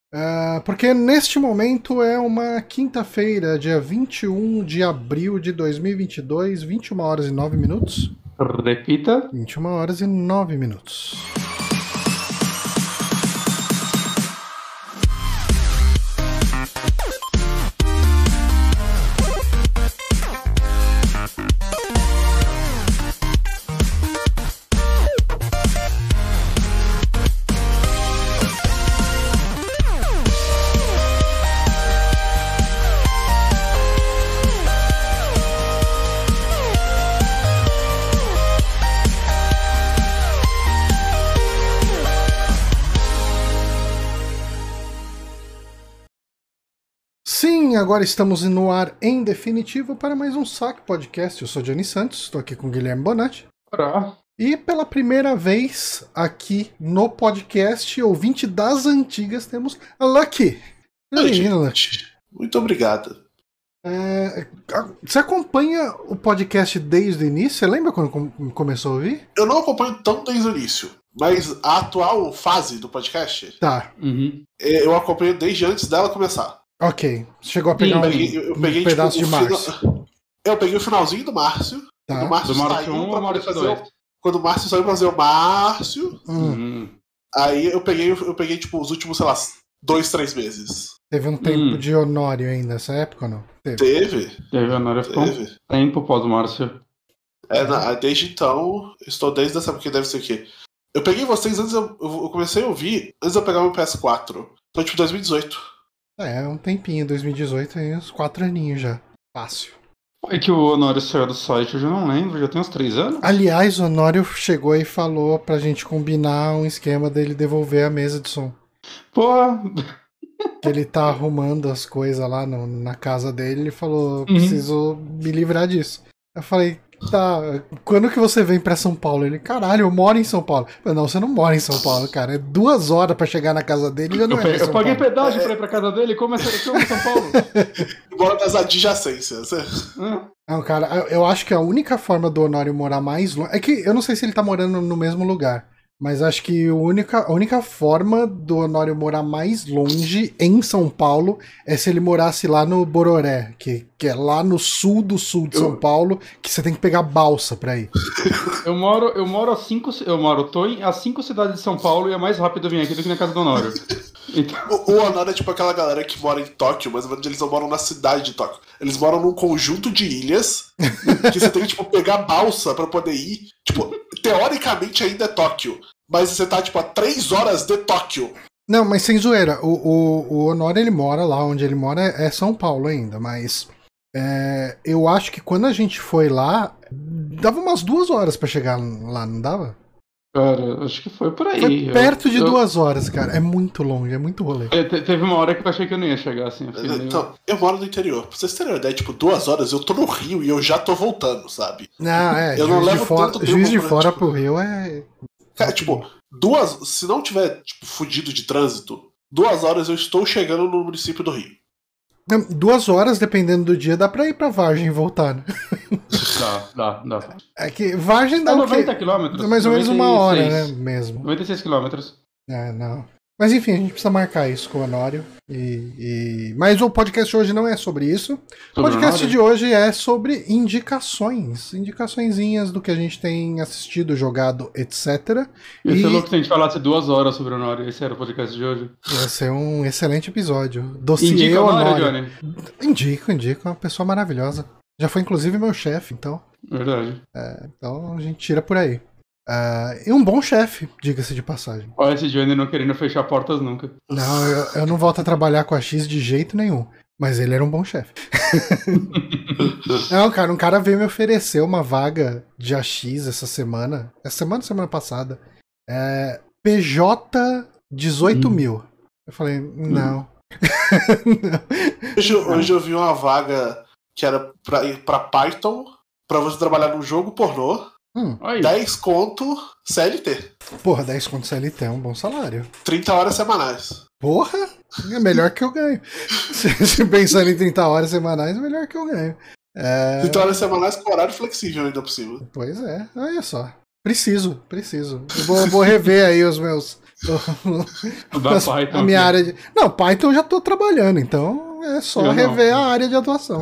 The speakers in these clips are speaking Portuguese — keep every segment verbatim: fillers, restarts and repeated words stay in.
Uh, porque neste momento é uma quinta-feira, dia vinte e um de abril de dois mil e vinte e dois, vinte e uma horas e nove minutos. Repita. vinte e uma horas e nove minutos. Agora estamos no ar em definitivo para mais um Saque Podcast. Eu sou Johnny Santos, estou aqui com o Guilherme Bonatti. Olá. E pela primeira vez aqui no podcast, ouvinte das antigas, temos a Lucky. Oi, Lucky. Muito obrigado. É, você acompanha o podcast desde o início? Você lembra quando começou a ouvir? Eu não acompanho tanto desde o início, mas a atual fase do podcast, tá. Uhum. Eu acompanho desde antes dela começar. Ok, chegou a pegar Sim, um, eu peguei, eu peguei, um pedaço tipo, de Márcio. Final... Eu peguei o finalzinho do Márcio. Tá. Do Márcio, do Márcio saiu um pra ou Márcio fazer dois? O... Quando o Márcio saiu pra fazer o Márcio. Hum. Aí eu peguei, eu peguei, tipo, os últimos, sei lá, dois, três meses. Teve um tempo hum. de Honório ainda nessa época ou não? Teve. Teve. Teve Honório, ficou um tempo pós o Márcio. É, na, desde então, estou desde essa, porque deve ser o quê? Eu peguei vocês antes, eu, eu comecei a ouvir antes de eu pegar meu P S quatro. Então, tipo, dois mil e dezoito. É, um tempinho, dois mil e dezoito, aí uns quatro aninhos já. Fácil. É que o Honório saiu do site, eu já não lembro, já tem uns três anos? Aliás, o Honório chegou e falou pra gente combinar um esquema dele devolver a mesa de som. Pô! Que ele tá arrumando as coisas lá no, na casa dele, ele falou, preciso uhum. me livrar disso. Eu falei, tá, quando que você vem pra São Paulo? Ele, caralho, eu moro em São Paulo. Eu, não, você não mora em São Paulo, cara. É duas horas pra chegar na casa dele e já não eu, é em São Eu paguei Paulo. pedágio é... pra ir pra casa dele, como é que eu em São Paulo? Mora nas adjacências. Não, cara, eu acho que a única forma do Honório morar mais longe... É que eu não sei se ele tá morando no mesmo lugar. Mas acho que a única, a única forma do Honório morar mais longe em São Paulo é se ele morasse lá no Bororé, que, que é lá no sul do sul de São eu... Paulo, que você tem que pegar balsa pra ir. Eu moro, eu moro a cinco. Eu moro, tô em as cinco cidades de São Paulo e é mais rápido eu vir aqui do que na casa do Honório. Então... O, o Honório é tipo aquela galera que mora em Tóquio, mas eles não moram na cidade de Tóquio. Eles moram num conjunto de ilhas que você tem que tipo, pegar balsa pra poder ir. Tipo, teoricamente ainda é Tóquio. Mas você tá, tipo, a três horas de Tóquio. Não, mas sem zoeira. O, o, o Honório, ele mora lá, onde ele mora é São Paulo ainda, mas é, eu acho que quando a gente foi lá, dava umas duas horas pra chegar lá, não dava? Cara, acho que foi por aí. Foi perto eu, de eu... duas horas, cara. É muito longe, é muito rolê. É, teve uma hora que eu achei que eu não ia chegar, assim. Eu, então, meio... eu moro no interior. Pra vocês terem uma ideia, tipo, duas horas eu tô no Rio e eu já tô voltando, sabe? Não, é. Eu Juiz não levo de fora, tanto Juiz de pra, fora tipo... pro Rio é... Cara, tipo, duas... Se não tiver, tipo, fudido de trânsito, duas horas eu estou chegando no município do Rio. Duas horas, dependendo do dia, dá pra ir pra Vargem e voltar, né? Dá, dá, dá. É que Vargem dá é o noventa quilômetros. Mais ou menos uma hora, né? Mesmo. noventa e seis quilômetros. É, não. Mas enfim, a gente precisa marcar isso com o Honório. E, e... Mas o podcast hoje não é sobre isso. O podcast de hoje é sobre indicações. Indicaçõezinhas do que a gente tem assistido, jogado, etcétera. Ia e... ser louco se a gente falasse duas horas sobre o Honório. Esse era o podcast de hoje. Ia ser um excelente episódio. Dossiê Indica o Honório, Honório. Johnny. Indico, indico. Uma pessoa maravilhosa. Já foi inclusive meu chefe, então. Verdade. É, então a gente tira por aí. Uh, e um bom chefe, diga-se de passagem. Olha esse Johnny não querendo fechar portas nunca. Não, eu, eu não volto a trabalhar com a X de jeito nenhum. Mas ele era um bom chefe. Não, cara, um cara veio me oferecer uma vaga de A X essa semana. Essa semana ou semana passada. É, P J dezoito mil. Eu falei, não. não. Hoje, hoje eu vi uma vaga que era pra ir pra Python, pra você trabalhar num jogo pornô. Hum. dez conto C L T. Porra, dez conto C L T é um bom salário. trinta horas semanais. Porra, é melhor que eu ganho. Se pensando em trinta horas semanais, é melhor que eu ganho. É... trinta horas semanais com horário flexível ainda por cima. Pois é, olha só. Preciso, preciso. Eu vou, vou rever aí os meus, Da Mas Python a minha aqui. área de... Não, Python eu já tô trabalhando, então é só Eu não. rever a área de atuação.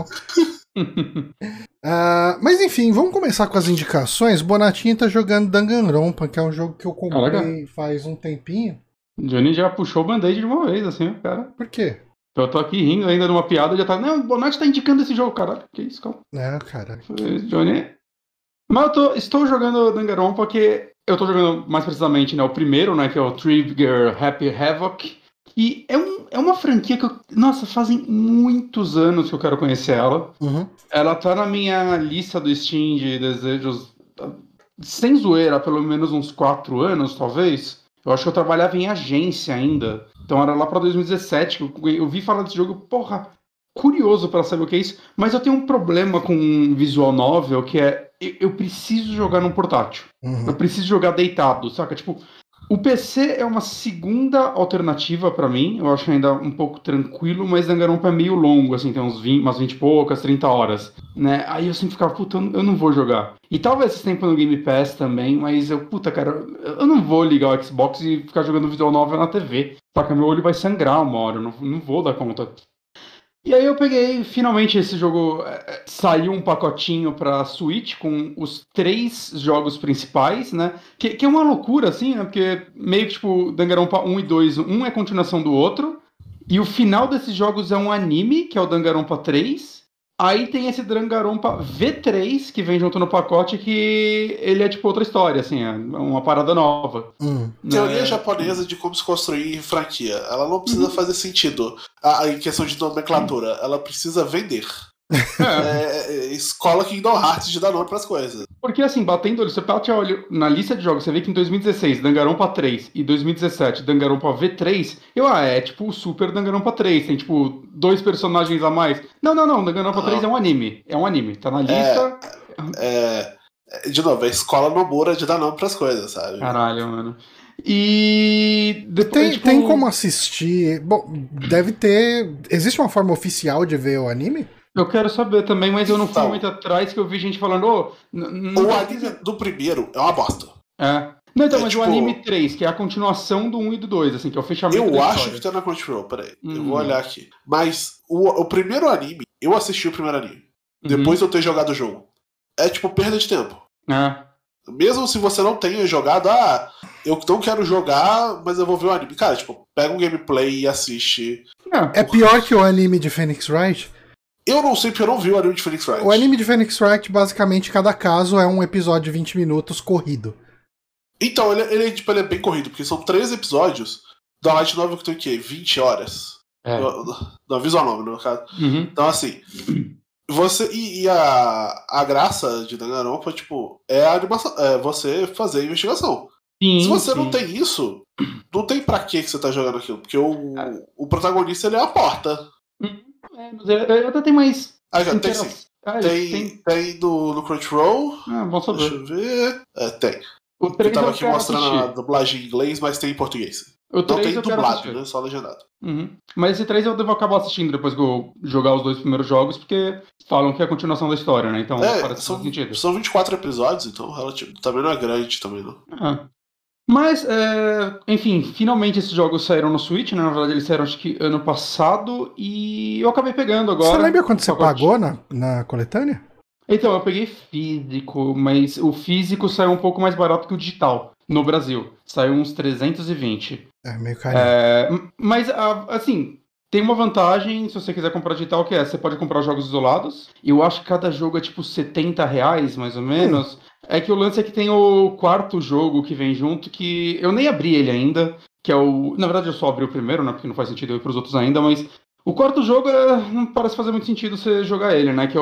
Ah, mas enfim, vamos começar com as indicações. Bonatinho tá jogando Danganronpa, que é um jogo que eu comprei Caraca. faz um tempinho. Johnny já puxou o band-aid de uma vez, assim, cara. Por quê? Eu tô aqui rindo ainda numa piada, já tá. Não, o Bonatti tá indicando esse jogo, caralho. Que isso, calma. Não, cara. Falei, Johnny. Mas eu tô, estou jogando Danganronpa porque eu tô jogando mais precisamente, né, o primeiro, né, que é o Trigger Happy Havoc. E é, um, é uma franquia que eu. Nossa, fazem muitos anos que eu quero conhecer ela. Uhum. Ela tá na minha lista do Steam de desejos. Sem zoeira, há pelo menos uns quatro anos, talvez. Eu acho que eu trabalhava em agência ainda. Então era lá pra dois mil e dezessete que eu, eu vi falar desse jogo, porra, curioso pra saber o que é isso. Mas eu tenho um problema com visual novel, que é eu, eu preciso jogar num portátil. Uhum. Eu preciso jogar deitado, saca? Tipo, o P C é uma segunda alternativa pra mim. Eu acho ainda um pouco tranquilo, mas Danganronpa é meio longo, assim, tem uns vinte, umas vinte e poucas, trinta horas, né? Aí eu sempre ficava, puta, eu não- eu não vou jogar. E talvez esse tempo no Game Pass também, mas eu, puta, cara, eu não vou ligar o Xbox e ficar jogando visual novel na T V. Saca? Meu olho vai sangrar uma hora, eu não, não vou dar conta. E aí eu peguei, finalmente esse jogo é, saiu um pacotinho pra Switch com os três jogos principais, né? Que, que é uma loucura, assim, né? Porque meio que, tipo, Danganronpa um e dois, um é continuação do outro, e o final desses jogos é um anime, que é o Danganronpa três. Aí tem esse Danganronpa V três, que vem junto no pacote, que ele é, tipo, outra história, assim, é uma parada nova. Uhum. Teoria né? japonesa de como se construir franquia. Ela não precisa Uhum. fazer sentido. A, a- em questão de nomenclatura, ela precisa vender. É. É, é, escola Kingdom Hearts de dar nome pras coisas. Porque assim, batendo olho, você bate olho na lista de jogos, você vê que em dois mil e dezesseis, Danganronpa três e dois mil e dezessete, Danganronpa V três, eu, ah, é tipo o Super Danganronpa três, tem tipo dois personagens a mais. Não, não, não, Danganronpa Não. três é um anime, é um anime, tá na lista. É, é, de novo, é escola Nomura de dar nome pras coisas, sabe? Caralho, mano. E depois, Tem, tipo, tem como assistir. Bom, deve ter. Existe uma forma oficial de ver o anime? eu quero saber também, mas eu não fui Então. muito atrás que eu vi gente falando, ô, n- n- O não anime precisa- do primeiro é uma bosta. É. Não, então, É, mas tipo- o anime três, que é a continuação do um e do dois, assim, que é o fechamento Eu da acho história. que tá na Crunchyroll, peraí. Eu Hum. vou olhar aqui. Mas o, o primeiro anime, eu assisti o primeiro anime. Uhum. Depois de eu ter jogado o jogo. É tipo perda de tempo. É. Mesmo se você não tenha jogado, ah, eu não quero jogar, mas eu vou ver o anime. Cara, tipo, pega um gameplay e assiste. É. É pior que o anime de Phoenix Wright? Eu não sei porque eu não vi o anime de Phoenix Wright. O anime de Phoenix Wright, basicamente, cada caso é um episódio de vinte minutos corrido. Então, ele, ele, tipo, ele é bem corrido, porque são três episódios da Light Novel que tem o quê? vinte horas? É. Da Visual Novel, no caso. Uhum. Então, assim, você e, e a, a graça de Danganronpa, tipo, é a animação, é você fazer a investigação. Sim, Se você sim. não tem isso, não tem pra que que você tá jogando aquilo, porque o, o protagonista, ele é a porta. É, mas eu, eu até tenho mais. Ah, já, tem intera- sim. Ah, Tem, tem. tem no, no Crunchyroll, Ah, bom deixa saber. eu ver. É, tem. O Eu três tava eu aqui quero mostrando assistir. a dublagem em inglês, mas tem em português. O Não três tem eu quero dublado, assistir. né? Só legendado. Uhum. Mas esse três eu devo acabar assistindo depois que eu jogar os dois primeiros jogos, porque falam que é a continuação da história, né? Então É, parece que são, faz sentido. são vinte e quatro episódios, então relativo, também não é grande, também não. Ah. Mas, é, enfim, finalmente esses jogos saíram no Switch, né? Na verdade, eles saíram acho que ano passado e eu acabei pegando agora. Você lembra quanto você pacote. pagou na, na coletânea? Então, eu peguei físico, mas o físico saiu um pouco mais barato que o digital no Brasil. Saiu uns trezentos e vinte. É meio carinho. É, m- mas, a- assim, tem uma vantagem se você quiser comprar digital, que é você pode comprar jogos isolados. Eu acho que cada jogo é tipo setenta reais, mais ou menos. É que o lance é que tem o quarto jogo que vem junto, que eu nem abri ele ainda, que é o... Na verdade, eu só abri o primeiro, né? Porque não faz sentido eu ir pros outros ainda, mas... O quarto jogo é, não parece fazer muito sentido você jogar ele, né? Que é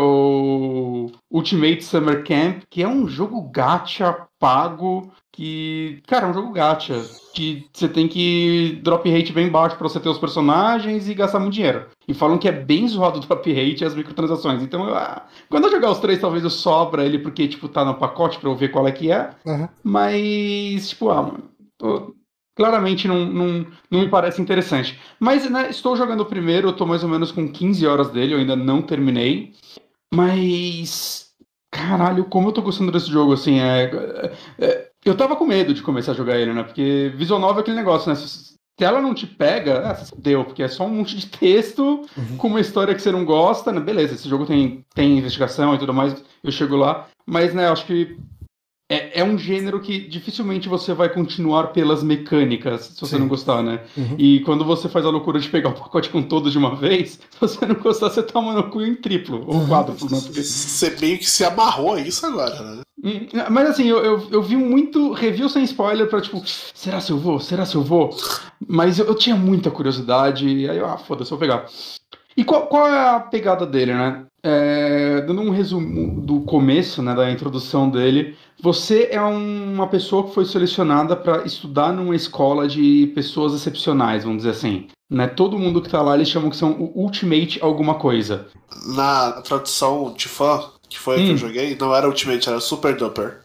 o Ultimate Summer Camp, que é um jogo gacha pago, que... Cara, é um jogo gacha, que você tem que drop rate bem baixo pra você ter os personagens e gastar muito dinheiro. E falam que é bem zoado o drop rate e as microtransações. Então, eu, ah, quando eu jogar os três, talvez eu sobra ele, porque, tipo, tá no pacote pra eu ver qual é que é. Aham. Mas, tipo, ah, mano, tô- claramente não, não, não me parece interessante. Mas, né, estou jogando o primeiro, eu tô mais ou menos com quinze horas dele, eu ainda não terminei. Mas, caralho, como eu tô gostando desse jogo, assim, é... é- Eu tava com medo de começar a jogar ele, né? Porque visual novel é aquele negócio, né? Se ela não te pega, ah, você deu, porque é só um monte de texto uhum. com uma história que você não gosta, né? Beleza, esse jogo tem, tem investigação e tudo mais, eu chego lá. Mas, né, acho que é, é um gênero que dificilmente você vai continuar pelas mecânicas, se você Sim. não gostar, né? Uhum. E quando você faz a loucura de pegar o pacote com todos de uma vez, se você não gostar, você toma no cu em triplo, ou quádruplo, né? Porque... Você meio que se amarrou a isso agora, né? Mas assim, eu, eu, eu vi muito review sem spoiler pra tipo, será se eu vou? Será se eu vou? Mas eu, eu tinha muita curiosidade, aí eu, ah, foda-se, vou pegar. E qual, qual é a pegada dele, né? É, dando um resumo do começo, né, da introdução dele, você é um, uma pessoa que foi selecionada para estudar numa escola de pessoas excepcionais, vamos dizer assim. Né? Todo mundo que tá lá, eles chamam que são o Ultimate alguma coisa. Na tradução de fã, que foi a hum. que eu joguei, não era Ultimate, era Super Duper.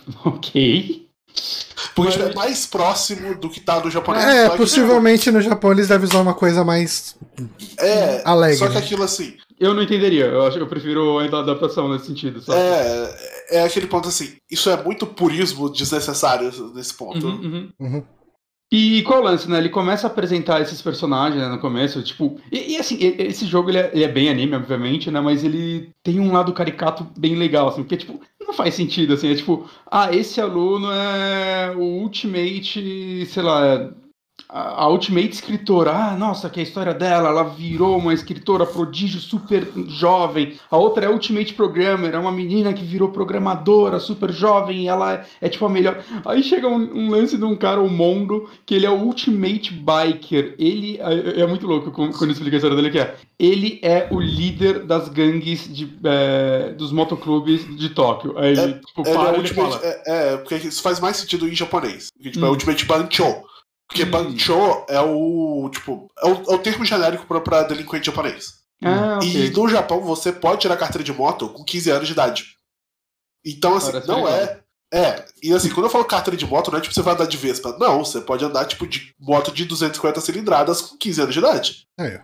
Ok. Porque Mas... é mais próximo do que tá no japonês. É, possivelmente no Japão eles devem usar uma coisa mais é, alegre. Só que aquilo assim... Eu não entenderia, eu acho que eu prefiro a adaptação nesse sentido. Sabe? É, é aquele ponto assim, isso é muito purismo desnecessário nesse ponto. Uhum, uhum. Uhum. E qual é o lance, né? Ele começa a apresentar esses personagens, né, no começo, tipo... E, e assim, esse jogo, ele é, ele é bem anime, obviamente, né? Mas ele tem um lado caricato bem legal, assim, porque, tipo, não faz sentido, assim. É tipo, ah, esse aluno é o Ultimate, sei lá... A Ultimate escritora, ah, nossa, que a história dela, ela virou uma escritora prodígio super jovem. A outra é a Ultimate Programmer, é uma menina que virou programadora super jovem e ela é, é tipo a melhor. Aí chega um, um lance de um cara, o Mondo, que ele é o Ultimate Biker. Ele é, é muito louco quando explica a história dele, que é, ele é o líder das gangues de, é, dos motoclubes de Tóquio. Aí é, ele, tipo, para, é, ele fala... É, é, porque isso faz mais sentido em japonês. Porque, tipo, hum. é o Ultimate Bancho. Porque hum. Bancho é o, tipo, é o, é o termo genérico pra, pra delinquente japonês. Ah, okay. E no Japão você pode tirar carteira de moto com quinze anos de idade. Então, assim, Parece não legal. é... É, e assim, quando eu falo carteira de moto, não é tipo você vai andar de Vespa. Não, você pode andar, tipo, de moto de duzentas e cinquenta cilindradas com quinze anos de idade. É.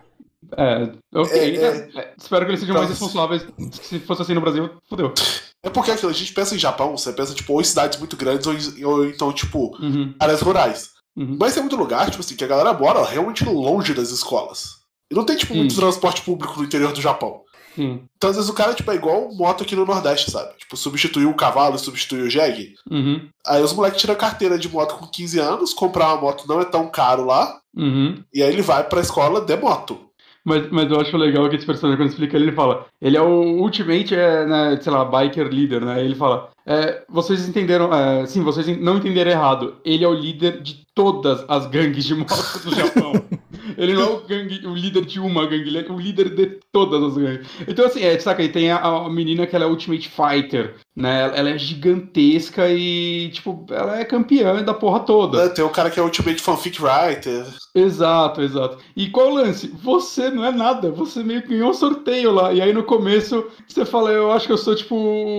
É, ok. É, é, espero que eles sejam mais responsáveis. Se fosse assim no Brasil, fodeu. É porque aquilo, a gente pensa em Japão, você pensa, tipo, ou em cidades muito grandes, ou, ou então, tipo, uhum. áreas rurais. Uhum. Mas tem muito lugar, tipo assim, que a galera mora realmente longe das escolas. E não tem, tipo, muito transporte público no interior do Japão. Sim. Então, às vezes, o cara, tipo, é igual moto aqui no Nordeste, sabe? Tipo, substituir o cavalo, substituir o jegue. Uhum. Aí os moleques tiram carteira de moto com quinze anos, comprar uma moto não é tão caro lá, uhum. e aí ele vai pra escola de moto. Mas, mas eu acho legal que esse personagem, quando explica ele, ele fala, ele é o Ultimate, é, né, sei lá, biker leader, né? Ele fala, é, vocês entenderam, é, sim, vocês não entenderam errado, ele é o líder de todas as gangues de moto do Japão. Ele não é o, gangue, o líder de uma gangue, ele é o líder de todas as gangues. Então, assim, é, saca, ele tem a, a menina que ela é Ultimate Fighter, né? Ela é gigantesca e, tipo, ela é campeã da porra toda. É, tem o cara que é Ultimate Fanfic Writer. Exato, exato. E qual o lance? Você não é nada, você meio que ganhou um sorteio lá. E aí no começo você fala, eu acho que eu sou, tipo,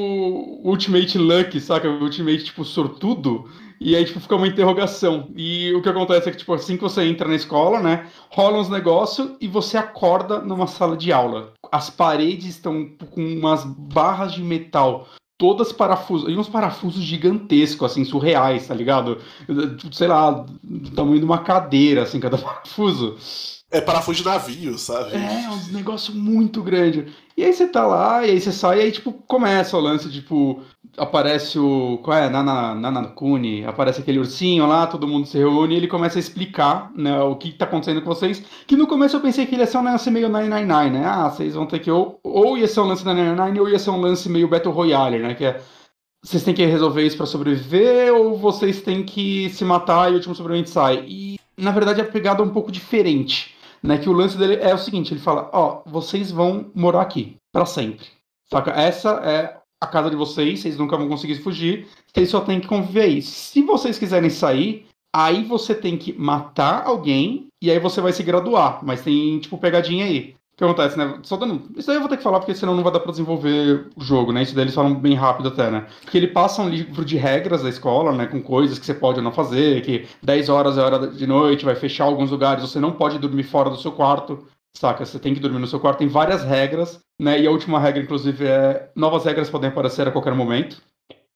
Ultimate Lucky, saca? Ultimate, tipo, sortudo. E aí, tipo, fica uma interrogação. E o que acontece é que, tipo, assim que você entra na escola, né, rola uns negócios e você acorda numa sala de aula. As paredes estão com umas barras de metal, todas parafusos, e uns parafusos gigantescos, assim, surreais, tá ligado? Sei lá, do tamanho de uma cadeira, assim, cada parafuso. É parafuso de navio, sabe? É, um negócio muito grande. E aí você tá lá, e aí você sai, e aí, tipo, começa o lance, tipo, aparece o... Qual é? Nana, Nanakuni, aparece aquele ursinho lá, todo mundo se reúne, e ele começa a explicar, né, o que tá acontecendo com vocês, que no começo eu pensei que ele ia ser um lance meio nove nove nove, né? Ah, vocês vão ter que... Ou, ou ia ser um lance nove nove nove, ou ia ser um lance meio Battle Royale, né? Que é... Vocês têm que resolver isso pra sobreviver, ou vocês têm que se matar e o último sobrevivente sai. E, na verdade, a pegada é um pouco diferente. Né, que o lance dele é o seguinte, ele fala, ó, vocês vão morar aqui, pra sempre, saca? Essa é a casa de vocês, vocês nunca vão conseguir fugir, vocês só tem que conviver aí. Se vocês quiserem sair, aí você tem que matar alguém, e aí você vai se graduar, mas tem, tipo, pegadinha aí. O que acontece, né? Só dando... Isso aí eu vou ter que falar, porque senão não vai dar pra desenvolver o jogo, né? Isso daí eles falam bem rápido até, né? Porque ele passa um livro de regras da escola, né? Com coisas que você pode ou não fazer, que dez horas é hora de noite, vai fechar alguns lugares, você não pode dormir fora do seu quarto, saca? Você tem que dormir no seu quarto, tem várias regras, né? E a última regra, inclusive, é... Novas regras podem aparecer a qualquer momento.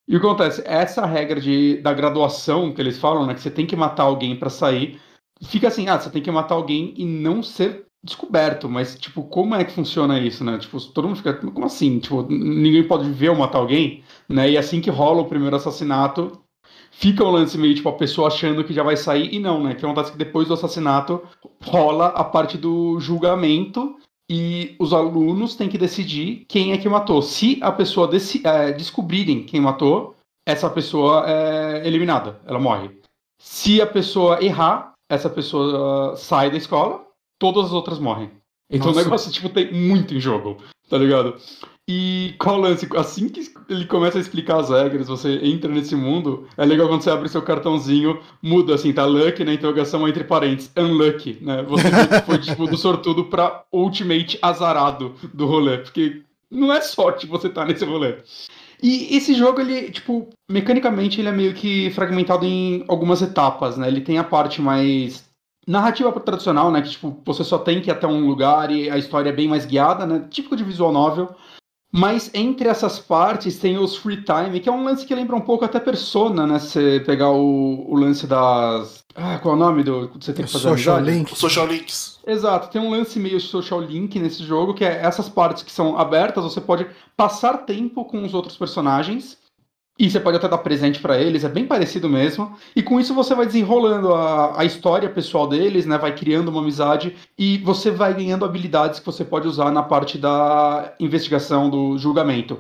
E o que acontece? Essa regra de, da graduação que eles falam, né? Que você tem que matar alguém pra sair. Fica assim, ah, você tem que matar alguém e não ser descoberto. Mas, tipo, como é que funciona isso, né? Tipo, todo mundo fica, como assim? Tipo, ninguém pode ver eu matar alguém, né? E assim que rola o primeiro assassinato, fica um lance meio, tipo, a pessoa achando que já vai sair. E não, né? O que acontece é que depois do assassinato rola a parte do julgamento. E os alunos têm que decidir quem é que matou. Se a pessoa deci- é, descobrirem quem matou, essa pessoa é eliminada, ela morre. Se a pessoa errar, essa pessoa uh, sai da escola, todas as outras morrem. Então Nossa. o negócio, tipo, tem muito em jogo, tá ligado? E qual o lance? Assim que ele começa a explicar as regras, você entra nesse mundo, é legal quando você abre seu cartãozinho, muda assim, tá lucky na interrogação entre parênteses, unlucky, né? Você vê que foi tipo do sortudo pra ultimate azarado do rolê, porque não é sorte você tá nesse rolê. E esse jogo, ele, tipo, mecanicamente ele é meio que fragmentado em algumas etapas, né? Ele tem a parte mais narrativa tradicional, né? Que, tipo, você só tem que ir até um lugar e a história é bem mais guiada, né? Típico de visual novel. Mas entre essas partes tem os free time, que é um lance que lembra um pouco até Persona, né? Você pegar o, o lance das... Ah, qual é o nome do... Você tem que fazer Social amizade? Link. Social links. Exato, tem um lance meio social link nesse jogo, que é essas partes que são abertas, você pode passar tempo com os outros personagens, e você pode até dar presente pra eles, é bem parecido mesmo, e com isso você vai desenrolando a, a história pessoal deles, né, vai criando uma amizade, e você vai ganhando habilidades que você pode usar na parte da investigação, do julgamento.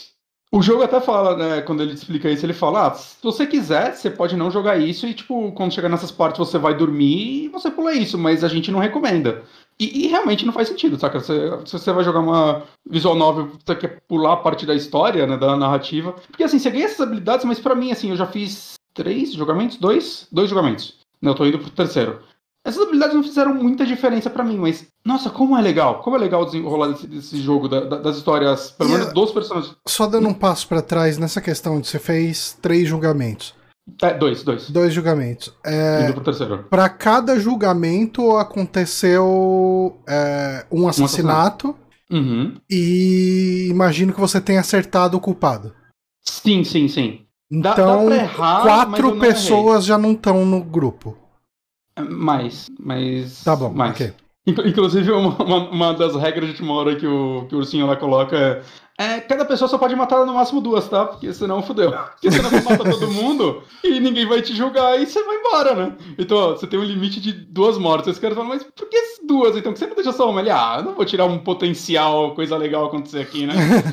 O jogo até fala, né, quando ele explica isso, ele fala, ah, se você quiser, você pode não jogar isso e, tipo, quando chegar nessas partes você vai dormir e você pula isso, mas a gente não recomenda. E, e realmente não faz sentido, saca? Você, se você vai jogar uma visual novel, você quer pular a parte da história, né, da narrativa. Porque, assim, você ganha essas habilidades, mas pra mim, assim, eu já fiz três jogamentos? Dois? Dois jogamentos. Não, eu tô indo pro terceiro. Essas habilidades não fizeram muita diferença pra mim, mas, nossa, como é legal. Como é legal desenrolar desse, desse jogo, da, da, das histórias, pelo menos Yeah. dos personagens. Só dando um passo pra trás nessa questão de você fez três julgamentos. É, dois, dois. Dois julgamentos. É, Indo pro terceiro. para cada julgamento aconteceu é, um assassinato, Uhum. e imagino que você tenha acertado o culpado. Sim, sim, sim. Dá- Então, dá pra errar, mas quatro eu não pessoas já não estão no grupo. errei. Mais, mas... Tá bom, mais. ok. Inclu- Inclusive, uma, uma, uma das regras de última hora que o, que o ursinho lá coloca é, é cada pessoa só pode matar no máximo duas, tá? Porque senão fudeu. Porque senão você mata todo mundo e ninguém vai te julgar e você vai embora, né? Então, ó, você tem um limite de duas mortes. Os caras falam, mas por que duas? Então, que você não deixa só uma? Ele, ah, eu não vou tirar um potencial, coisa legal acontecer aqui, né?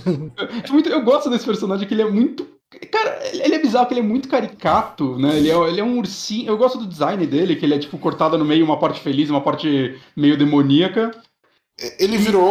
É muito- eu gosto desse personagem, que ele é muito... Cara, ele é bizarro, que ele é muito caricato, né? Ele é, ele é um ursinho. Eu gosto do design dele, que ele é tipo cortado no meio, uma parte feliz, uma parte meio demoníaca. Ele virou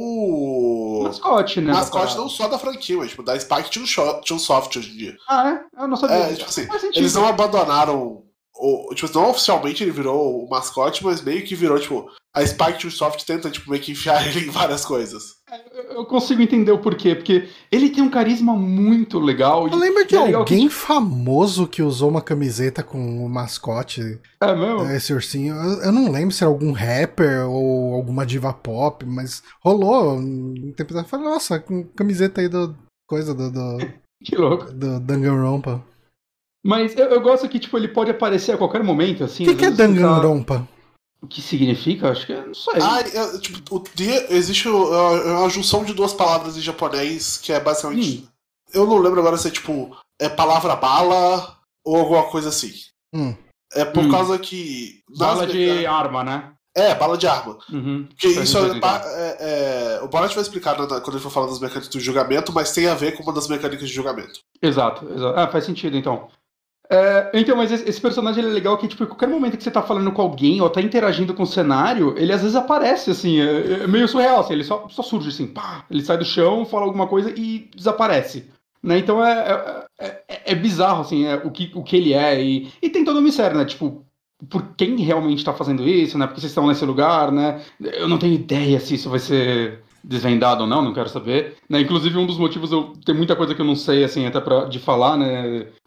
o. Mascote, né? Mascote da não só da franquia, mas tipo, da Spike Chunsoft hoje em dia. parada. Ah, é? Eu não sabia. É, tipo assim, Faz sentido. eles não abandonaram. O, tipo, não oficialmente ele virou o mascote, mas meio que virou, tipo, a Spike Chunsoft tenta, tipo, meio que enfiar ele em várias coisas. Eu- Eu consigo entender o porquê, porque ele tem um carisma muito legal. Eu lembro e de é legal alguém que- famoso que usou uma camiseta com o mascote, É mesmo? esse ursinho. Eu, eu não lembro se era algum rapper ou alguma diva pop, mas rolou um tempo atrás. Eu falei, nossa, com camiseta aí do coisa do, do, Que louco. do Danganronpa. Mas eu, eu gosto que, tipo, ele pode aparecer a qualquer momento, assim. O que, às que é vezes você tá- Danganronpa? O que significa? Acho que é. Não sei. Ah, é, tipo, o dia, existe o- é uma junção de duas palavras em japonês que é basicamente. Hum. Eu não lembro agora se é tipo. É palavra bala ou alguma coisa assim. Hum. É por Hum. causa que. nas Bala de mecânicas- arma, né? É, bala de arma. Uhum. Porque Faz isso sentido, é, pa- é, é, o Borat vai explicar na- quando ele for falar das mecânicas do julgamento, mas tem a ver com uma das mecânicas de julgamento. Exato, exato. Ah, faz sentido, então. É, então, mas esse, esse personagem ele é legal que, tipo, em qualquer momento que você tá falando com alguém ou tá interagindo com o cenário, ele às vezes aparece, assim, é, é meio surreal, assim, ele só, só surge, assim, pá, ele sai do chão, fala alguma coisa e desaparece. Né? Então é, é, é, é bizarro, assim, é, o, que, o que ele é. E, e tem todo o mistério, né? Tipo, por quem realmente tá fazendo isso, né? Porque vocês estão nesse lugar, né? Eu não tenho ideia se isso vai ser desvendado ou não, não quero saber. Né? Inclusive, um dos motivos, eu tem muita coisa que eu não sei, assim, até pra, de falar, né?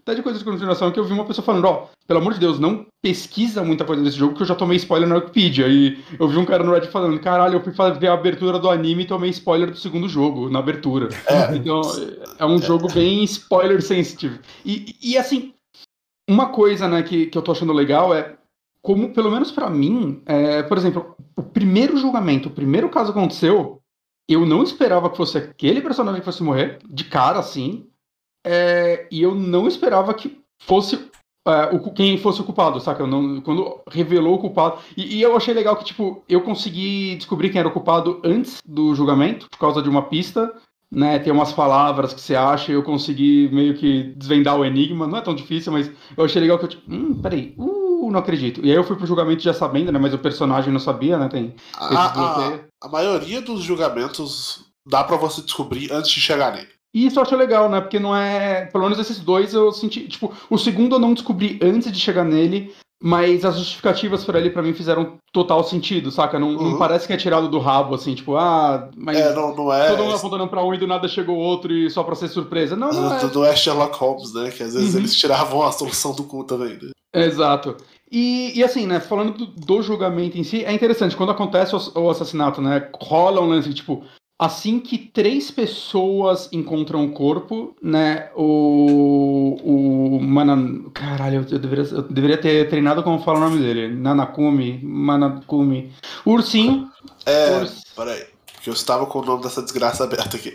até de coisas de continuação, que eu vi uma pessoa falando, ó, pelo amor de Deus, não pesquisa muita coisa desse jogo, que eu já tomei spoiler na Wikipedia. E eu vi um cara no Reddit falando, caralho, eu fui ver a abertura do anime e tomei spoiler do segundo jogo, na abertura. É. Então, é um jogo bem spoiler sensitive. E, e assim, uma coisa, né, que, que eu tô achando legal é, como, pelo menos pra mim, é, por exemplo, o primeiro julgamento, o primeiro caso que aconteceu, eu não esperava que fosse aquele personagem que fosse morrer, de cara, assim, é, e eu não esperava que fosse é, o, quem fosse o culpado, saca? Eu não, quando revelou o culpado, e, e eu achei legal que, tipo, eu consegui descobrir quem era o culpado antes do julgamento, por causa de uma pista, né, tem umas palavras que você acha e eu consegui meio que desvendar o enigma, não é tão difícil, mas eu achei legal que eu, tipo, hum, peraí, uh, não acredito. E aí eu fui pro julgamento já sabendo, né, mas o personagem não sabia, né, tem esse A, desbloqueio. a, a maioria dos julgamentos dá pra você descobrir antes de chegar nele. E isso eu acho legal, né, porque não é, pelo menos esses dois eu senti, tipo, o segundo eu não descobri antes de chegar nele, mas as justificativas pra ele, pra mim, fizeram total sentido, saca? Não, Uhum. não parece que é tirado do rabo, assim, tipo, ah, mas É, não, não é. todo mundo apontando pra um e do nada chegou outro e só pra ser surpresa. Não, não é. Não é Sherlock Holmes, né? Que às vezes Uhum. eles tiravam a solução do cu também, né? Exato. E, e assim, né, falando do, do julgamento em si, é interessante, quando acontece o, o assassinato, né, rola um lance, tipo, assim que três pessoas encontram o corpo, né, o... o Manan... Caralho, eu deveria, eu deveria ter treinado como fala o nome dele. Nanakumi, Manakumi. O ursinho. É, Urs... peraí, porque eu estava com o nome dessa desgraça aberta aqui.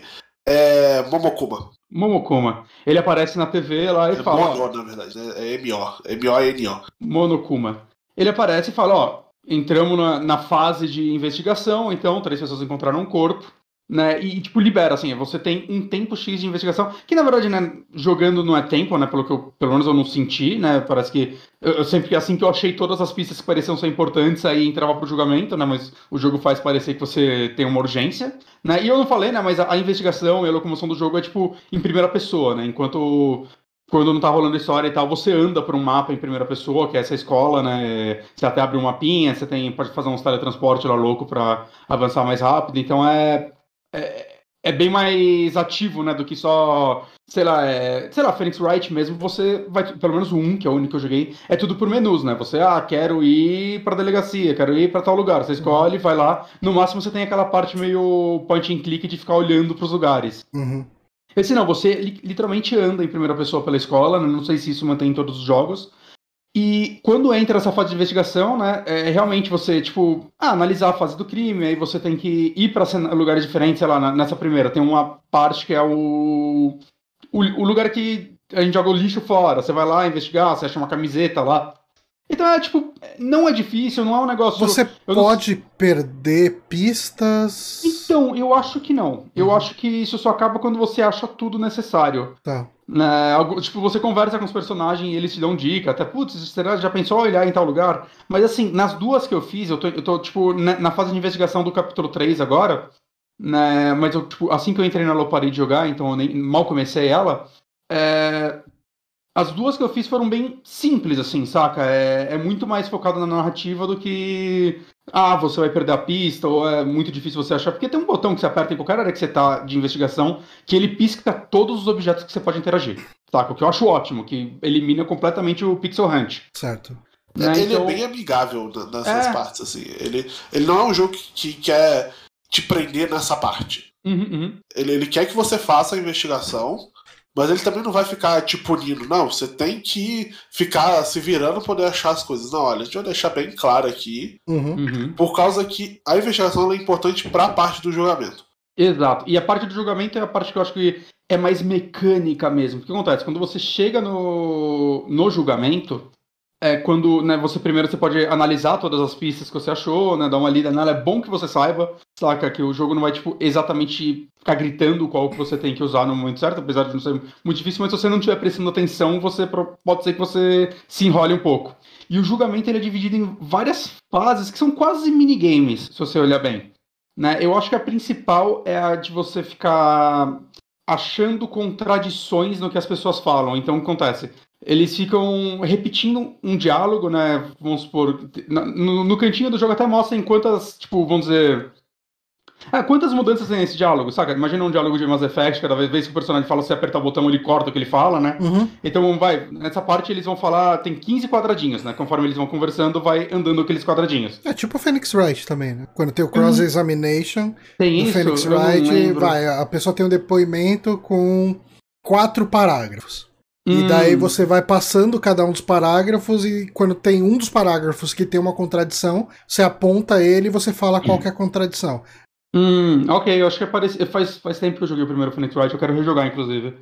É Momokuma. Momokuma. Ele aparece na T V lá e É fala... Mono, na verdade, né? É M O. M O e N O. Monokuma. Ele aparece e fala, ó, entramos na, na fase de investigação, então três pessoas encontraram um corpo, né, e tipo, libera, assim, você tem um tempo X de investigação, que na verdade, né, jogando não é tempo, né, pelo que eu, pelo menos eu não senti, né, parece que, eu, eu sempre, assim que eu achei todas as pistas que pareciam ser importantes, aí entrava pro julgamento, né, mas o jogo faz parecer que você tem uma urgência, né, e eu não falei, né, mas a, a investigação e a locomoção do jogo é, tipo, em primeira pessoa, né, enquanto... Quando não tá rolando história e tal, você anda por um mapa em primeira pessoa, que é essa escola, né? Você até abre um mapinha, você tem, pode fazer uns teletransporte lá louco pra avançar mais rápido. Então é, é, é bem mais ativo, né? Do que só, sei lá, é, sei lá, Phoenix Wright mesmo, você vai, pelo menos o um, que é o único que eu joguei, é tudo por menus, né? Você, ah, quero ir pra delegacia, quero ir pra tal lugar. Você escolhe, vai lá. No máximo você tem aquela parte meio point and click de ficar olhando pros lugares. Uhum. Esse não, você li- literalmente anda em primeira pessoa pela escola, né? Não sei se isso mantém em todos os jogos. E quando entra essa fase de investigação, né, é realmente você, tipo, ah, analisar a fase do crime, aí você tem que ir para lugares diferentes, sei lá, na- nessa primeira. Tem uma parte que é o, o, o lugar que a gente joga o lixo fora. Você vai lá investigar, você acha uma camiseta lá. Então é, tipo, não é difícil, não é um negócio... Você eu não- pode perder pistas. Então, eu acho que não. Eu Uhum. acho que isso só acaba quando você acha tudo necessário. Tá. Né, algo- tipo, você conversa com os personagens e eles te dão dica, até, putz, será que já pensou em olhar em tal lugar? Mas assim, nas duas que eu fiz, eu tô, eu tô tipo, na, na fase de investigação do capítulo três agora, né, mas eu, tipo, assim que eu entrei na LoL parei de jogar, então eu nem, mal comecei ela, é, as duas que eu fiz foram bem simples, assim, saca? É, é muito mais focado na narrativa do que, ah, você vai perder a pista, ou é muito difícil você achar, porque tem um botão que você aperta em qualquer área que você tá de investigação, que ele pisca todos os objetos que você pode interagir, saca? O que eu acho ótimo, que elimina completamente o pixel hunt. Certo. Né? Ele Então, é bem amigável n- nessas É. partes, assim. Ele, ele não é um jogo que, que quer te prender nessa parte. uhum, uhum. Ele, ele quer que você faça a investigação, mas ele também não vai ficar te punindo. Não, você tem que ficar se virando pra poder achar as coisas. Não, olha, a gente vai deixar bem claro aqui, Uhum. Uhum. por causa que a investigação ela é importante pra parte do julgamento. Exato. E a parte do julgamento é a parte que eu acho que é mais mecânica mesmo. O que acontece? Quando você chega no, no julgamento, é quando, né, você primeiro você pode analisar todas as pistas que você achou, né, dar uma lida nela. É bom que você saiba, saca, que o jogo não vai, tipo, exatamente ficar gritando qual que você tem que usar no momento certo, apesar de não ser muito difícil, mas se você não estiver prestando atenção, você pro- pode ser que você se enrole um pouco. E o julgamento ele é dividido em várias fases que são quase minigames, se você olhar bem. Né? Eu acho que a principal é a de você ficar achando contradições no que as pessoas falam. Então, o que acontece? Eles ficam repetindo um diálogo, né? Vamos supor, na- no, no cantinho do jogo até mostra em quantas, tipo, vamos dizer, Ah, quantas mudanças tem nesse diálogo, saca? Imagina um diálogo de Mass Effect, cada vez que o personagem fala, você apertar o botão, ele corta o que ele fala, né? Uhum. Então, vai, nessa parte eles vão falar, tem quinze quadradinhos, né? Conforme eles vão conversando, vai andando aqueles quadradinhos. É tipo o Phoenix Wright também, né? Quando tem o cross-examination Tem do isso? Phoenix Eu não Wright, lembro. vai, a pessoa tem um depoimento com quatro parágrafos. Hum. E daí você vai passando cada um dos parágrafos e quando tem um dos parágrafos que tem uma contradição, você aponta ele e você fala qual que é a contradição. Hum, ok, eu acho que é parecido. Faz, faz tempo que eu joguei o primeiro Phoenix Wright, eu quero rejogar, inclusive.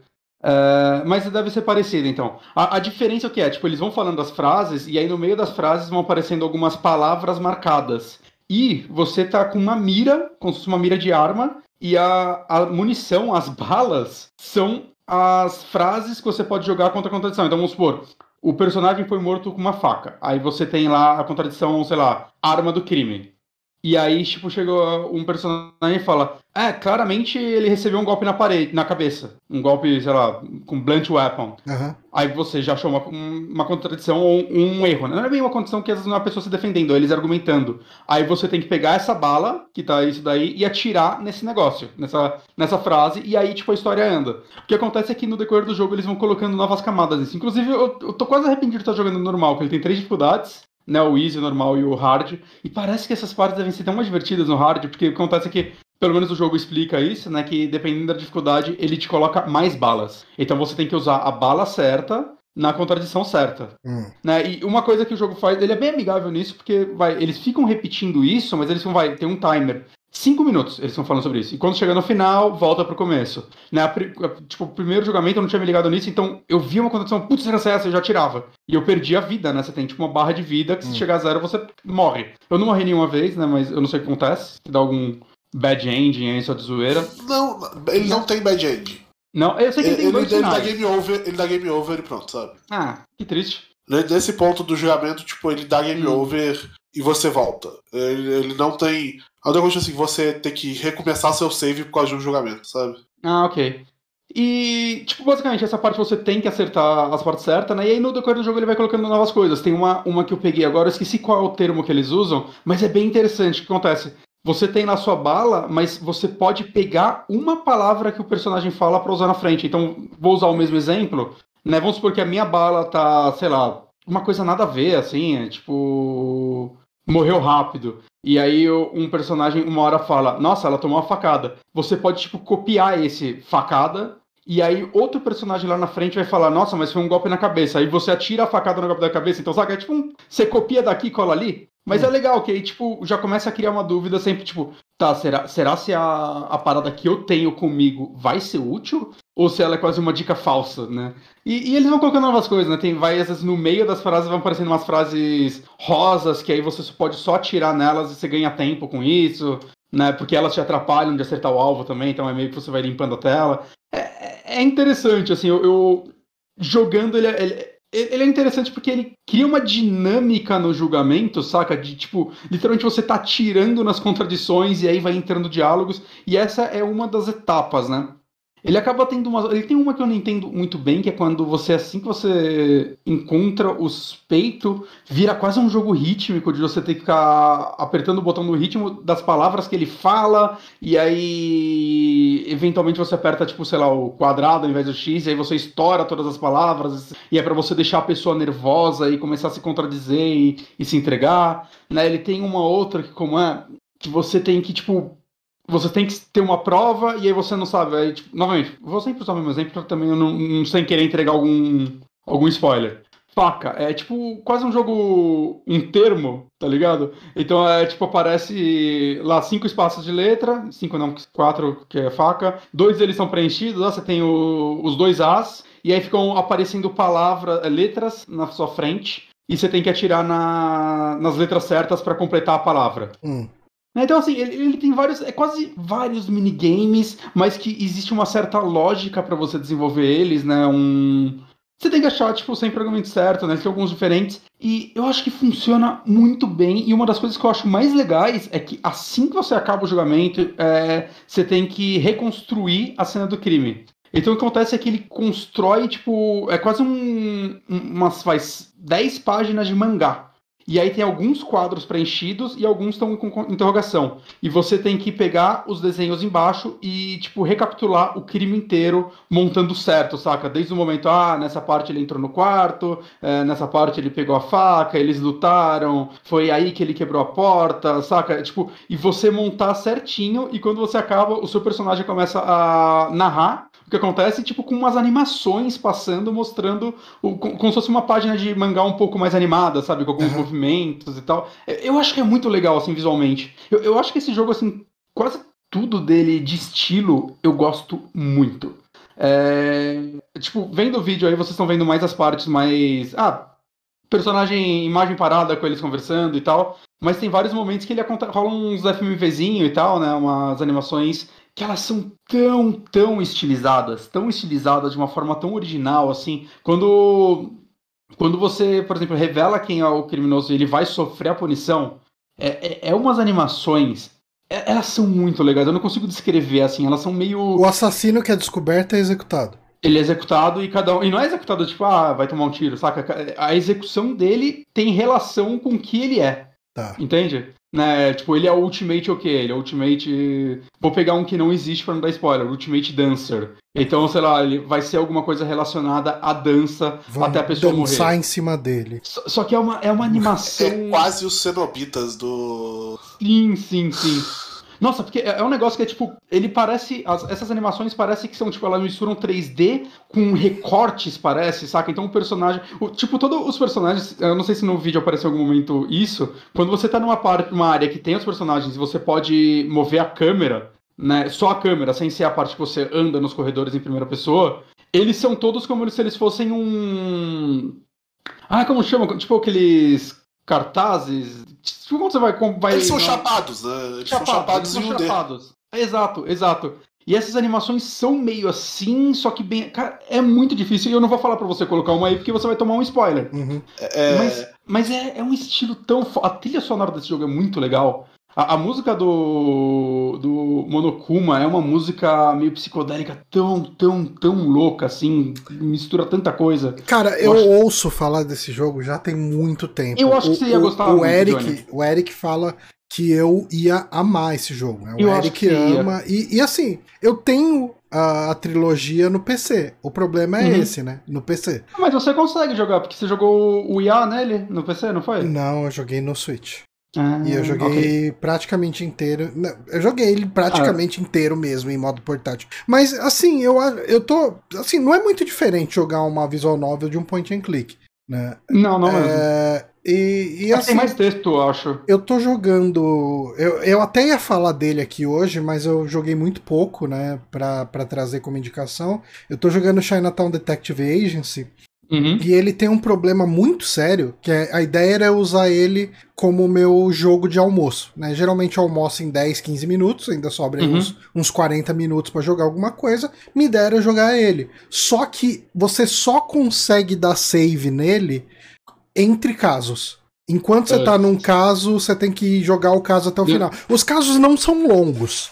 É, mas deve ser parecido, então. A, a diferença é o que é? Tipo, eles vão falando as frases e aí no meio das frases vão aparecendo algumas palavras marcadas. E você tá com uma mira, como se fosse uma mira de arma, e a, a munição, as balas, são as frases que você pode jogar contra a contradição. Então, vamos supor, o personagem foi morto com uma faca. Aí você tem lá a contradição, sei lá, arma do crime. E aí, tipo, chegou um personagem e fala, é, claramente ele recebeu um golpe na parede, na cabeça. Um golpe, sei lá, com blunt weapon. Uhum. Aí você já achou uma, uma contradição ou um, um erro, né? Não é bem uma contradição que às vezes não é a pessoa se defendendo, é eles argumentando. Aí você tem que pegar essa bala, que tá isso daí, e atirar nesse negócio, nessa, nessa frase, e aí, tipo, a história anda. O que acontece é que no decorrer do jogo eles vão colocando novas camadas nisso. Inclusive, eu, eu tô quase arrependido de estar jogando no normal, porque ele tem três dificuldades, né, o easy, o normal e o hard, e parece que essas partes devem ser tão mais divertidas no hard, porque o que acontece é que, pelo menos o jogo explica isso, né, que dependendo da dificuldade, ele te coloca mais balas. Então você tem que usar a bala certa na contradição certa. Hum. Né, e uma coisa que o jogo faz, ele é bem amigável nisso, porque vai, eles ficam repetindo isso, mas eles vão, vai, tem um timer. Cinco minutos eles estão falando sobre isso. E quando chega no final, volta pro começo. Né? A, a, tipo, o primeiro julgamento eu não tinha me ligado nisso, então eu vi uma contradição, putz, era essa, eu já tirava. E eu perdi a vida, né? Você tem tipo uma barra de vida que se hum. chegar a zero você morre. Eu não morri nenhuma vez, né? Mas eu não sei o que acontece. Se dá algum bad ending aí, só de zoeira. Não, ele não, não tem bad ending. Não, eu sei que ele, tem ele, dois ele finais. dá game over, ele dá game over e pronto, sabe? Ah, que triste. Nesse ponto do julgamento, tipo, ele dá game hum. over e você volta. Ele, ele não tem... A única coisa assim, você tem que recomeçar seu save por causa de um julgamento, sabe? Ah, ok. E, tipo, basicamente, essa parte você tem que acertar as partes certas, né? E aí no decorrer do jogo ele vai colocando novas coisas. Tem uma, uma que eu peguei agora, eu esqueci qual é o termo que eles usam, mas é bem interessante. O que acontece? Você tem na sua bala, mas você pode pegar uma palavra que o personagem fala pra usar na frente. Então, vou usar o mesmo exemplo, né? Vamos supor que a minha bala tá, sei lá, uma coisa nada a ver, assim, é tipo... morreu rápido. E aí um personagem uma hora fala, nossa, ela tomou uma facada. Você pode, tipo, copiar esse facada, e aí outro personagem lá na frente vai falar, nossa, mas foi um golpe na cabeça. Aí você atira a facada no golpe da cabeça, então sabe, é tipo um... você copia daqui e cola ali. Mas hum. é legal, que aí, tipo, já começa a criar uma dúvida sempre, tipo, tá, será, será se a, a parada que eu tenho comigo vai ser útil? Ou se ela é quase uma dica falsa, né? E, e eles vão colocando novas coisas, né? Tem, vai, essas, no meio das frases vão aparecendo umas frases rosas, que aí você pode só atirar nelas e você ganha tempo com isso, né? Porque elas te atrapalham de acertar o alvo também, então é meio que você vai limpando a tela. É, é interessante, assim, eu, eu jogando ele, ele Ele é interessante porque ele cria uma dinâmica no julgamento, saca? De, tipo, literalmente você tá tirando nas contradições e aí vai entrando diálogos. E essa é uma das etapas, né? Ele acaba tendo uma... Ele tem uma que eu não entendo muito bem, que é quando você, assim que você encontra o suspeito, vira quase um jogo rítmico, de você ter que ficar apertando o botão no ritmo das palavras que ele fala, e aí eventualmente você aperta, tipo, sei lá, o quadrado ao invés do X, e aí você estoura todas as palavras, e é pra você deixar a pessoa nervosa e começar a se contradizer e, e se entregar, né? Ele tem uma outra que, como é, que você tem que, tipo... Você tem que ter uma prova e aí você não sabe. Aí, tipo, novamente, vou sempre usar o mesmo exemplo, também eu não, não sem querer entregar algum, algum spoiler. Faca, é tipo quase um jogo, um termo, tá ligado? Então é tipo, aparece lá cinco espaços de letra, cinco não, quatro que é faca, dois deles são preenchidos, ó, você tem o, os dois As, e aí ficam aparecendo palavras, letras na sua frente, e você tem que atirar na, nas letras certas pra completar a palavra. Hum. Então, assim, ele, ele tem vários, é quase vários minigames, mas que existe uma certa lógica pra você desenvolver eles, né? Um... Você tem que achar, tipo, sempre o argumento certo, né? Tem alguns diferentes. E eu acho que funciona muito bem. E uma das coisas que eu acho mais legais é que assim que você acaba o julgamento, é, você tem que reconstruir a cena do crime. Então o que acontece é que ele constrói, tipo, é quase um, umas, faz dez páginas de mangá. E aí tem alguns quadros preenchidos e alguns estão com interrogação. E você tem que pegar os desenhos embaixo e, tipo, recapitular o crime inteiro montando certo, saca? Desde o momento, ah, nessa parte ele entrou no quarto, é, nessa parte ele pegou a faca, eles lutaram, foi aí que ele quebrou a porta, saca? Tipo, e você montar certinho e quando você acaba, o seu personagem começa a narrar o que acontece, tipo, com umas animações passando, mostrando o, como, como se fosse uma página de mangá um pouco mais animada, sabe? Com alguns uhum. movimentos e tal. Eu acho que é muito legal, assim, visualmente. Eu, eu acho que esse jogo, assim, quase tudo dele de estilo, eu gosto muito. É, tipo, vendo o vídeo aí, vocês estão vendo mais as partes mais... Ah, personagem, imagem parada com eles conversando e tal. Mas tem vários momentos que ele rola uns FMVzinho e tal, né? Umas animações... que elas são tão, tão estilizadas, tão estilizadas de uma forma tão original, assim, quando, quando você, por exemplo, revela quem é o criminoso e ele vai sofrer a punição, é, é, é umas animações, é, elas são muito legais, eu não consigo descrever, assim, elas são meio... O assassino que é descoberto é executado. Ele é executado e cada um... E não é executado tipo, ah, vai tomar um tiro, saca? A execução dele tem relação com o que ele é. Tá. Entende? Né, tipo, ele é o Ultimate o quê? Ele é o Ultimate... Vou pegar um que não existe pra não dar spoiler. Ultimate Dancer. Então, sei lá, ele vai ser alguma coisa relacionada à dança Vamos até a pessoa morrer. Dançar em cima dele. Só, só que é uma, é uma animação... É quase os cenobitas do... Sim, sim, sim. Nossa, porque é um negócio que é tipo... Ele parece... As, essas animações parecem que são, tipo, elas misturam três D com recortes, parece, saca? Então o personagem... O, tipo, todos os personagens... Eu não sei se no vídeo apareceu em algum momento isso. Quando você tá numa, parte, numa área que tem os personagens e você pode mover a câmera, né? Só a câmera, sem ser a parte que você anda nos corredores em primeira pessoa. Eles são todos como se eles fossem um... Ah, como chama? Tipo aqueles... cartazes. Tipo, quando você vai, vai eles são não... chapados, né? Eles chapados, são chapados eles em são um D. chapados. Exato, exato. E essas animações são meio assim, só que bem. Cara, é muito difícil. E eu não vou falar pra você colocar uma aí, porque você vai tomar um spoiler. Uhum. É... Mas, mas é, é um estilo tão. A trilha sonora desse jogo é muito legal. A, a música do, do Monokuma é uma música meio psicodélica tão, tão, tão louca, assim, mistura tanta coisa. Cara, eu, eu acho... ouço falar desse jogo já tem muito tempo. Eu acho o, que você ia gostar o, muito, o Eric, Johnny. O Eric fala que eu ia amar esse jogo. Né? O eu Eric ama. E, e assim, eu tenho a, a trilogia no P C. O problema é uhum. esse, né? No P C. Mas você consegue jogar, porque você jogou o I A nele no P C, não foi? Não, eu joguei no Switch. Ah, e eu joguei okay. praticamente inteiro. Não, eu joguei ele praticamente ah. inteiro mesmo, em modo portátil. Mas, assim, eu, eu tô. Assim, não é muito diferente jogar uma visual novel de um point and click. Né? Não, não é, mesmo. E, e assim, tem mais texto, eu acho. Eu tô jogando. Eu, eu até ia falar dele aqui hoje, mas eu joguei muito pouco, né? Pra, pra trazer como indicação. Eu tô jogando Chinatown Detective Agency. Uhum. E ele tem um problema muito sério, que é, a ideia era usar ele como meu jogo de almoço, né? Geralmente eu almoço em dez, quinze minutos, ainda sobra uhum. uns, uns quarenta minutos pra jogar alguma coisa, me dera jogar ele. Só que você só consegue dar save nele entre casos. Enquanto você é. tá num caso, você tem que jogar o caso até o final. Os casos não são longos,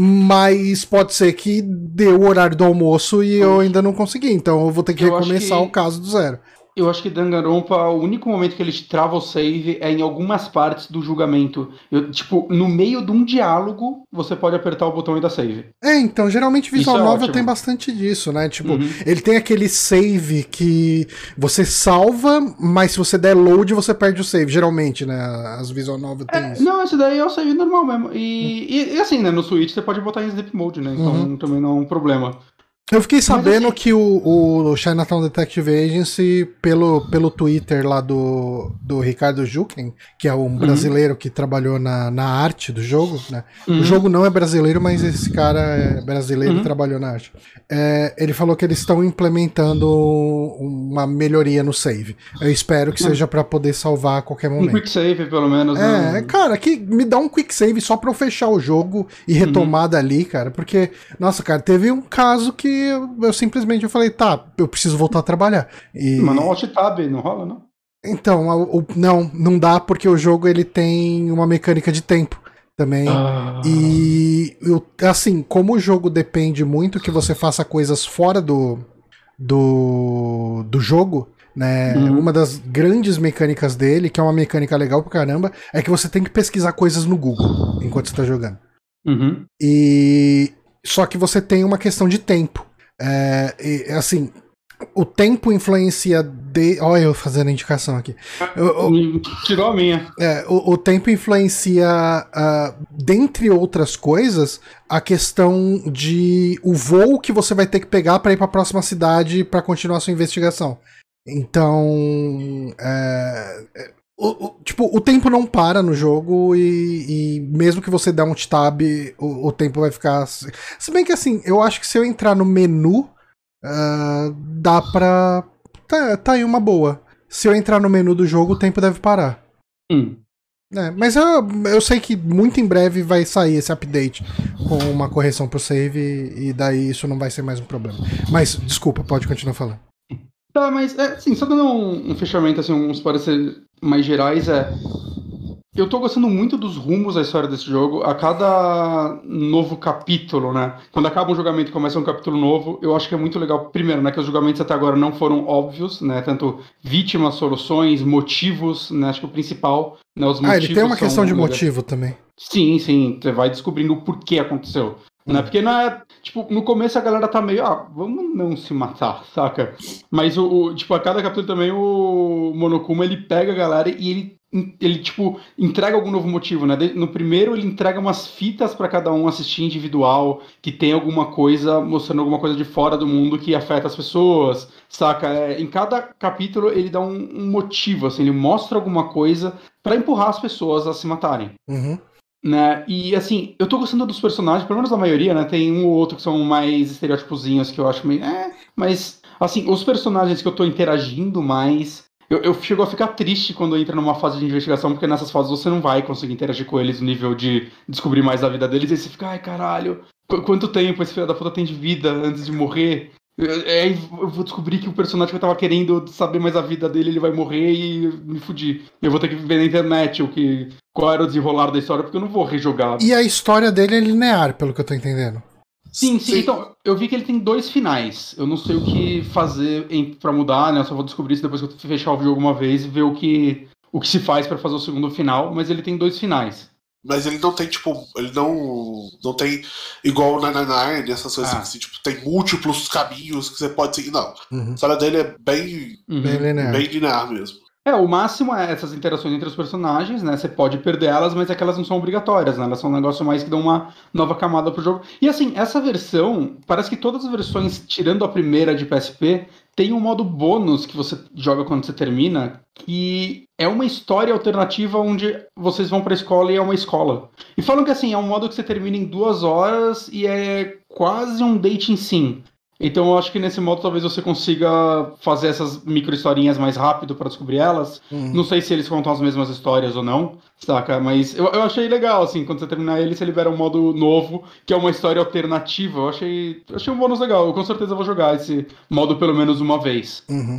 mas pode ser que dê o horário do almoço e eu ainda não consegui. Então eu vou ter que eu recomeçar que... o caso do zero. Eu acho que Danganronpa, o único momento que ele trava o save é em algumas partes do julgamento. Eu, tipo, no meio de um diálogo, você pode apertar o botão e dar save. É, então, geralmente Visual é Novel ótimo. tem bastante disso, né? Tipo, uhum. ele tem aquele save que você salva, mas se você der load, você perde o save, geralmente, né? As Visual Novel tem é, isso. Não, esse daí é o save normal mesmo. E, uhum. e, e assim, né? No Switch você pode botar em Sleep Mode, né? Então uhum. também não é um problema. Eu fiquei sabendo assim, que o, o Chinatown Detective Agency, pelo, pelo Twitter lá do, do Ricardo Juken, que é um brasileiro uhum. que trabalhou na, na arte do jogo, né? Uhum. O jogo não é brasileiro, mas esse cara é brasileiro e uhum. trabalhou na arte. É, ele falou que eles estão implementando uma melhoria no save. Eu espero que uhum. seja pra poder salvar a qualquer momento. Um quick save, pelo menos. É, né? cara, que me dá um quick save só pra eu fechar o jogo e retomar uhum. dali, cara. Porque, nossa, cara, teve um caso que Eu, eu simplesmente eu falei, tá, eu preciso voltar a trabalhar. E... Mas não alt-tab, não rola, não? Então, o, o, não, não dá porque o jogo ele tem uma mecânica de tempo também. Ah. E, eu, assim, como o jogo depende muito que você faça coisas fora do, do, do jogo, né? Uhum. Uma das grandes mecânicas dele, que é uma mecânica legal pra caramba, é que você tem que pesquisar coisas no Google enquanto você tá jogando. Uhum. E só que você tem uma questão de tempo. É, e, assim, o tempo influencia de... Olha eu fazendo a indicação aqui. O, o, Tirou a minha. é, o, o tempo influencia, uh, dentre outras coisas, a questão de o voo que você vai ter que pegar para ir para a próxima cidade para continuar a sua investigação. Então, é, é, o, o, tipo, o tempo não para no jogo e, e mesmo que você dê um tab, o, o tempo vai ficar... Se bem que assim, eu acho que se eu entrar no menu, uh, dá pra... Tá, tá aí uma boa. Se eu entrar no menu do jogo, o tempo deve parar. Hum. É, mas eu, eu sei que muito em breve vai sair esse update com uma correção pro save e, e daí isso não vai ser mais um problema. Mas, desculpa, pode continuar falando. Tá, mas, é, assim, só dando um, um fechamento, assim, uns pareceres mais gerais, é... Eu tô gostando muito dos rumos da história desse jogo. A cada novo capítulo, né? Quando acaba um julgamento e começa um capítulo novo, eu acho que é muito legal. Primeiro, né? Que os julgamentos até agora não foram óbvios, né? Tanto vítimas, soluções, motivos, né? Acho que o principal, né? Os motivos. Ah, ele tem uma questão de legais. motivo também. Sim, sim. Você vai descobrindo o porquê aconteceu. Hum. Né? Porque não é, tipo, no começo a galera tá meio, ah, vamos não se matar, saca? Mas o, o tipo, a cada capítulo também o Monokuma, ele pega a galera e ele ele, tipo, entrega algum novo motivo, né? No primeiro, ele entrega umas fitas pra cada um assistir individual, que tem alguma coisa, mostrando alguma coisa de fora do mundo que afeta as pessoas, saca? É, em cada capítulo, ele dá um, um motivo, assim, ele mostra alguma coisa pra empurrar as pessoas a se matarem. Uhum. Né? E, assim, eu tô gostando dos personagens, pelo menos da maioria, né? Tem um ou outro que são mais estereótipozinhos que eu acho meio... É, mas, assim, os personagens que eu tô interagindo mais... Eu, eu chego a ficar triste quando entra numa fase de investigação, porque nessas fases você não vai conseguir interagir com eles no nível de descobrir mais da vida deles, e aí você fica, ai caralho, qu- quanto tempo esse filho da puta tem de vida antes de morrer? Aí eu vou descobrir que o personagem que eu tava querendo saber mais a vida dele, ele vai morrer e me fudir. Eu vou ter que ver na internet o que, qual era o desenrolar da história, porque eu não vou rejogar. E a história dele é linear, pelo que eu tô entendendo. Sim, sim, então, eu vi que ele tem dois finais. Eu não sei o que fazer em, pra mudar, né? Eu só vou descobrir isso depois que eu fechar o jogo uma vez e ver o que, o que se faz pra fazer o segundo final, mas ele tem dois finais. Mas ele não tem, tipo, ele não, não tem igual o nove nove nove, essas coisas Ah. assim, tipo, tem múltiplos caminhos que você pode seguir. Não. Uhum. A história dele é bem, Uhum. Bem linear. bem linear mesmo. É, o máximo é essas interações entre os personagens, né? Você pode perder elas, mas é que elas não são obrigatórias, né? Elas são um negócio mais que dão uma nova camada pro jogo. E assim, essa versão, parece que todas as versões, tirando a primeira de P S P, tem um modo bônus que você joga quando você termina, que é uma história alternativa onde vocês vão pra escola e é uma escola. E falam que assim, é um modo que você termina em duas horas e é quase um dating sim. Então eu acho que nesse modo talvez você consiga fazer essas micro historinhas mais rápido pra descobrir elas. Uhum. Não sei se eles contam as mesmas histórias ou não, saca? Mas eu, eu achei legal, assim, quando você terminar ele, você libera um modo novo, que é uma história alternativa. Eu achei, eu achei um bônus legal. Eu com certeza vou jogar esse modo pelo menos uma vez. Uhum.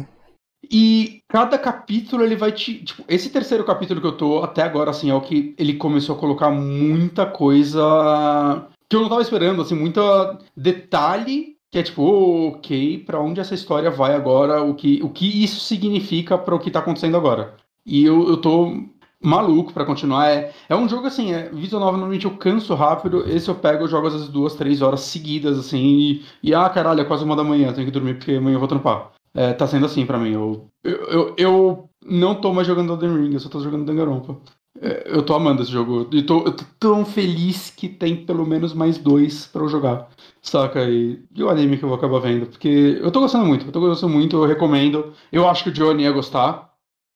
E cada capítulo ele vai te... Tipo, esse terceiro capítulo que eu tô até agora, assim, é o que ele começou a colocar muita coisa que eu não tava esperando, assim, muita detalhe que é tipo, oh, ok, pra onde essa história vai agora, o que, o que isso significa para o que tá acontecendo agora. E eu, eu tô maluco pra continuar. É, é um jogo assim, é, Visual Novel normalmente eu canso rápido, esse eu pego, eu jogo às vezes duas, três horas seguidas, assim, e, e ah, caralho, é quase uma da manhã, tenho que dormir porque amanhã eu vou trampar. É, tá sendo assim pra mim, eu, eu, eu, eu não tô mais jogando Elden Ring, eu só tô jogando Danganronpa. É, eu tô amando esse jogo, eu tô, eu tô tão feliz que tem pelo menos mais dois pra eu jogar. Saca? E, e o anime que eu vou acabar vendo. Porque eu tô gostando muito, eu tô gostando muito, eu recomendo. Eu acho que o Johnny ia gostar.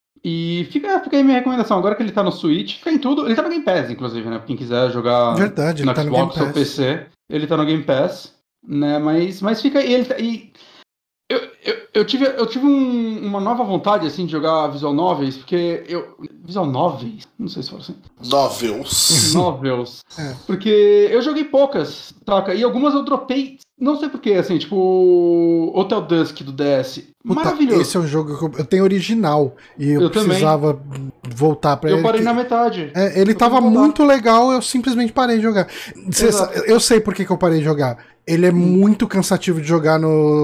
E fica, fica aí minha recomendação. Agora que ele tá no Switch, fica em tudo. Ele tá no Game Pass, inclusive, né? Quem quiser jogar Verdade, no ele tá no Xbox Game ou Pass. P C, ele tá no Game Pass. Né? Mas, mas fica aí. Ele tá, e eu, eu, eu tive, eu tive um- uma nova vontade, assim, de jogar Visual Novels, porque eu... Visual Novels? Não sei se fala assim. Novels. Novels. É. Porque eu joguei poucas, saca? E algumas eu dropei, não sei porquê, assim, tipo Hotel Dusk do D S. Puta, Maravilhoso. esse é um jogo que eu, eu tenho original e eu, Eu também. precisava voltar pra Eu ele. parei que- na metade. É, ele Eu tava fui voltar. muito legal, eu simplesmente parei de jogar. Cê Exato. sa- eu sei por que, que eu parei de jogar. ele é muito cansativo de jogar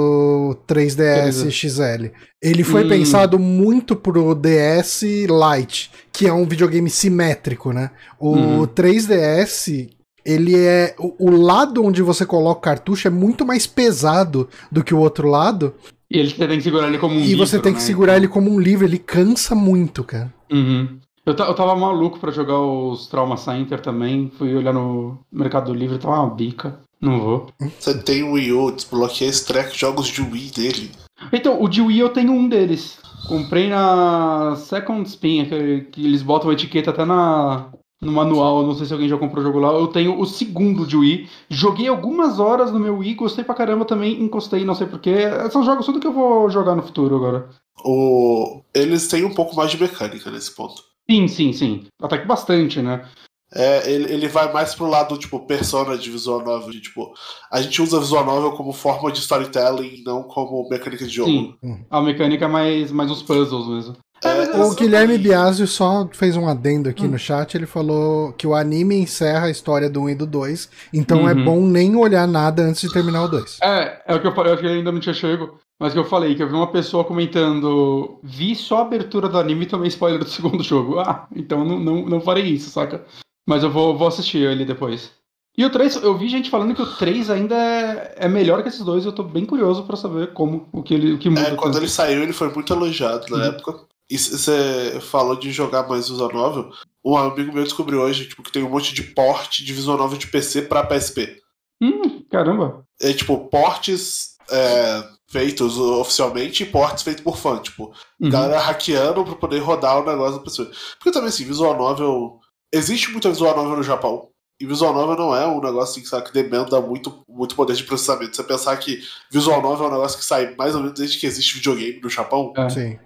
no três D S X L. Ele foi hum. pensado muito pro D S Lite, que é um videogame simétrico, né? O hum. três D S, ele é... O, o lado onde você coloca o cartucho é muito mais pesado do que o outro lado. E ele, você tem que segurar ele como um e livro, E você tem né? que segurar ele como um livro, ele cansa muito, cara. Uhum. Eu, eu tava maluco pra jogar os Trauma Center também, fui olhar no Mercado Livre, tava uma bica, não vou. Você tem o Wii U, desbloqueei esse track jogos de Wii dele. Então, o de Wii eu tenho um deles. Comprei na Second Spin, que, que eles botam a etiqueta até na, no manual, não sei se alguém já comprou o jogo lá. Eu tenho o segundo de Wii. Joguei algumas horas no meu Wii, gostei pra caramba também, encostei, não sei porquê. São jogos tudo que eu vou jogar no futuro agora. O... Eles têm um pouco mais de mecânica nesse ponto. Sim, sim, sim. Até que bastante, né? É, ele, ele vai mais pro lado, tipo, persona de visual novel. De, tipo, a gente usa visual novel como forma de storytelling, não como mecânica de jogo. Sim, a mecânica é mais, mais os puzzles mesmo. É, o Guilherme Biasio só fez um adendo aqui hum. no chat, ele falou que o anime encerra a história do um e do dois, então uhum. é bom nem olhar nada antes de terminar o dois. É, é o que eu falei, eu acho que ele ainda não tinha chego, mas que eu falei, que eu vi uma pessoa comentando, vi só a abertura do anime e tomei spoiler do segundo jogo. Ah, então não, não, não farei isso, saca? Mas eu vou, vou assistir ele depois. E o três, eu vi gente falando que o três ainda é, é melhor que esses dois, eu tô bem curioso pra saber como, o que, ele, o que muda. É, quando tanto. Ele saiu, ele foi muito elogiado na uhum. época. E você falou de jogar mais visual novel. Um amigo meu descobriu hoje tipo, que tem um monte de port de visual novel de P C pra P S P. Hum, caramba. É tipo, portes é, feitos oficialmente e portes feitos por fã. Tipo, uhum. galera hackeando pra poder rodar o negócio da pessoa. Porque também assim, visual novel... Existe muita visual novel no Japão. E visual novel não é um negócio assim, sabe, que demanda muito, muito poder de processamento. Você pensar que visual novel é um negócio que sai mais ou menos desde que existe videogame no Japão. É. Sim.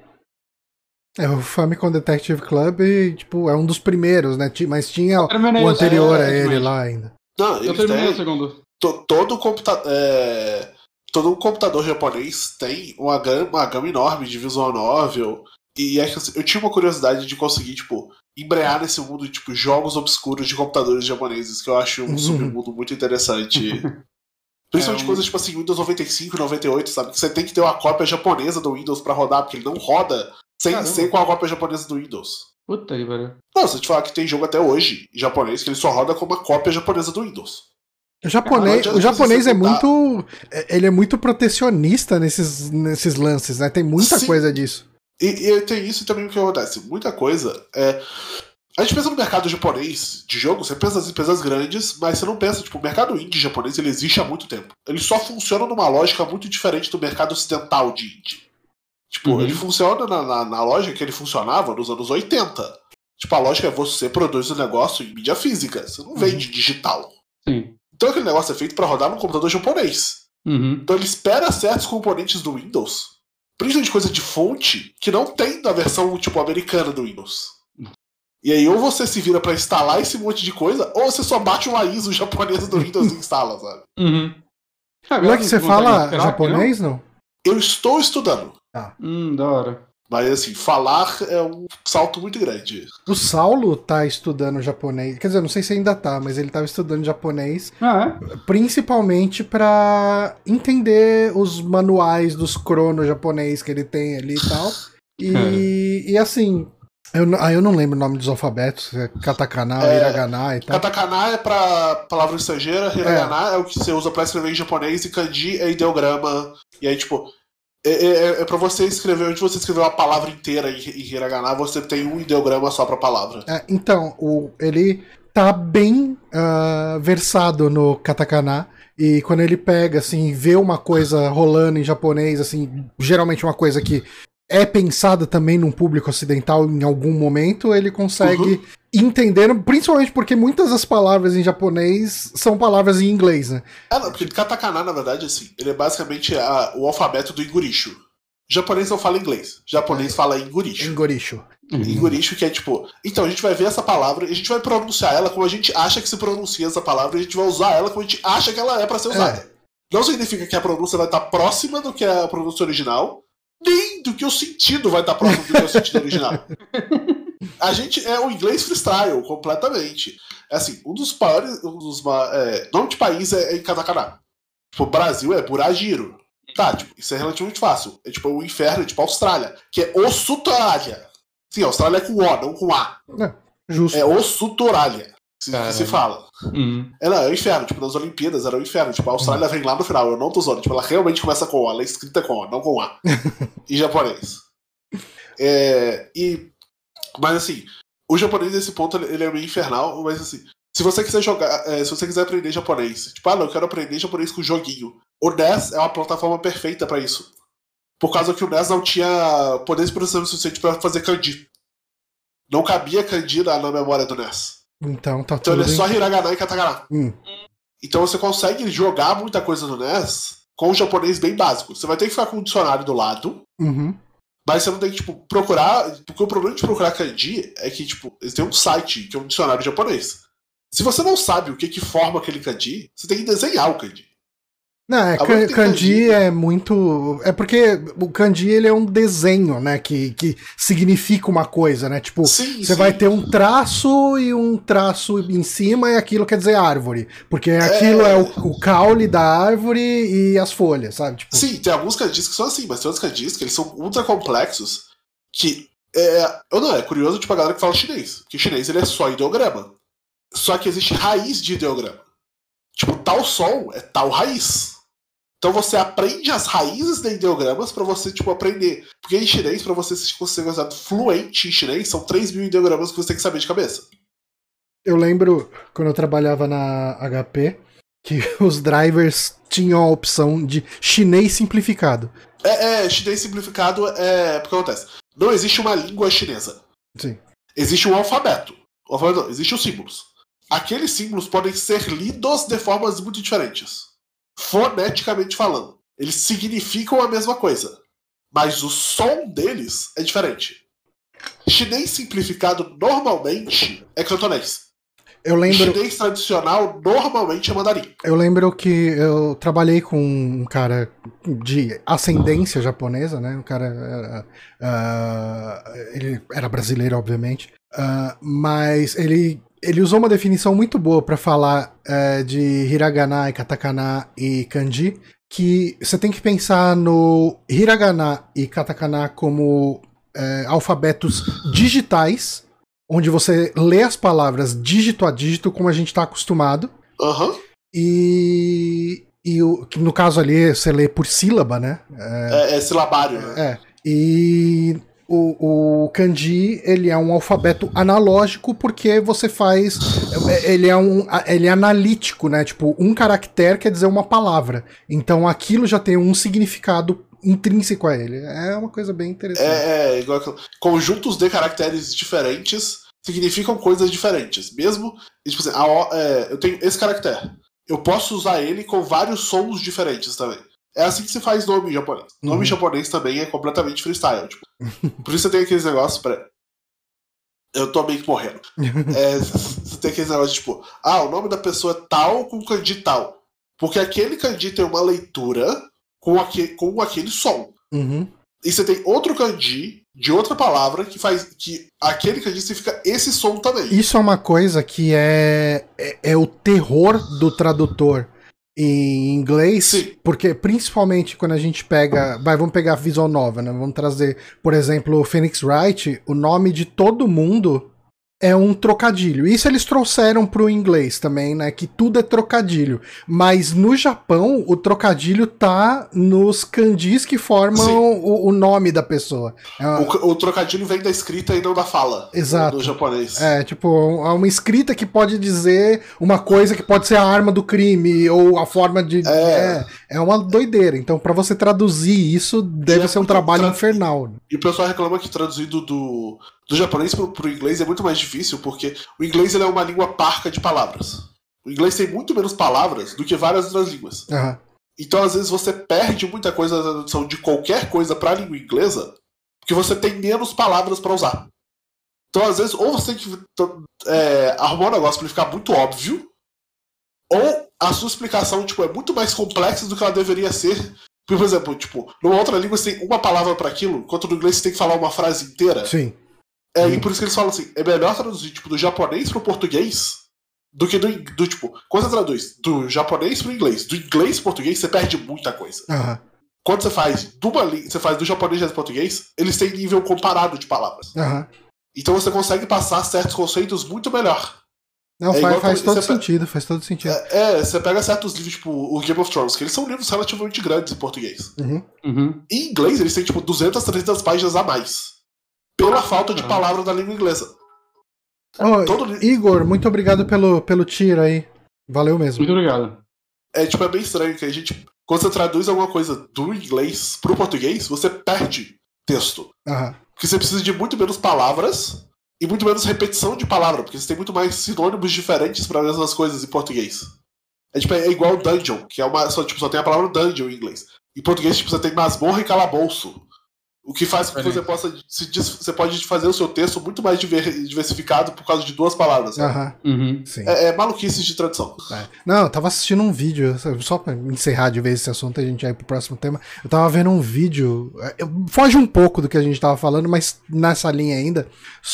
É, o Famicom Detective Club, tipo, é um dos primeiros, né? Mas tinha o anterior é, a ele lá ainda. Não, eu terminei o segundo. To, todo, computa é, todo um computador japonês tem uma gama, uma gama enorme de visual novel. E é que, assim, eu tinha uma curiosidade de conseguir, tipo, embrear nesse mundo de tipo, jogos obscuros de computadores japoneses, que eu acho um submundo muito interessante. Principalmente é, um... coisas tipo assim, Windows noventa e cinco, noventa e oito, sabe? Que você tem que ter uma cópia japonesa do Windows pra rodar, porque ele não roda sem ser com a cópia japonesa do Windows. Puta que pariu. Não, se eu te falar que tem jogo até hoje em japonês que ele só roda com uma cópia japonesa do Windows. O japonês, o japonês é muito. Ele é muito protecionista nesses, nesses lances, né? Tem muita Sim. coisa disso. E, e tem isso também o que acontece. Muita coisa. É... A gente pensa no mercado japonês de jogo, você pensa nas empresas grandes, mas você não pensa, tipo, o mercado indie japonês ele existe há muito tempo. Ele só funciona numa lógica muito diferente do mercado ocidental de indie. Tipo, uhum. ele funciona na, na, na lógica que ele funcionava nos anos oitenta. Tipo, a lógica é você produz um negócio em mídia física, você não vende uhum. digital. Sim. Então aquele negócio é feito para rodar num computador japonês. Uhum. Então ele espera certos componentes do Windows, principalmente coisa de fonte, que não tem na versão, tipo, americana do Windows. E aí ou você se vira para instalar esse monte de coisa, ou você só bate uma I S O japonesa do Windows e instala, sabe? Uhum. Como é que você fala japonês, não? Eu estou estudando. Ah. Hum, da hora. Mas assim, falar é um salto muito grande. O Saulo tá estudando japonês. Quer dizer, não sei se ainda tá, mas ele tava estudando japonês. Ah, é? Principalmente pra entender os manuais dos crono japonês que ele tem ali e tal. E, e assim, eu, ah, eu não lembro o nome dos alfabetos. É katakana, é, hiragana e tal. Katakana é pra palavra estrangeira, hiragana é. é o que você usa pra escrever em japonês, e kanji é ideograma. E aí, tipo... É, é, é pra você escrever, onde você escrever uma palavra inteira em, em hiragana, você tem um ideograma só pra palavra. É, então, o, ele tá bem uh, versado no katakana, e quando ele pega, assim, vê uma coisa rolando em japonês, assim, geralmente uma coisa que é pensada também num público ocidental em algum momento, ele consegue uhum. entender, principalmente porque muitas das palavras em japonês são palavras em inglês, né? É, não, porque katakana, na verdade, assim, ele é basicamente a, o alfabeto do Ingurisho. Japonês não fala inglês, japonês é. fala Ingurisho. Ingurisho. Uhum. Ingurisho, que é tipo, então a gente vai ver essa palavra e a gente vai pronunciar ela como a gente acha que se pronuncia essa palavra, e a gente vai usar ela como a gente acha que ela é pra ser usada. É. Não significa que a pronúncia vai estar próxima do que é a pronúncia original, nem do que o sentido vai estar próximo do que é o sentido original. A gente é o inglês freestyle, completamente. É assim, um dos maiores. Um dos, é, nome de país é, é em katakana. Tipo, Brasil é Burajiro. Tá, tipo, isso é relativamente fácil. É tipo o inferno, é tipo a Austrália, que é Ossutorália. Sim, a Austrália é com O, não com A. É, justo. É Ossutorália, se, Caramba. se fala. Uhum. É, não, é o inferno, tipo, nas Olimpíadas era o inferno. Tipo, a Austrália vem lá no final, eu não tô zoando. Tipo, ela realmente começa com O, ela é escrita com O, não com A. Em japonês. É, e, mas assim, o japonês nesse ponto ele é meio infernal, mas assim, se você quiser jogar, é, se você quiser aprender japonês, tipo, ah não, eu quero aprender japonês com joguinho. O N E S é uma plataforma perfeita pra isso. Por causa que o N E S não tinha poder de processamento suficiente pra fazer kanji. Não cabia kanji na, na memória do N E S. Então tá Então tudo. ele é só hiragana e katakana. Hum. Então você consegue jogar muita coisa no N E S com o japonês bem básico. Você vai ter que ficar com um dicionário do lado. Uhum. Mas você não tem que, tipo, procurar. Porque o problema de procurar kanji é que, tipo, eles têm um site que é um dicionário japonês. Se você não sabe o que, que forma aquele kanji, você tem que desenhar o kanji. Não, é, Agora kan- tem kanji kanji. é muito. É porque o kanji ele é um desenho, né? Que, que significa uma coisa, né? Tipo, Sim, você sim. vai ter um traço e um traço em cima e aquilo quer dizer árvore. Porque aquilo é, o, o caule da árvore e as folhas, sabe? Tipo, Sim, tem alguns kanjis que são assim, mas tem outros kanjis que eles são ultra complexos. Que. É, eu não, é curioso, tipo, a galera que fala chinês. Porque chinês ele é só ideograma. Só que existe raiz de ideograma. Tipo, tal som é tal raiz. Então você aprende as raízes de ideogramas pra você, tipo, aprender. Porque em chinês, pra você se considerar fluente em chinês, são três mil ideogramas que você tem que saber de cabeça. eu lembro quando eu trabalhava na H P que os drivers tinham a opção de chinês simplificado. É, é chinês simplificado é. Porque acontece. Não existe uma língua chinesa. Sim. Existe um alfabeto. O alfabeto não, existem os símbolos. Aqueles símbolos podem ser lidos de formas muito diferentes. Foneticamente falando. Eles significam a mesma coisa. Mas o som deles é diferente. Chinês simplificado normalmente é cantonês. Eu lembro. Chinês tradicional normalmente é mandarim. Eu lembro que eu trabalhei com um cara de ascendência japonesa, né? Um cara. Uh, uh, ele era brasileiro, obviamente. Uh, mas ele, ele usou uma definição muito boa para falar uh, de hiragana e katakana e kanji. Que você tem que pensar no hiragana e katakana como uh, alfabetos digitais, onde você lê as palavras dígito a dígito, como a gente está acostumado. Uhum. E, e o, no caso ali, você lê por sílaba, né? É, é, é silabário, né? É. E o, o kanji, ele é um alfabeto analógico porque você faz... Ele é, um, ele é analítico, né? Tipo, um caractere quer dizer uma palavra. Então aquilo já tem um significado intrínseco a ele. É uma coisa bem interessante. É, é igual que... Conjuntos de caracteres diferentes significam coisas diferentes. Mesmo, tipo assim, a, é, eu tenho esse caractere. Eu posso usar ele com vários sons diferentes também. É assim que se faz nome em japonês. Nome Uhum. em japonês também é completamente freestyle. Tipo. Por isso você tem aqueles negócios pra... Eu tô meio que morrendo. É, você tem aqueles negócios tipo, ah, o nome da pessoa é tal com kanji tal. Porque aquele kanji tem uma leitura com aquele, com aquele som. Uhum. E você tem outro kanji de outra palavra que faz que aquele kanji significa esse som também. Isso é uma coisa que é, é, é o terror do tradutor em inglês, Sim. porque principalmente quando a gente pega, vai, vamos pegar a Visual Novel, né? Vamos trazer, por exemplo, o Phoenix Wright, o nome de todo mundo é um trocadilho. Isso eles trouxeram pro inglês também, né? Que tudo é trocadilho. Mas no Japão, o trocadilho tá nos kanjis que formam o, o nome da pessoa. É uma... o, o trocadilho vem da escrita e não da fala. Exato. Do japonês. É, tipo, é uma escrita que pode dizer uma coisa que pode ser a arma do crime, ou a forma de... É, é, é uma doideira. Então, pra você traduzir isso, deve é ser um muito trabalho tra... infernal. E o pessoal reclama que traduzido do... do japonês pro, pro inglês é muito mais difícil, porque o inglês ele é uma língua parca de palavras. O inglês tem muito menos palavras do que várias outras línguas. Uhum. Então, às vezes, você perde muita coisa na tradução de qualquer coisa pra língua inglesa, porque você tem menos palavras pra usar. Então, às vezes, ou você tem que é, arrumar um negócio pra ele ficar muito óbvio, ou a sua explicação tipo, é muito mais complexa do que ela deveria ser. Por exemplo, tipo, numa outra língua você tem uma palavra pra aquilo, enquanto no inglês você tem que falar uma frase inteira. Sim. É, Sim. e por isso que eles falam assim, é melhor traduzir tipo, do japonês pro português do que do, do tipo, quando você traduz do japonês pro inglês, do inglês pro português, você perde muita coisa. Uhum. Quando você faz, do, você faz do japonês pro português, eles têm nível comparado de palavras. Uhum. Então você consegue passar certos conceitos muito melhor. Não, é faz, faz todo você sentido, pega, faz todo sentido. É, é, você pega certos livros, tipo o Game of Thrones, que eles são livros relativamente grandes em português. Uhum. Uhum. Em inglês, eles têm, tipo, duzentas, trezentas páginas a mais. Pela falta de palavras da língua inglesa. Oh, Todo... Igor, muito obrigado pelo, pelo tiro aí. Valeu mesmo. Muito obrigado. É, tipo, é bem estranho que a gente... Quando você traduz alguma coisa do inglês pro português, você perde texto. Uhum. Porque você precisa de muito menos palavras e muito menos repetição de palavra, porque você tem muito mais sinônimos diferentes para as mesmas coisas em português. É, tipo, é igual dungeon, que é uma, só, tipo, só tem a palavra dungeon em inglês. Em português, tipo, você tem masmorra e calabouço. O que faz com que você possa. Se, você pode fazer o seu texto muito mais diversificado por causa de duas palavras. Uhum. Uhum. Sim. É, é maluquice de tradução. É. Não, eu tava assistindo um vídeo, só pra encerrar de vez esse assunto e a gente ir pro próximo tema. Eu tava vendo um vídeo, foge um pouco do que a gente tava falando, mas nessa linha ainda,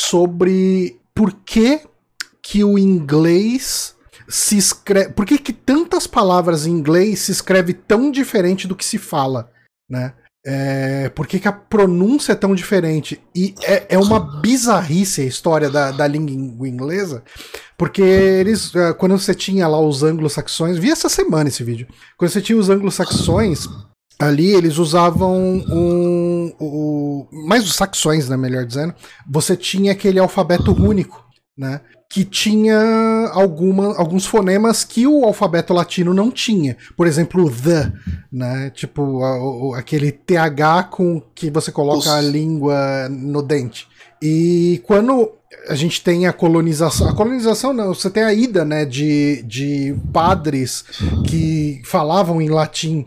sobre por que que o inglês se escreve. Por que que tantas palavras em inglês se escreve tão diferente do que se fala, né? É, por que que a pronúncia é tão diferente? E é, é uma bizarrice a história da, da língua inglesa, porque eles, quando você tinha lá os anglo-saxões, vi essa semana esse vídeo, quando você tinha os anglo-saxões, ali eles usavam um, um, mais os saxões, né, melhor dizendo, você tinha aquele alfabeto único, né? Que tinha alguma, alguns fonemas que o alfabeto latino não tinha. Por exemplo, o the, né? Tipo, a, a, aquele T H com que você coloca Os... a língua no dente. E quando a gente tem a colonização... A colonização não, você tem a ida, né, de, de padres que falavam em latim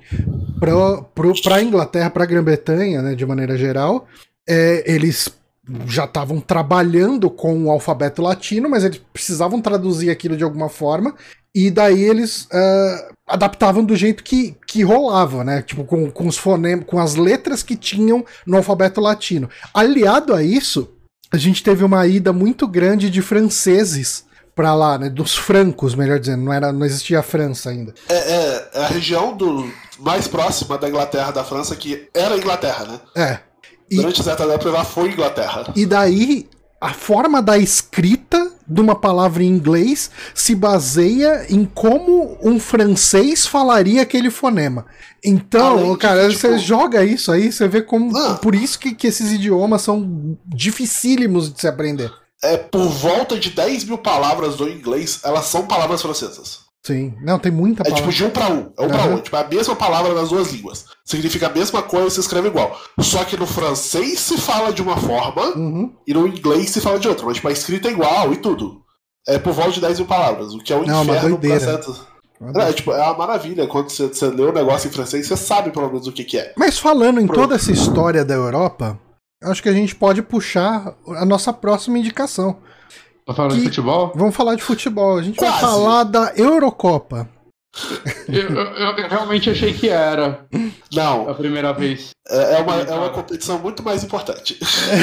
para a Inglaterra, para a Grã-Bretanha, né, de maneira geral. É, eles... já estavam trabalhando com o alfabeto latino, mas eles precisavam traduzir aquilo de alguma forma, e daí eles uh, adaptavam do jeito que, que rolava, né? Tipo, com, com os fonemas, com as letras que tinham no alfabeto latino. Aliado a isso, a gente teve uma ida muito grande de franceses pra lá, né? Dos francos, melhor dizendo, não, era, não existia a França ainda. É, é a região do, mais próxima da Inglaterra, da França, que era a Inglaterra, né? É. E, Durante certa época ela foi Inglaterra. E daí, a forma da escrita de uma palavra em inglês se baseia em como um francês falaria aquele fonema. Então, cara, que, tipo... você joga isso aí, você vê como... Ah. Por isso que, que esses idiomas são dificílimos de se aprender. É, por volta de dez mil palavras do inglês, elas são palavras francesas. Sim, não, tem muita palavra. É tipo de um pra um, é um uhum. pra um. Tipo, é a mesma palavra nas duas línguas. Significa a mesma coisa e se escreve igual. Só que no francês se fala de uma forma uhum. e no inglês se fala de outra. Mas tipo, a escrita é igual e tudo. É por volta de dez mil palavras, o que é um não, inferno pra certo. É, tipo, é uma maravilha. Quando você, você lê o um negócio em francês, você sabe pelo menos o que, que é. Mas falando em Pronto. toda essa história da Europa, acho que a gente pode puxar a nossa próxima indicação. Pra falar de futebol? Vamos falar de futebol. A gente Quase. vai falar da Eurocopa. Eu, eu, eu realmente achei que era. Não. A primeira vez. É, é, uma, é uma competição muito mais importante.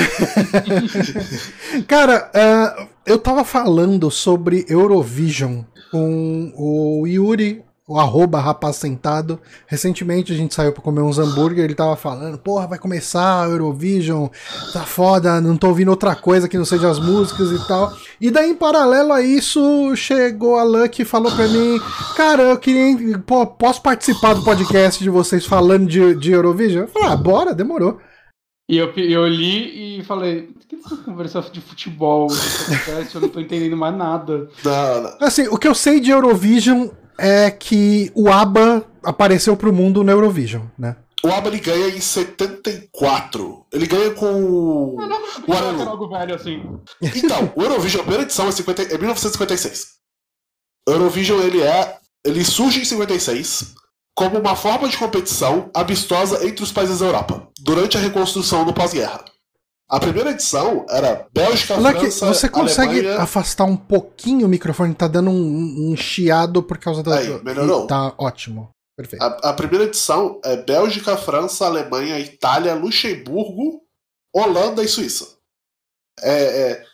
Cara, uh, eu tava falando sobre Eurovision com o Yuri, o arroba rapaz sentado. Recentemente a gente saiu pra comer uns hambúrguer, ele tava falando, porra, vai começar a Eurovision, tá foda, não tô ouvindo outra coisa que não seja as músicas e tal. E daí, em paralelo a isso, chegou a Lucky e falou pra mim, cara, eu queria, pô, posso participar do podcast de vocês falando de, de Eurovision? Eu falei, ah, bora, demorou. E eu, eu li e falei, por que você conversar de futebol nesse podcast? Eu não tô entendendo mais nada. Não, não. Assim, o que eu sei de Eurovision é que o ABBA apareceu pro mundo no Eurovision, né? O ABBA ele ganha em setenta e quatro. Ele ganha com não, não, o Aranu. É algo velho assim. Então, o Eurovision, a primeira edição é, cinquenta, é mil novecentos e cinquenta e seis. O Eurovision ele é, ele surge em cinquenta e seis como uma forma de competição amistosa entre os países da Europa durante a reconstrução do pós-guerra. A primeira edição era Bélgica, Lucky, França, você consegue Alemanha... afastar um pouquinho o microfone? Tá dando um, um chiado por causa da... Aí, melhorou. Tá ótimo. Perfeito. A, a primeira edição é Bélgica, França, Alemanha, Itália, Luxemburgo, Holanda e Suíça. É, é,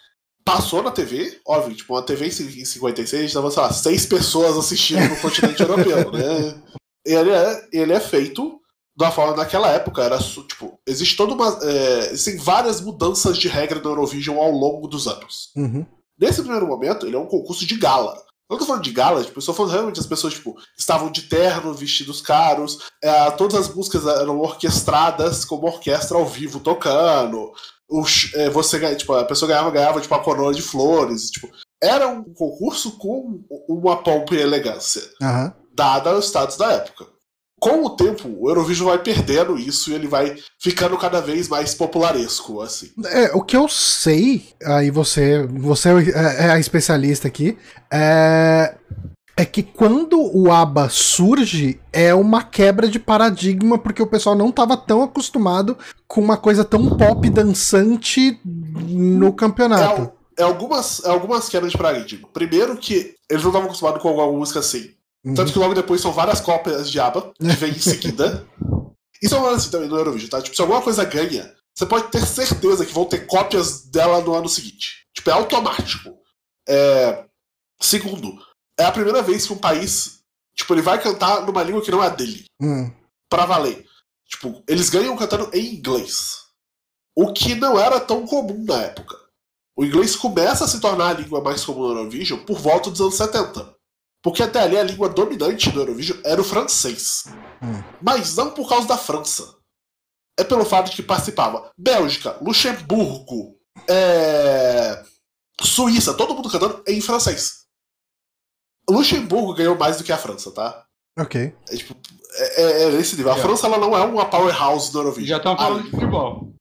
passou na T V, óbvio, tipo, uma T V em cinquenta e seis, tava, sei lá, seis pessoas assistindo no continente europeu, né? Ele é, ele é feito da forma naquela época, era, tipo, existe toda uma... É, existem várias mudanças de regra do Eurovision ao longo dos anos. Uhum. Nesse primeiro momento, ele é um concurso de gala. Eu não tô falando de gala, tipo, eu estou falando realmente as pessoas, tipo, estavam de terno, vestidos caros, é, todas as músicas eram orquestradas com uma orquestra ao vivo tocando, os, é, você, tipo, a pessoa ganhava, ganhava, tipo, a coroa de flores, tipo, era um concurso com uma pompa e elegância, uhum. dada aos status da época. Com o tempo, o Eurovision vai perdendo isso e ele vai ficando cada vez mais popularesco, assim. É, o que eu sei, aí você, você é a especialista aqui, é, é que quando o ABBA surge, é uma quebra de paradigma, porque o pessoal não estava tão acostumado com uma coisa tão pop dançante no campeonato. É, é, algumas, é algumas quebras de paradigma. Primeiro que eles não estavam acostumados com alguma música assim. Uhum. Tanto que logo depois são várias cópias de ABBA que vem em seguida. Isso é uma assim também no Eurovision, tá? Tipo, se alguma coisa ganha, você pode ter certeza que vão ter cópias dela no ano seguinte. Tipo, é automático. É... Segundo, é a primeira vez que um país, tipo, ele vai cantar numa língua que não é dele. Uhum. Pra valer. Tipo, eles ganham cantando em inglês. O que não era tão comum na época. O inglês começa a se tornar a língua mais comum no Eurovision por volta dos anos setenta. Porque até ali a língua dominante do Eurovision era o francês. Hum. Mas não por causa da França. É pelo fato de que participava Bélgica, Luxemburgo, é... Suíça, todo mundo cantando em francês. Luxemburgo ganhou mais do que a França, tá? Ok. É, tipo, é, é nesse nível. A Já. França ela não é uma powerhouse do Eurovision. Já estão falando de futebol.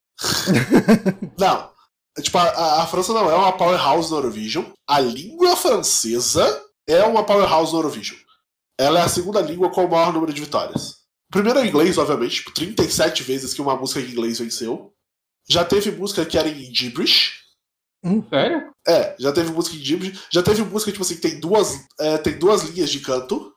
Não. Tipo, a, a França não é uma powerhouse no Eurovision. A língua francesa é uma powerhouse no Eurovision. Ela é a segunda língua com o maior número de vitórias. O primeiro é o inglês, obviamente, tipo, trinta e sete vezes que uma música em inglês venceu. Já teve música que era em gibberish. Hum. Sério? É, já teve música em gibberish. Já teve música, tipo assim, que tem duas, é, tem duas linhas de canto.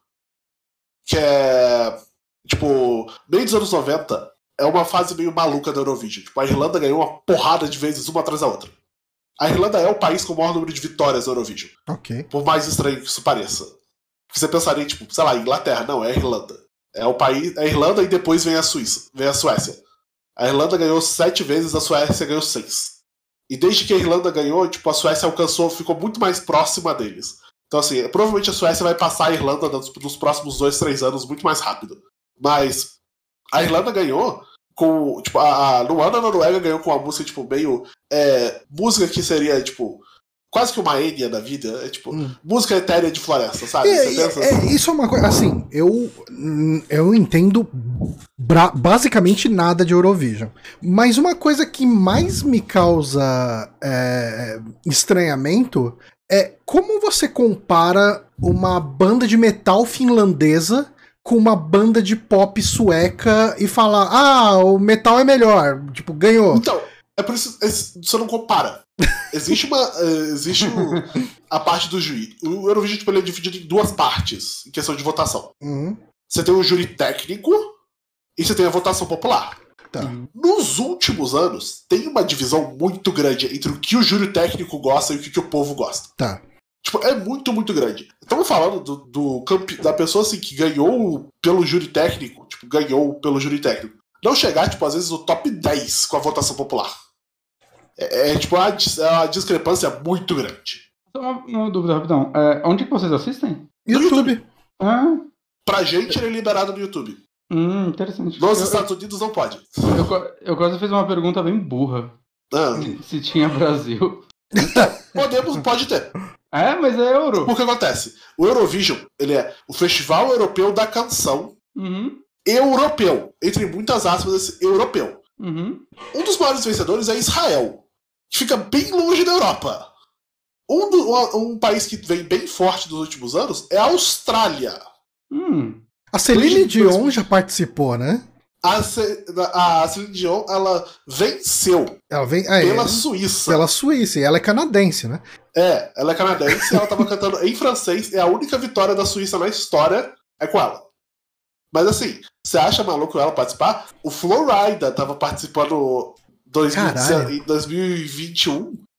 Que é... Tipo, meio dos anos noventa, é uma fase meio maluca da Eurovision. Tipo, a Irlanda ganhou uma porrada de vezes, uma atrás da outra. A Irlanda é o país com o maior número de vitórias na Eurovision. Ok. Por mais estranho que isso pareça. Porque você pensaria, tipo, sei lá, Inglaterra. Não, é a Irlanda. É o país, é a Irlanda e depois vem a Suíça, vem a Suécia. A Irlanda ganhou sete vezes, a Suécia ganhou seis. E desde que a Irlanda ganhou, tipo, a Suécia alcançou, ficou muito mais próxima deles. Então, assim, provavelmente a Suécia vai passar a Irlanda nos, nos próximos dois, três anos muito mais rápido. Mas a Irlanda ganhou com, tipo, a, a, no ano a Noruega ganhou com uma música, tipo, meio... É, música que seria, tipo... Quase que uma Enya da vida, é tipo, hum. música etérea de floresta, sabe? É, Você pensa é, assim? Isso é uma coisa, assim, eu, eu entendo bra- basicamente nada de Eurovision, mas uma coisa que mais me causa é, estranhamento é como você compara uma banda de metal finlandesa com uma banda de pop sueca e falar, ah, o metal é melhor, tipo, ganhou. Então, é por isso que você não compara. Existe uma. Uh, existe o, a parte do júri. O Eurovision tipo, ele é dividido em duas partes em questão de votação. Uhum. Você tem o júri técnico e você tem a votação popular. Tá. Nos últimos anos, tem uma divisão muito grande entre o que o júri técnico gosta e o que, que o povo gosta. Tá. Tipo, é muito, muito grande. Estamos falando do, do campe... da pessoa assim, que ganhou pelo júri técnico, tipo, ganhou pelo júri técnico. Não chegar, tipo, às vezes, no top dez com a votação popular. É, é tipo, a, a discrepância é muito grande. Uma, uma dúvida, rapidão. É, onde que vocês assistem? No YouTube. YouTube. Ah, Pra gente, ele é liberado no YouTube. hum, interessante. Nos eu, Estados Unidos não pode. Eu, eu quase fiz uma pergunta bem burra. Ah. Se tinha Brasil. Podemos, pode ter. É, mas é euro. O que acontece? O Eurovision, ele é o Festival Europeu da Canção Uhum. Europeu. Entre muitas aspas, esse europeu. Uhum. Um dos maiores vencedores é Israel, que fica bem longe da Europa. Um, do, um, um país que vem bem forte nos últimos anos é a Austrália. Hum. A Celine Dion já participou, né? A, Ce, a Celine Dion, ela venceu ela vem, ah, pela é, Suíça. Pela Suíça, e ela é canadense, né? É, ela é canadense e ela tava cantando em francês. É a única vitória da Suíça na história é com ela. Mas assim, você acha maluco ela participar? O Florida tava participando dois mil, em dois mil e vinte e um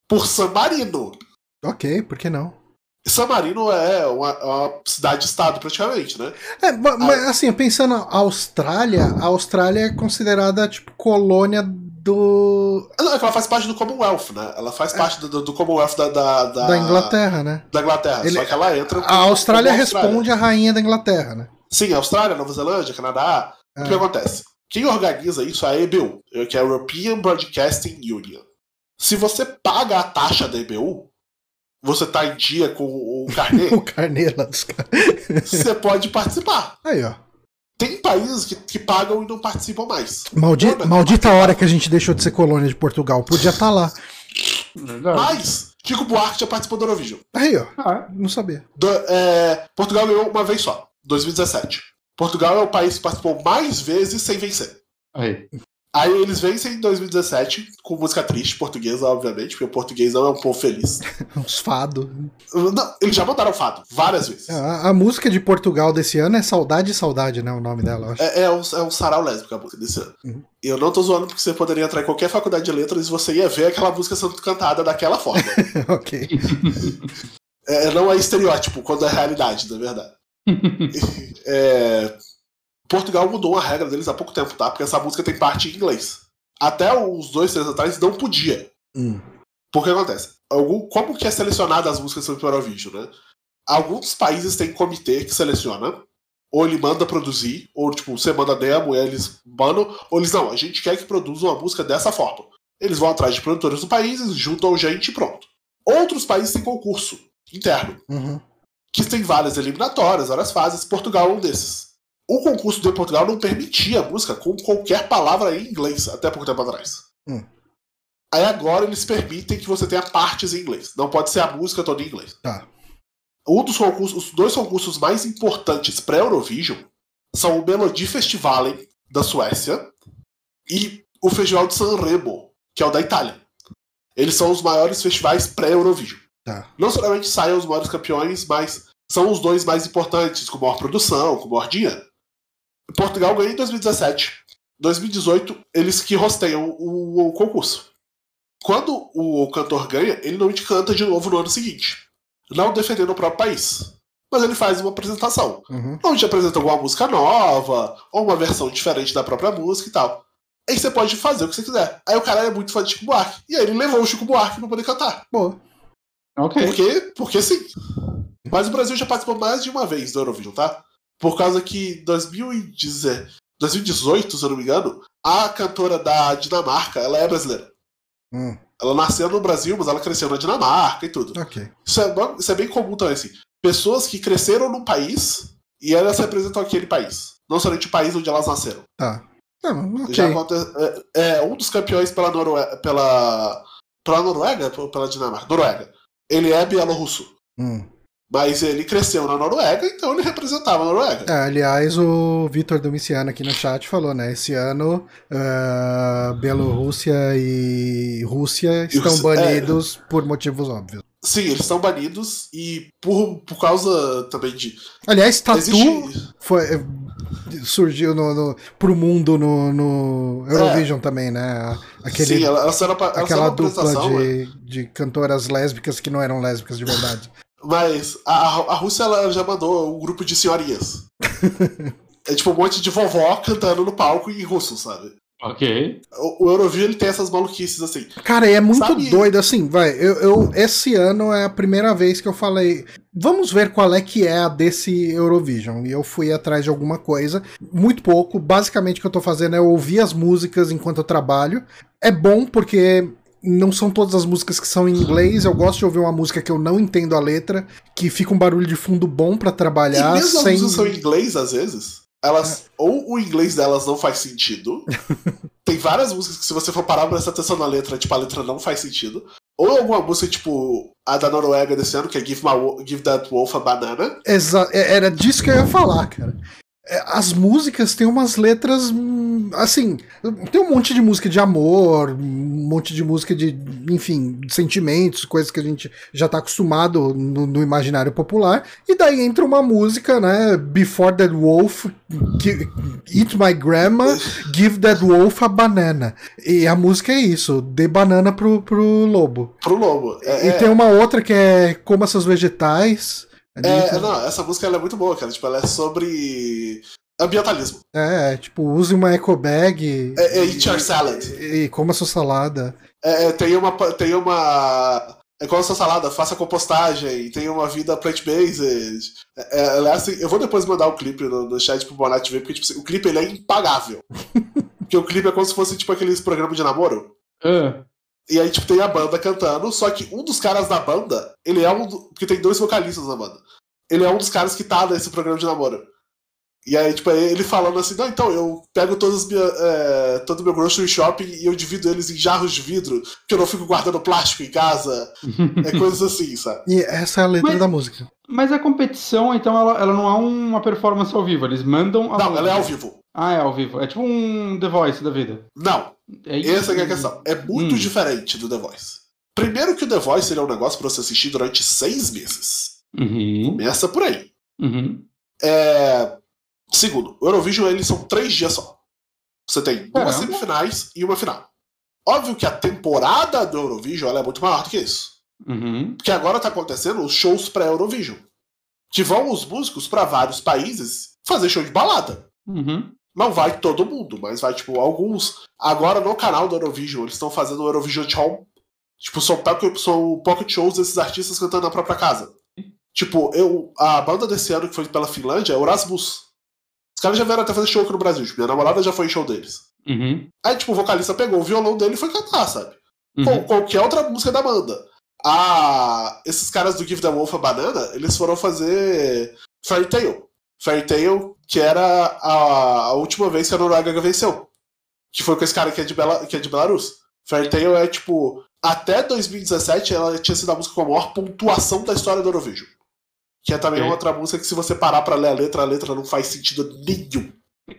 por San Marino. Ok, por que não? San Marino é uma, uma cidade-estado, praticamente, né? É, mas assim, pensando a Austrália, a Austrália é considerada, tipo, colônia do... Não, é que ela faz parte do Commonwealth, né? Ela faz é. parte do, do Commonwealth da, da, da... da Inglaterra, né? Da Inglaterra, Ele... só que ela entra... A Austrália responde à rainha da Inglaterra, né? Sim, Austrália, Nova Zelândia, Canadá. É. O que acontece? Quem organiza isso é a E B U, que é a European Broadcasting Union. Se você paga a taxa da E B U, você tá em dia com o carnê, o carnê lá dos caras. Você pode participar. Aí, ó. Tem países que, que pagam e não participam mais. Maldi Pô, maldita hora que a gente deixou de ser colônia de Portugal. Podia estar tá lá. Mas, Chico Buarque já participou do Eurovision. Aí, ó. Ah, não sabia. Do, é, Portugal ganhou uma vez só, dois mil e dezessete. Portugal é o país que participou mais vezes sem vencer. Aí. Aí eles vencem em dois mil e dezessete, com música triste, portuguesa, obviamente, porque o português não é um povo feliz. Uns fado. Não, eles já mandaram fado, várias vezes. A, a música de Portugal desse ano é Saudade e Saudade, né? O nome dela, eu acho. É, é, um, é um sarau lésbico a música desse ano. Uhum. E eu não tô zoando porque você poderia entrar em qualquer faculdade de letras e você ia ver aquela música sendo cantada daquela forma. Ok. É, não é estereótipo, quando é realidade, na verdade. é... Portugal mudou a regra deles há pouco tempo, tá? Porque essa música tem parte em inglês. Até uns dois, três atrás não podia. Hum. Por que acontece? Algum, como que é selecionada as músicas sobre o Eurovision, né? Alguns países têm comitê que seleciona, ou ele manda produzir, ou tipo, você manda demo e eles mandam, ou eles não, a gente quer que produzam uma música dessa forma. Eles vão atrás de produtores do país, juntam gente e pronto. Outros países têm concurso interno, uhum. que tem várias eliminatórias, várias fases. Portugal é um desses. O concurso de Portugal não permitia a música com qualquer palavra em inglês, até pouco tempo atrás. Hum. Aí agora eles permitem que você tenha partes em inglês. Não pode ser a música toda em inglês. Tá. Um dos concursos, os dois concursos mais importantes pré-Eurovision são o Melody Festivalen, da Suécia, e o Festival de Sanremo, que é o da Itália. Eles são os maiores festivais pré-Eurovision. Tá. Não somente saem os maiores campeões, mas são os dois mais importantes, com maior produção, com maior dinheiro. Portugal ganhou em dois mil e dezessete. Em dois mil e dezoito, eles que rosteiam o, o concurso. Quando o cantor ganha, ele não canta de novo no ano seguinte. Não defendendo o próprio país. Mas ele faz uma apresentação. Uhum. Onde apresenta alguma música nova, ou uma versão diferente da própria música e tal. Aí você pode fazer o que você quiser. Aí o cara é muito fã de Chico Buarque. E aí ele levou o Chico Buarque pra poder cantar. Boa. Ok. Por quê? Porque sim. Mas o Brasil já participou mais de uma vez do Eurovision, tá? Por causa que em dois mil e dezoito, se eu não me engano, a cantora da Dinamarca, ela é brasileira. Hum. Ela nasceu no Brasil, mas ela cresceu na Dinamarca e tudo. Okay. Isso, é, isso é bem comum também, assim. Pessoas que cresceram num país e elas representam aquele país. Não somente o país onde elas nasceram. Tá. Ah, okay. Já acontece, é, é, um dos campeões pela Noruega, pela, pela Noruega ou pela Dinamarca? Noruega. Ele é bielorrusso. Hum. Mas ele cresceu na Noruega, então ele representava a Noruega. É, aliás, o Vitor Domiciano aqui no chat falou, né? Esse ano, uh, Bielorrússia e Rússia estão Rússia, banidos é, por motivos óbvios. Sim, eles estão banidos e por, por causa também de... Aliás, Tatu existe... foi, surgiu no, no, pro mundo no, no Eurovision é. também, né? Aquele, Sim, ela, ela era, ela aquela dupla de, é. de cantoras lésbicas que não eram lésbicas de verdade. Mas a, a Rússia ela já mandou um grupo de senhorinhas. É tipo um monte de vovó cantando no palco em russo, sabe? Ok. O, o Eurovision ele tem essas maluquices assim. Cara, é muito sabe... doido, assim, vai. Eu, eu, esse ano é a primeira vez que eu falei. Vamos ver qual é que é a desse Eurovision. E eu fui atrás de alguma coisa. Muito pouco. Basicamente o que eu tô fazendo é ouvir as músicas enquanto eu trabalho. É bom porque não são todas as músicas que são em inglês. Eu gosto de ouvir uma música que eu não entendo a letra, que fica um barulho de fundo bom pra trabalhar. E mesmo sem... as músicas são em inglês, às vezes, elas, é. ou o inglês delas não faz sentido. Tem várias músicas que se você for parar pra prestar atenção na letra, tipo, a letra não faz sentido. Ou alguma música, tipo, a da Noruega desse ano, que é Give, My, Give That Wolf a Banana. Exa- era disso que eu ia falar, cara. as músicas têm umas letras, assim, tem um monte de música de amor, um monte de música de, enfim, sentimentos, coisas que a gente já tá acostumado no, no imaginário popular, e daí entra uma música, né, Before That Wolf Eat My Grandma, Give That Wolf a Banana. E a música é isso, dê banana pro, pro lobo. Pro lobo. É, e é... tem uma outra que é Coma Seus Vegetais. É, não, essa música ela é muito boa, cara. Tipo, ela é sobre ambientalismo. É, tipo, use uma eco bag. É, é Eat Your Salad. E, e coma sua salada. É, é, tem uma. Tem uma. É coma sua salada, faça compostagem, tem uma vida plant-based. É, é, ela é assim, eu vou depois mandar o clipe no, no chat pro Bonatti ver, porque tipo, o clipe ele é impagável. Porque o clipe é como se fosse tipo aqueles programas de namoro. É. E aí, tipo, tem a banda cantando, só que um dos caras da banda, ele é um. Do... Porque tem dois vocalistas na banda. Ele é um dos caras que tá nesse programa de namoro. E aí, tipo, ele falando assim, não, então, eu pego todas as minhas, é, todo o meu grocery shopping e eu divido eles em jarros de vidro, porque eu não fico guardando plástico em casa. É coisas assim, sabe? E essa é a letra mas, da música. Mas a competição, então, ela, ela não é uma performance ao vivo, eles mandam a Não, música. ela é ao vivo. Ah, é ao vivo. É tipo um The Voice da vida. Não. É Essa é a questão. É muito hum. diferente do The Voice. Primeiro que o The Voice ele é um negócio pra você assistir durante seis meses. Uhum. Começa por aí. Uhum. É... Segundo, o Eurovision eles são três dias só. Você tem duas Caramba. semifinais e uma final. Óbvio que a temporada do Eurovision ela é muito maior do que isso. Uhum. Porque agora tá acontecendo os shows pré-Eurovision. Que vão os músicos pra vários países fazer show de balada. Uhum. Não vai todo mundo, mas vai, tipo, alguns. Agora no canal do Eurovision, eles estão fazendo o Eurovision at Home. Tipo, são, são pocket shows desses artistas cantando na própria casa. Tipo, eu, a banda desse ano que foi pela Finlândia é o Rasmus. Os caras já vieram até fazer show aqui no Brasil. Tipo, minha namorada já foi em show deles. Uhum. Aí, tipo, o vocalista pegou o violão dele e foi cantar, sabe? Uhum. Com qualquer outra música da banda. Ah, esses caras do Give the Wolf a Banana, eles foram fazer Fairy Tail. Fairy Tail, que era a, a última vez que a Noruega venceu. Que foi com esse cara que é de, Bela, que é de Belarus. Fairy Tail é, tipo, até dois mil e dezessete ela tinha sido a música com a maior pontuação da história do Eurovision. Que é também okay. outra música que se você parar pra ler a letra, a letra não faz sentido nenhum.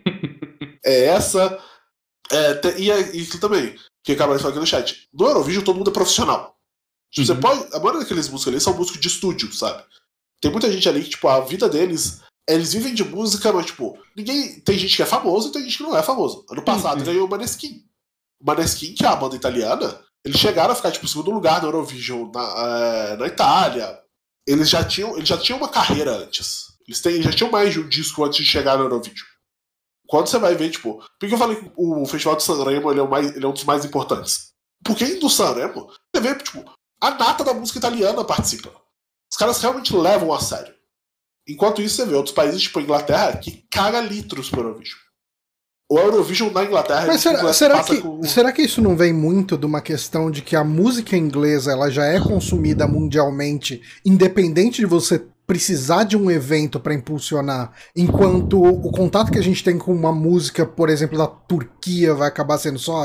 É essa... É, te, e, é, e também, que acaba de falar aqui no chat. No Eurovision todo mundo é profissional. Tipo, uhum. Você pode, a maioria daqueles músicos ali são músicos de estúdio, sabe? Tem muita gente ali que, tipo, a vida deles... Eles vivem de música, mas, tipo... ninguém Tem gente que é famoso e tem gente que não é famoso. Ano passado uhum. ganhou o Maneskin. O Maneskin, que é a banda italiana, eles chegaram a ficar, tipo, em segundo lugar no Eurovision na, é, na Itália. Eles já, tinham, eles já tinham uma carreira antes. Eles têm, já tinham mais de um disco antes de chegar no Eurovision. Quando você vai ver, tipo... Por que eu falei que o Festival de Sanremo ele é, o mais, ele é um dos mais importantes? Porque no Sanremo, você vê, tipo... A nata da música italiana participa. Os caras realmente levam a sério. Enquanto isso, você vê outros países, tipo a Inglaterra, que caga litros pro Eurovision. O Eurovision na Inglaterra... Mas será, será, que, com... será que isso não vem muito de uma questão de que a música inglesa ela já é consumida mundialmente, independente de você precisar de um evento para impulsionar, enquanto o contato que a gente tem com uma música, por exemplo, da Turquia vai acabar sendo só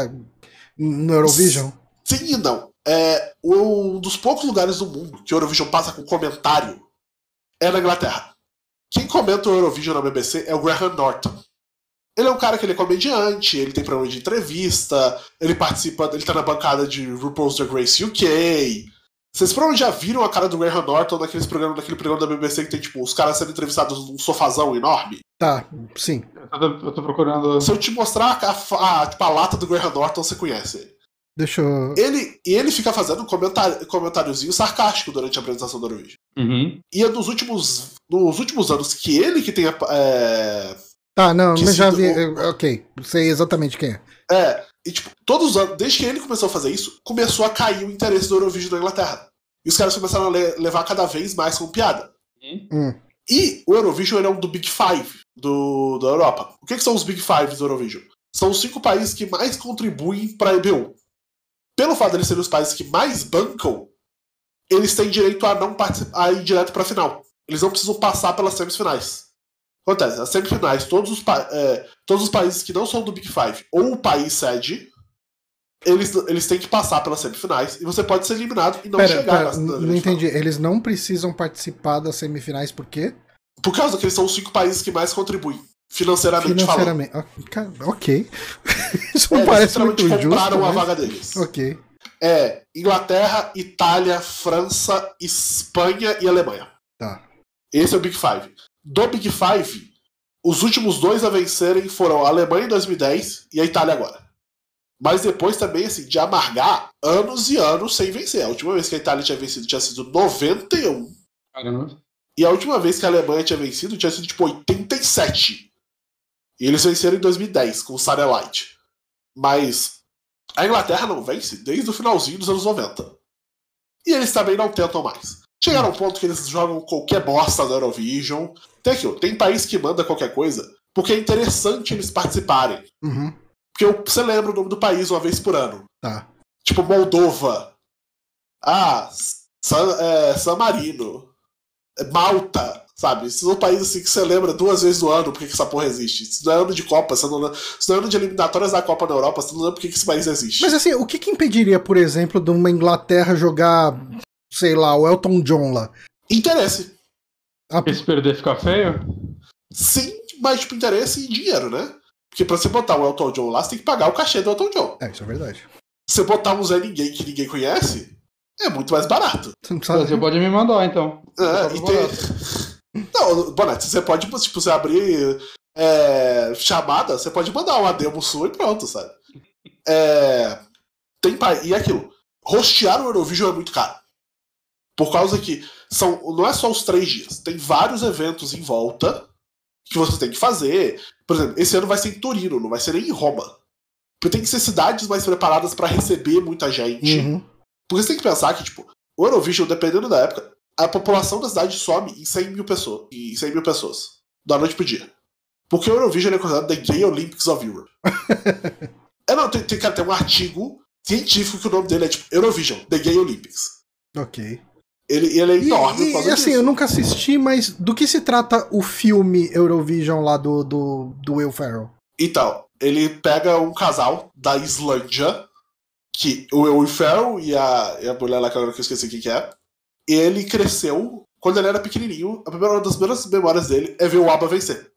no Eurovision? Sim e não. É, um dos poucos lugares do mundo que o Eurovision passa com comentário é na Inglaterra. Quem comenta o Eurovision na B B C é o Graham Norton. Ele é um cara que ele é comediante, ele tem programa de entrevista, ele participa, ele tá na bancada de RuPaul's Drag Race U K. Vocês provavelmente já viram a cara do Graham Norton naqueles programas, naquele programa da B B C que tem, tipo, os caras sendo entrevistados num sofazão enorme? Tá, sim. Eu tô, eu tô procurando... Se eu te mostrar a, a, a, tipo, a lata do Graham Norton, você conhece ele. Deixa eu... Ele, e ele fica fazendo um comentário, comentáriozinho sarcástico durante a apresentação do Eurovision. Uhum. E é nos últimos, nos últimos anos que ele que tem... É, tá, não, mas já vi... o... Ok, sei exatamente quem é. É, e tipo, todos os anos, desde que ele começou a fazer isso, começou a cair o interesse do Eurovision na Inglaterra. E os caras começaram a le- levar cada vez mais como piada. Hum. E o Eurovision ele é um do Big Five do, da Europa. O que, que são os Big Five do Eurovision? São os cinco países que mais contribuem para a E B U. Pelo fato de eles serem os países que mais bancam, eles têm direito a não participar, a ir direto para a final. Eles não precisam passar pelas semifinais. Acontece, as semifinais, todos os, pa- é, todos os países que não são do Big Five ou o país sede, eles, eles têm que passar pelas semifinais e você pode ser eliminado e não pera, chegar pera, na, na Não entendi. Eles não precisam participar das semifinais por quê? Por causa que eles são os cinco países que mais contribuem. financeiramente, financeiramente. falando. Ok. Isso não é, parece muito justo. compraram a mas... vaga deles. Ok. É Inglaterra, Itália, França, Espanha e Alemanha. Tá. Esse é o Big Five. Do Big Five, os últimos dois a vencerem foram a Alemanha em dois mil e dez e a Itália agora. Mas depois também, assim, de amargar anos e anos sem vencer. A última vez que a Itália tinha vencido tinha sido noventa e um. Caramba. E a última vez que a Alemanha tinha vencido tinha sido, tipo, oitenta e sete. E eles venceram em dois mil e dez, com o Satellite. Mas a Inglaterra não vence desde o finalzinho dos anos noventa. E eles também não tentam mais. Chegaram ao ponto que eles jogam qualquer bosta da Eurovision. Tem aquilo, tem país que manda qualquer coisa porque é interessante eles participarem. Uhum. Porque você lembra o nome do país uma vez por ano. Tá. Tipo Moldova. Ah, San, é, San Marino. Malta, sabe? Esses são países assim que você lembra duas vezes no ano porque que essa porra existe. Se não é ano de Copa, se não é, se não é ano de eliminatórias da Copa na Europa, você não lembra porque que esse país existe. Mas assim, o que que impediria, por exemplo, de uma Inglaterra jogar, sei lá, o Elton John lá? Interesse. Ah, Se perder ficar feio? Sim, mas tipo, interesse e dinheiro, né? Porque pra você botar o Elton John lá, você tem que pagar o cachê do Elton John. é, isso é verdade. Se você botar um Zé Ninguém que ninguém conhece, é muito mais barato. Você não precisa... Você pode me mandar, então. É, e tem... Não, Bonete, você pode, tipo, você abrir é, chamada, você pode mandar uma demo sua e pronto, sabe? É, tem pa... E aquilo, hostear o Eurovision é muito caro. Por causa que são, não é só os três dias, tem vários eventos em volta que você tem que fazer. Por exemplo, esse ano vai ser em Torino, não vai ser nem em Roma. Porque tem que ser cidades mais preparadas para receber muita gente. Uhum. Porque você tem que pensar que, tipo, o Eurovision, dependendo da época, a população da cidade sobe em cem mil pessoas. Em cem mil pessoas. Da noite pro dia. Porque o Eurovision é considerado The Gay Olympics of Europe. é, não, tem, tem, cara, tem um artigo científico que o nome dele é, tipo, Eurovision, The Gay Olympics. Ok. Ele, ele é enorme. E, e assim, disso. eu nunca assisti, mas do que se trata o filme Eurovision lá do, do, do Will Ferrell? Então, ele pega um casal da Islândia, que o Will Ferrell e a, e a mulher lá, que eu esqueci quem que é, ele cresceu, quando ele era pequenininho, a primeira, uma das primeiras memórias dele é ver o ABBA vencer.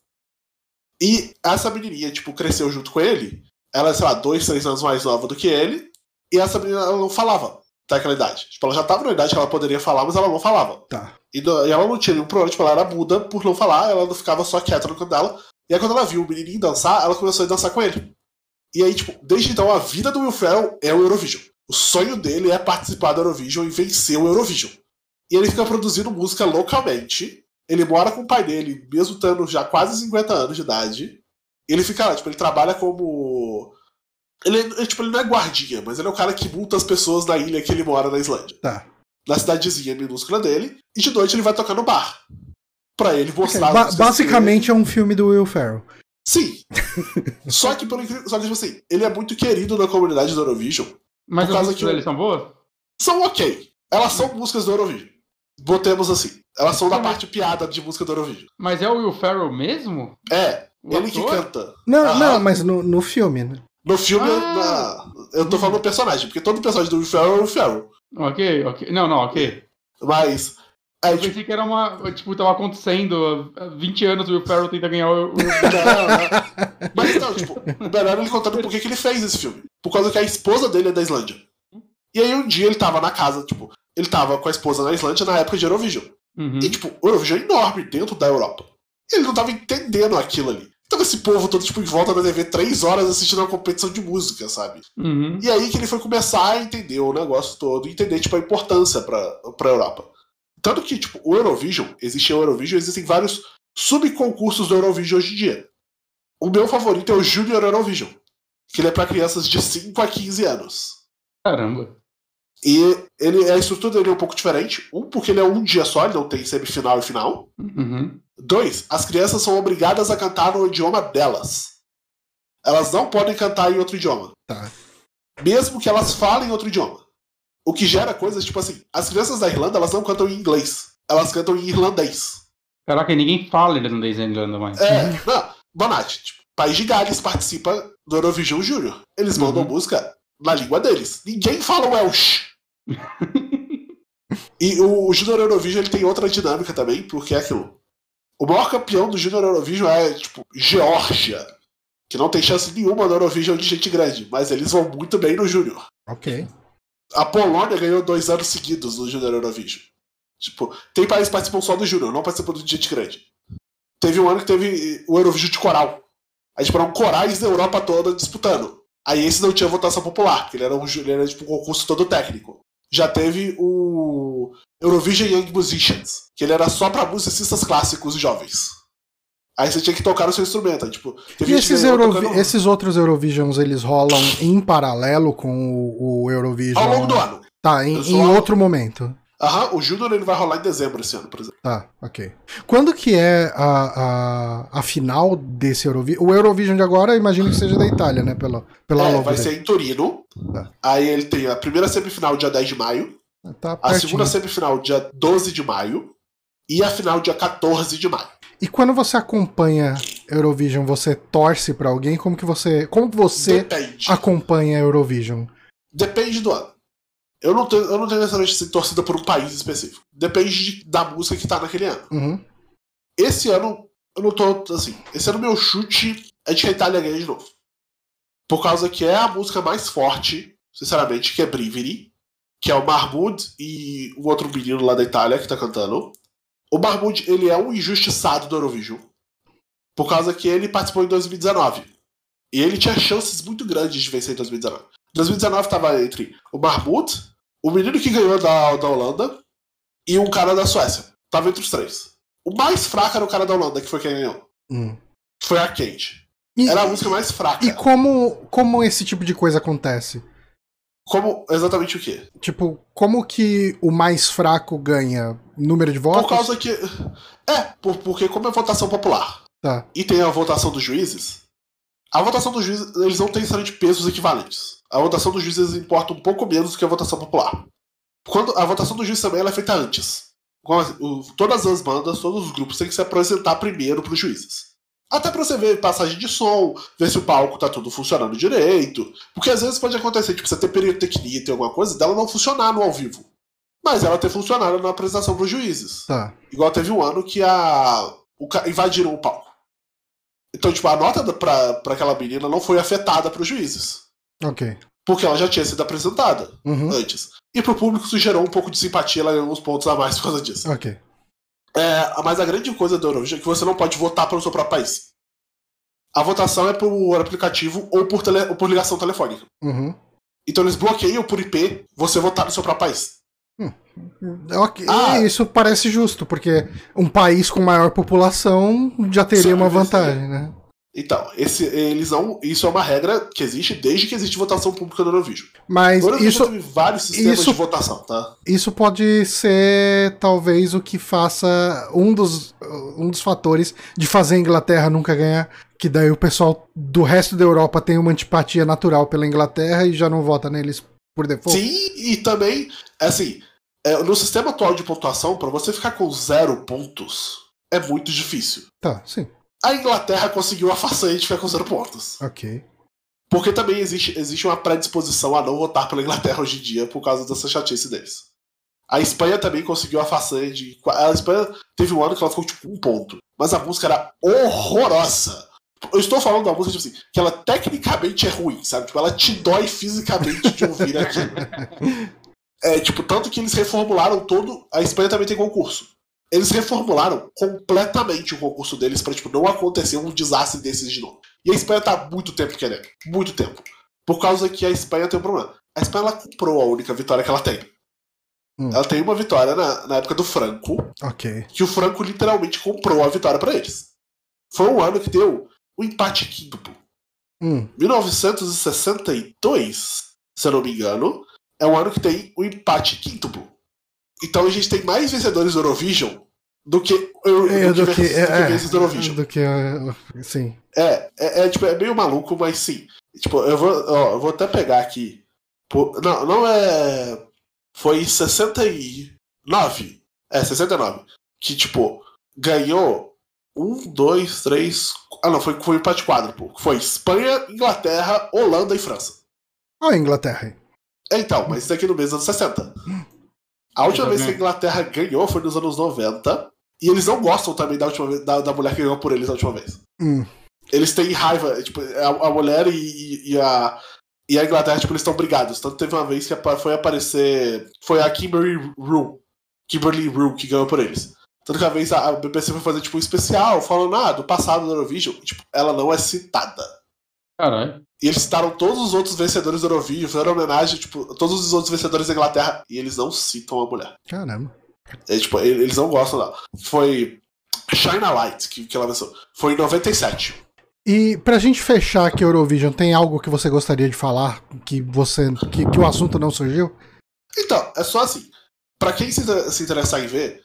E essa menininha, tipo, cresceu junto com ele, ela é, sei lá, dois, três anos mais nova do que ele, e essa menina, ela não falava daquela idade. Tipo, ela já tava na idade que ela poderia falar, mas ela não falava. Tá. E, e ela não tinha nenhum problema, tipo, ela era muda por não falar, ela não ficava só quieta no canto dela. E aí quando ela viu o menininho dançar, ela começou a dançar com ele. E aí, tipo, desde então a vida do Will Ferrell é o Eurovision. O sonho dele é participar do Eurovision e vencer o Eurovision. E ele fica produzindo música localmente. Ele mora com o pai dele, mesmo tendo já quase cinquenta anos de idade. E ele fica lá, tipo, ele trabalha como... Ele, ele, tipo, ele não é guardinha, mas ele é o cara que multa as pessoas na ilha que ele mora na Islândia. Tá. Na cidadezinha minúscula dele. E de noite ele vai tocar no bar. Pra ele mostrar... Okay. Ba basicamente dele. É um filme do Will Ferrell. Sim. Só que, pelo incrível, só que, tipo assim, ele é muito querido na comunidade do Eurovision. Mas por as causa músicas que dele são boas? São ok. Elas são músicas do Eurovision. Botemos assim. Elas são da Mas... parte piada de música do Eurovision. Mas é o Will Ferrell mesmo? É. O ele ator? que canta. Não, Aham. não, mas no, no filme, né? No filme, Ah. na... eu tô falando do personagem, porque todo personagem do Will Ferrell é o Will Ferrell. Ok, ok. Não, não, ok. Mas... Aí, Eu tipo, pensei que era uma. Tipo, tava acontecendo há vinte anos o Will Ferrell tenta ganhar o. o... não, não. Mas então, tipo, o melhor ele contando por que que ele fez esse filme. Por causa que a esposa dele é da Islândia. E aí um dia ele tava na casa, tipo, ele tava com a esposa na Islândia na época de Eurovision. Uhum. E, tipo, o Eurovision é enorme dentro da Europa. E ele não tava entendendo aquilo ali. Então esse povo todo, tipo, em volta da T V, três horas assistindo uma competição de música, sabe? Uhum. E aí que ele foi começar a entender o negócio todo, e entender, tipo, a importância pra, pra Europa. Tanto que, tipo, o Eurovision, existe o Eurovision, existem vários subconcursos do Eurovision hoje em dia. O meu favorito é o Junior Eurovision, que ele é pra crianças de cinco a quinze anos. Caramba. E ele, a estrutura dele é um pouco diferente. Um, porque ele é um dia só, ele não tem semifinal e final. Uhum. Dois, as crianças são obrigadas a cantar no idioma delas. Elas não podem cantar em outro idioma. Tá. Mesmo que elas falem outro idioma. O que gera coisas tipo assim, as crianças da Irlanda, elas não cantam em inglês. Elas cantam em irlandês. Caraca, e ninguém fala irlandês na Irlanda mais. É, não, Bonatti, tipo, País de Gales participa do Eurovision Júnior. Eles mandam Uhum. música na língua deles. Ninguém fala Welsh. E o, o Junior Eurovision ele tem outra dinâmica também, porque é aquilo. O maior campeão do Junior Eurovision é, tipo, Geórgia, que não tem chance nenhuma no Eurovision de gente grande, mas eles vão muito bem no Júnior. Ok. A Polônia ganhou dois anos seguidos no Junior Eurovision. Tipo, tem países que participam só do Júnior, não participam de gente grande. Teve um ano que teve o Eurovision de coral. Aí, tipo, eram corais da Europa toda disputando. Aí esse não tinha votação popular, porque ele era, um, ele era tipo, um concurso todo técnico. Já teve o Eurovision Young Musicians, que ele era só pra musicistas clássicos e jovens. Aí você tinha que tocar o seu instrumento. Tipo, e esses, Eurovi tocando... esses outros Eurovisions, eles rolam em paralelo com o, o Eurovision? Ao longo do ano. Tá, em, em outro momento. Aham, uhum, o Júnior ele vai rolar em dezembro esse ano, por exemplo. Tá, ok. Quando que é a, a, a final desse Eurovision? O Eurovision de agora, eu imagino que seja da Itália, né? Pela, pela é, vai dele. ser em Torino. Tá. Aí ele tem a primeira semifinal dia dez de maio. Tá a segunda semifinal dia doze de maio. E a final dia quatorze de maio. E quando você acompanha Eurovision, você torce pra alguém? Como que você, como você Depende. acompanha Eurovision? Depende do ano. Eu não tenho, eu não tenho necessariamente assim, torcida por um país específico. Depende de, da música que tá naquele ano. Uhum. Esse ano, eu não tô, assim... Esse ano meu chute é de que a Itália ganha de novo. Por causa que é a música mais forte, sinceramente, que é Brividi, que é o Mahmood e o outro menino lá da Itália que tá cantando. O Mahmood, ele é um injustiçado do Eurovision. Por causa que ele participou em dois mil e dezenove. E ele tinha chances muito grandes de vencer em dois mil e dezenove. dois mil e dezenove tava entre o Mahmood, o menino que ganhou da, da Holanda e um cara da Suécia. Tava entre os três. O mais fraco era o cara da Holanda, que foi quem ganhou. Hum. Foi a Kate. E, era a música mais fraca. E como, como esse tipo de coisa acontece? Como exatamente o quê? Tipo, como que o mais fraco ganha? Número de votos? Por causa que... É, por, porque como é votação popular. Tá. E tem a votação dos juízes... A votação dos juízes, eles não têm necessariamente pesos equivalentes. A votação dos juízes importa um pouco menos do que a votação popular. Quando a votação dos juízes também ela é feita antes. Todas as bandas, todos os grupos têm que se apresentar primeiro para os juízes. Até pra você ver passagem de som, ver se o palco tá tudo funcionando direito. Porque às vezes pode acontecer, tipo, você ter pirotecnia, ter alguma coisa, dela não funcionar no ao vivo. Mas ela ter funcionado na apresentação pros juízes. Tá. Igual teve um ano que a... O... invadiram o palco. Então, tipo, a nota pra, pra aquela menina não foi afetada pros juízes. Ok. Porque ela já tinha sido apresentada uhum. antes. E pro público isso gerou um pouco de simpatia, ela ganhou uns pontos a mais por causa disso. Ok. É, mas a grande coisa do Eurovision é que você não pode votar pelo seu próprio país. A votação é por aplicativo ou por, tele, ou por ligação telefônica. Uhum. Então eles bloqueiam por I P você votar no seu próprio país. Hum. Okay. Ah, isso parece justo, porque um país com maior população já teria uma vantagem, né? Então, esse, eles não, isso é uma regra que existe desde que existe votação pública no Eurovision. Mas no Eurovision isso teve vários sistemas isso, de votação, tá? Isso pode ser talvez o que faça um dos, um dos fatores de fazer a Inglaterra nunca ganhar, que daí o pessoal do resto da Europa tem uma antipatia natural pela Inglaterra e já não vota neles por default. Sim, e também, assim, é, no sistema atual de pontuação, pra você ficar com zero pontos, é muito difícil. Tá, sim. A Inglaterra conseguiu a façanha de ficar com zero pontos. Ok. Porque também existe, existe uma predisposição a não votar pela Inglaterra hoje em dia por causa dessa chatice deles. A Espanha também conseguiu a façanha de... A Espanha teve um ano que ela ficou tipo um ponto. Mas a música era horrorosa. Eu estou falando da música, tipo assim, que ela tecnicamente é ruim, sabe? Tipo, ela te dói fisicamente de ouvir aquilo. É, tipo, tanto que eles reformularam todo... A Espanha também tem concurso. Eles reformularam completamente o concurso deles pra, tipo, não acontecer um desastre desses de novo. E a Espanha tá há muito tempo querendo. Muito tempo. Por causa que a Espanha tem um problema. A Espanha, ela comprou a única vitória que ela tem. Hum. Ela tem uma vitória na, na época do Franco. Ok. Que o Franco literalmente comprou a vitória pra eles. Foi um ano que deu o empate quíntuplo. Hum. mil novecentos e sessenta e dois, se eu não me engano, é um ano que tem o empate quíntuplo. Então a gente tem mais vencedores do Eurovision do que, do é, do que, que, vezes, é, do que vezes do Eurovision. Do que, sim. É, é, é, tipo, é meio maluco, mas sim. Tipo, eu vou, ó, eu vou até pegar aqui. Por, não, não é... Foi em sessenta e nove. É, sessenta e nove. Que, tipo, ganhou um, dois, três... Ah, não, foi, foi um empate quádruplo. Foi Espanha, Inglaterra, Holanda e França. Ah, Inglaterra. É, então, mas isso aqui no mês dos anos sessenta. A última vez que a Inglaterra ganhou foi nos anos noventa, E eles não gostam também da, última vez, da, da mulher que ganhou por eles a última vez. Hum. Eles têm raiva, tipo, a, a mulher e, e, a, e a Inglaterra, tipo, eles estão brigados. Tanto teve uma vez que foi aparecer. Foi a Kimberly Rue. Kimberly Rue que ganhou por eles. Tanto que a vez a, a B B C foi fazer, tipo, um especial, falando, ah, do passado do Eurovision. E, tipo, ela não é citada. Caralho. E eles citaram todos os outros vencedores do Eurovision, fizeram homenagem, tipo, a todos os outros vencedores da Inglaterra, e eles não citam a mulher. Caramba. É, tipo, eles não gostam, não. Foi Shine a Light que, que ela venceu. Foi em noventa e sete. E pra gente fechar aqui o Eurovision, tem algo que você gostaria de falar que você que, que o assunto não surgiu? Então, é só assim. Pra quem se, se interessar em ver,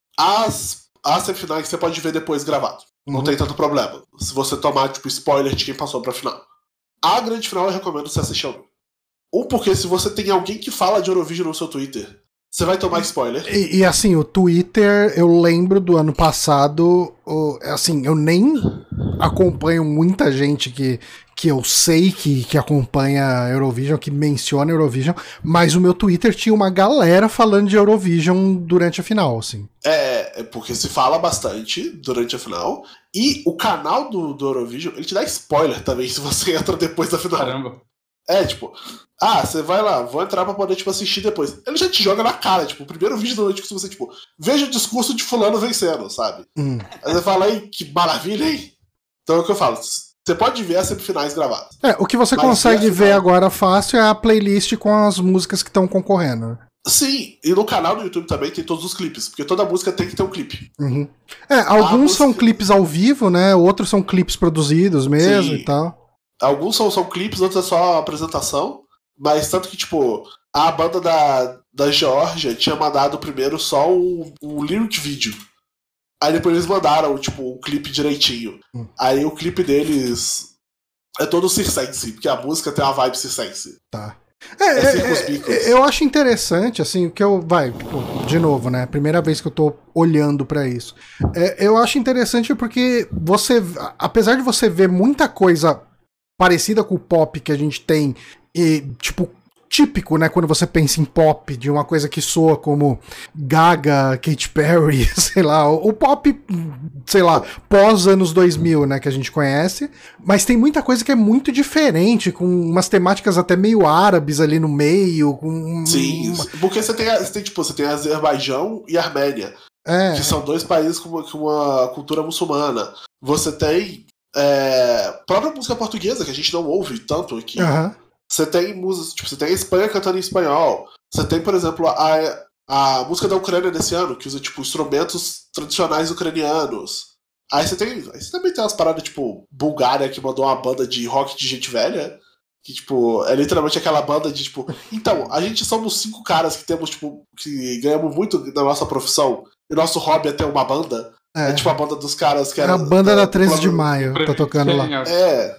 as, as semifinais você pode ver depois gravado. Não Uhum. tem tanto problema. Se você tomar, tipo, spoiler de quem passou pra final. A grande final eu recomendo você assistir ao. Um, porque se você tem alguém que fala de Eurovision no seu Twitter, você vai tomar spoiler. E, e assim, o Twitter, eu lembro do ano passado, o, assim, eu nem acompanho muita gente que, que eu sei que, que acompanha Eurovision, que menciona Eurovision, mas o meu Twitter tinha uma galera falando de Eurovision durante a final, assim. É, é porque se fala bastante durante a final. E o canal do, do Eurovision, ele te dá spoiler também se você entra depois da final. Caramba. É, tipo, ah, você vai lá, vou entrar pra poder, tipo, assistir depois. Ele já te joga na cara, tipo, o primeiro vídeo da noite que você, tipo, veja o discurso de fulano vencendo, sabe? Hum. Aí você fala, aí, que maravilha, hein? Então é o que eu falo, você pode ver as semifinais gravadas. É, o que você Mas consegue essa ver não. agora fácil é a playlist com as músicas que estão concorrendo. Sim, e no canal do YouTube também tem todos os clipes, porque toda música tem que ter um clipe. Uhum. É, alguns música- são clipes ao vivo, né? Outros são clipes produzidos mesmo Sim. e tal. Alguns são, são clipes, outros é só apresentação. Mas tanto que, tipo, a banda da, da Geórgia tinha mandado primeiro só o, o lyric vídeo. Aí depois eles mandaram, tipo, um clipe direitinho. Hum. Aí o clipe deles é todo circense, porque a música tem uma vibe circense. Tá. É, É é, circos é, bicos. eu acho interessante, assim, o que eu. Vai, tipo, de novo, né? Primeira vez que eu tô olhando pra isso. É, eu acho interessante porque você. Apesar de você ver muita coisa parecida com o pop que a gente tem, e, tipo, típico, né? Quando você pensa em pop, de uma coisa que soa como Gaga, Katy Perry, sei lá, o pop, sei lá, pós anos dois mil, né? Que a gente conhece. Mas tem muita coisa que é muito diferente, com umas temáticas até meio árabes ali no meio. Com Sim, uma... porque você tem, você tem, tipo, você tem Azerbaijão e Armênia, É. que são dois países com uma, com uma cultura muçulmana. Você tem é, própria música portuguesa, que a gente não ouve tanto aqui. Aham. Você tem música, tipo, você tem a Espanha cantando em espanhol. Você tem, por exemplo, a, a música da Ucrânia desse ano, que usa, tipo, instrumentos tradicionais ucranianos. Aí você tem. Aí você também tem umas paradas, tipo, Bulgária, que mandou uma banda de rock de gente velha. Que, tipo, é literalmente aquela banda de, tipo. Então, a gente somos cinco caras que temos, tipo, que ganhamos muito na nossa profissão. E nosso hobby é ter uma banda. É, É. tipo a banda dos caras que É era. a banda da treze de plano- maio, tá tocando lá. É.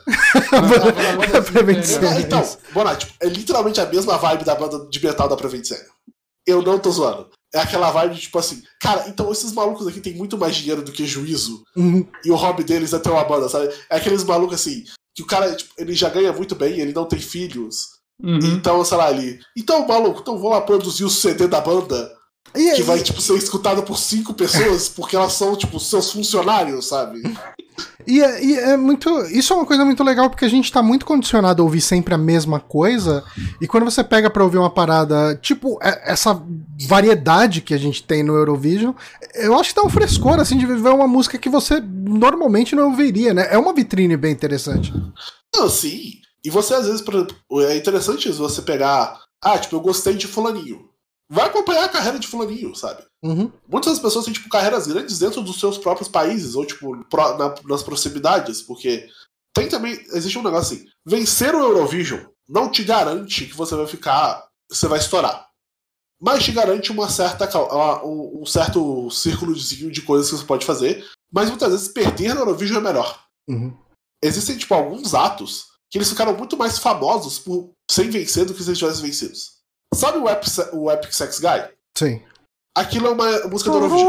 A Prevent Ah, então, Senior. Boná, tipo, é literalmente a mesma vibe da banda de metal da Prevent Senior. Eu não tô zoando. É aquela vibe de, tipo assim, cara, então esses malucos aqui têm muito mais dinheiro do que juízo. Uhum. E o hobby deles é ter uma banda, sabe? É aqueles malucos assim, que o cara, tipo, ele já ganha muito bem, ele não tem filhos. Uhum. Então, sei lá, ele. Então, maluco, então vou lá produzir o C D da banda. E Que aí, vai, tipo, ser escutado por cinco pessoas, porque elas são, tipo, seus funcionários, sabe? E é, e é muito. Isso é uma coisa muito legal porque a gente tá muito condicionado a ouvir sempre a mesma coisa. E quando você pega pra ouvir uma parada, tipo, é- essa variedade que a gente tem no Eurovision, eu acho que dá um frescor, assim, de ver uma música que você normalmente não ouviria, né? É uma vitrine bem interessante. Não, sim. E você, às vezes, por exemplo, é interessante isso, você pegar. Ah, tipo, eu gostei de Fulaninho. Vai acompanhar a carreira de Fulaninho, sabe? Uhum. Muitas das pessoas têm, tipo, carreiras grandes dentro dos seus próprios países, ou, tipo, pro- na- nas proximidades, porque tem também. Existe um negócio assim: vencer o Eurovision não te garante que você vai ficar. Você vai estourar. Mas te garante uma certa, cal- uma- um um certo círculozinho de coisas que você pode fazer. Mas muitas vezes perder no Eurovision é melhor. Uhum. Existem, tipo, alguns atos que eles ficaram muito mais famosos por sem vencer do que se eles tivessem vencidos. Sabe o Epic, Se- o Epic Sex Guy? Sim. Aquilo é uma música do Eurovision.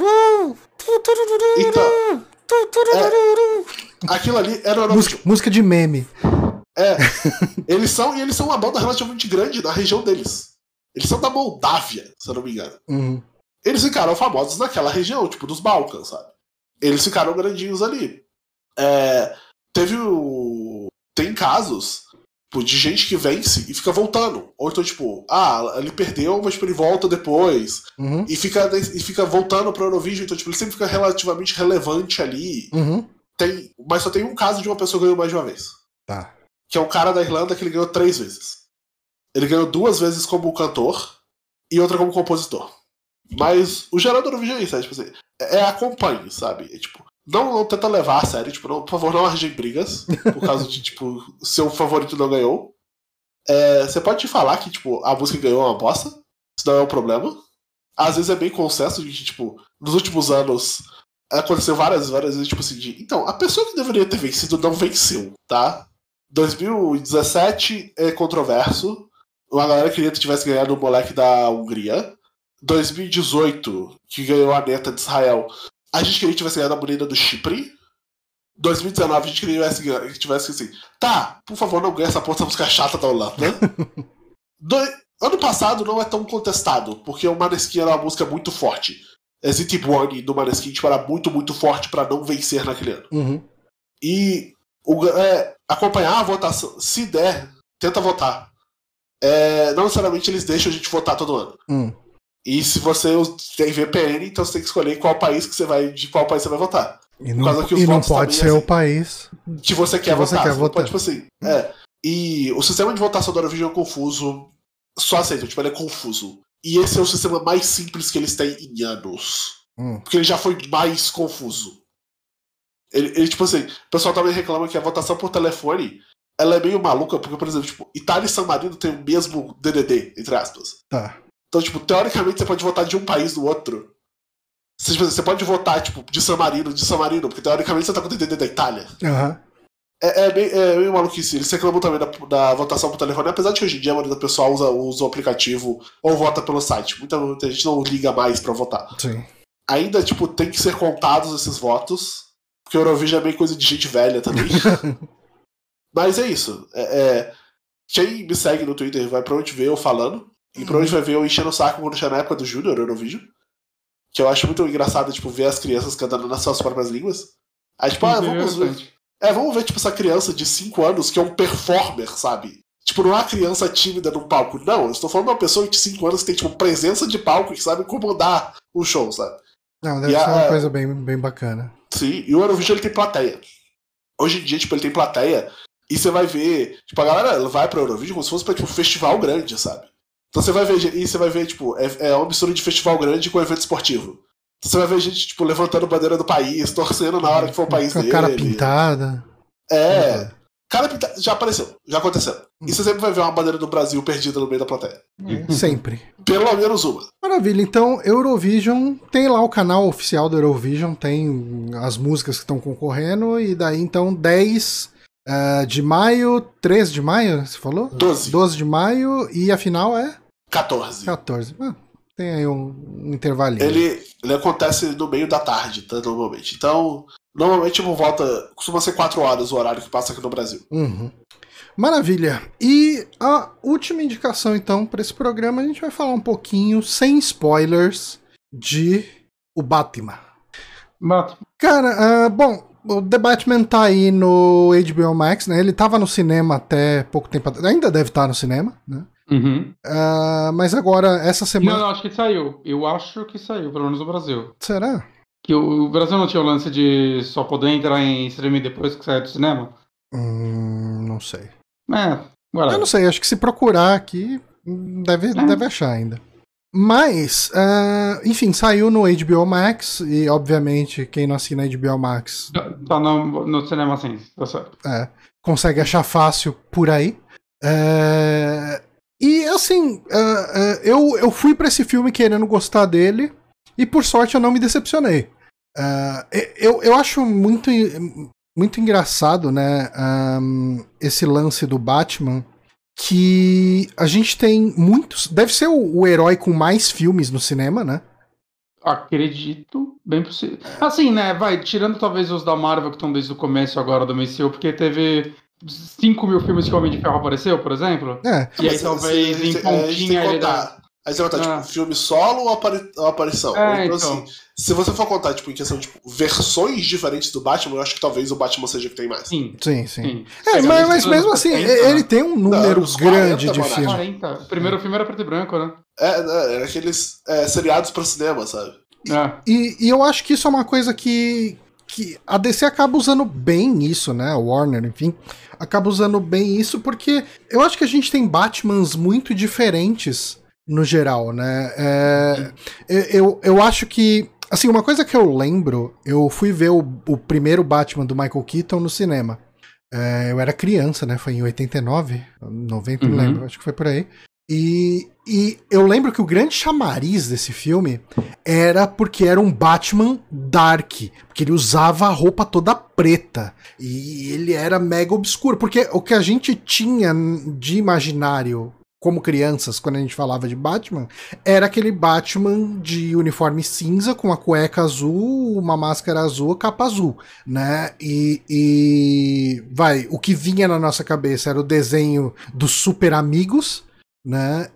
Então, aquilo ali era o Eurovision. Música, música de meme. É. Eles são, e eles são uma banda relativamente grande na região deles. Eles são da Moldávia, se eu não me engano. Uhum. eles ficaram famosos naquela região, tipo, dos Balcãs, sabe? Eles ficaram grandinhos ali. É, teve o... Tem casos tipo, de gente que vence e fica voltando. Ou então, tipo, ah, ele perdeu, mas tipo, ele volta depois. Uhum. E, fica, e fica voltando pro Eurovision. Então, tipo, ele sempre fica relativamente relevante ali. Uhum. Tem, mas só tem um caso de uma pessoa que ganhou mais de uma vez. Tá. Que é um cara da Irlanda que ele ganhou três vezes. Ele ganhou duas vezes como cantor e outra como compositor. Mas o geral do Eurovision é isso, é, tipo assim, é, é acompanhe, sabe? É, tipo, não, não tenta levar a sério, tipo, não, por favor, não arranjem brigas por causa de, tipo, seu favorito não ganhou. É, você pode falar que, tipo, a música ganhou uma bosta, isso não é um problema. Às vezes é bem consenso de que, tipo, nos últimos anos aconteceu várias, várias vezes, tipo assim, de, então, a pessoa que deveria ter vencido não venceu, tá? dois mil e dezessete é controverso. Uma galera queria que tivesse ganhado o moleque da Hungria. dois mil e dezoito, que ganhou a neta de Israel, a gente queria que tivesse ganhado a menina do Chipre. dois mil e dezenove, a gente queria que tivesse, que tivesse assim, tá, por favor, não ganhe essa porra, essa música chata da Holanda. Do... Ano passado não é tão contestado, porque o Maneskin era uma música muito forte. Exit One do Maneskin tipo, era muito, muito forte pra não vencer naquele ano. Uhum. E o, é, acompanhar a votação, se der, tenta votar. É, não necessariamente eles deixam a gente votar todo ano. Hum. E se você tem V P N, então você tem que escolher qual país que você vai, de qual país você vai votar. E não, e não pode ser assim, o país que você quer que você votar. Quer você votar. Pode, tipo assim, é. E o sistema de votação do Eurovision é confuso. Só aceita, tipo, ele é confuso. E esse é o sistema mais simples que eles têm em anos. Hum. Porque ele já foi mais confuso. Ele, ele, tipo assim, o pessoal também reclama que a votação por telefone ela é meio maluca, porque, por exemplo, tipo, Itália e San Marino tem o mesmo D D D, entre aspas. Tá. Então, tipo, teoricamente você pode votar de um país no outro. Você, tipo, você pode votar, tipo, de San Marino, de San Marino, porque teoricamente você tá com o D D D da Itália. Aham. Uhum. É, é, meio, é meio maluquice. Eles reclamam também da, da votação por telefone, apesar de que hoje em dia a maioria do pessoal usa, usa o aplicativo ou vota pelo site. Muita, muita gente não liga mais pra votar. Sim. Ainda, tipo, tem que ser contados esses votos, porque o Eurovision é meio coisa de gente velha também. Mas é isso. É, é, quem me segue no Twitter vai provavelmente ver eu falando. E provavelmente vai ver eu enchendo o saco quando chegar na época do Júnior Eurovision. Que eu acho muito engraçado, tipo, ver as crianças cantando nas suas próprias línguas. Aí, tipo, ah, vamos ver. É, vamos ver, tipo, essa criança de cinco anos que é um performer, sabe? Tipo, não é uma criança tímida num palco. Não, eu estou falando de uma pessoa de cinco anos que tem, tipo, presença de palco e que sabe comandar o show, sabe? Não, deve e ser a, uma coisa bem, bem bacana. Sim, e o Eurovision ele tem plateia. Hoje em dia, tipo, ele tem plateia e você vai ver... Tipo, a galera vai pra Eurovision como se fosse pra, tipo, um festival grande, sabe? Então você vai ver... E você vai ver, tipo, é, é uma mistura de festival grande com evento esportivo. Você vai ver gente, tipo, levantando bandeira do país, torcendo na hora que for o país com a dele. cara pintada. É. Uhum. Cara pintada. Já apareceu. Já aconteceu. E você sempre vai ver uma bandeira do Brasil perdida no meio da plateia. É, sempre. Pelo menos uma. Maravilha. Então, Eurovision, tem lá o canal oficial do Eurovision, tem as músicas que estão concorrendo, e daí, então, dez uh, de maio, treze de maio, você falou? doze. doze de maio, e a final é? quatorze. quatorze. Ah, tem aí um, um intervalinho. Ele, ele acontece no meio da tarde, tá, normalmente. Então, normalmente por volta. Costuma ser quatro horas o horário que passa aqui no Brasil. Uhum. Maravilha. E a última indicação, então, para esse programa, a gente vai falar um pouquinho, sem spoilers, de O Batman. Batman. Cara, uh, bom, o The Batman tá aí no H B O Max, né? Ele tava no cinema até pouco tempo atrás. Ainda deve estar no cinema, né? Uhum. Uh, mas agora, essa semana... Não, não, acho que saiu. Eu acho que saiu, pelo menos no Brasil. Será? Que o Brasil não tinha o lance de só poder entrar em streaming depois que sair do cinema? Hum, não sei. É, agora. Eu não sei, acho que se procurar aqui, deve, é. deve achar ainda. Mas, uh, enfim, saiu no H B O Max, e obviamente quem não assina H B O Max... Tá no, no cinema sim, tá certo. É, consegue achar fácil por aí. É... E assim, uh, uh, eu, eu fui pra esse filme querendo gostar dele, e por sorte eu não me decepcionei. Uh, eu, eu acho muito, muito engraçado, né, um, esse lance do Batman, que a gente tem muitos... Deve ser o, o herói com mais filmes no cinema, né? Acredito, bem possível. Assim, né, vai, tirando talvez os da Marvel que estão desde o começo agora do M C U, porque teve... cinco mil filmes que o Homem de Ferro apareceu, por exemplo. É. E aí talvez em pontinha ele dá... Aí você vai contar, Ah. tipo, filme solo ou, apari ou aparição? É, ou então, então. assim, se você for contar, tipo, em questão de tipo, versões diferentes do Batman, eu acho que talvez o Batman seja o que tem mais. Sim. Sim, sim. Sim. É, Sim, mas, ali mas dos mesmo anos assim, setenta, ele né? tem um número anos grande quarenta, de mano. filmes. quarenta. O primeiro filme era preto e branco, né? É, né, era aqueles é, seriados pra cinema, sabe? É. E, e eu acho que isso é uma coisa que, que a D C acaba usando bem isso, né? A Warner, enfim, acaba usando bem isso porque eu acho que a gente tem Batmans muito diferentes no geral, né? É, eu, eu acho que, assim, uma coisa que eu lembro, eu fui ver o, o primeiro Batman do Michael Keaton no cinema. É, eu era criança, né? Foi em oitenta e nove, noventa, Uhum. não lembro, acho que foi por aí. E, e eu lembro que o grande chamariz desse filme era porque era um Batman dark, porque ele usava a roupa toda preta e ele era mega obscuro, porque o que a gente tinha de imaginário como crianças, quando a gente falava de Batman, era aquele Batman de uniforme cinza com a cueca azul, uma máscara azul, capa azul, né? E, e vai, o que vinha na nossa cabeça era o desenho dos Super Amigos, né?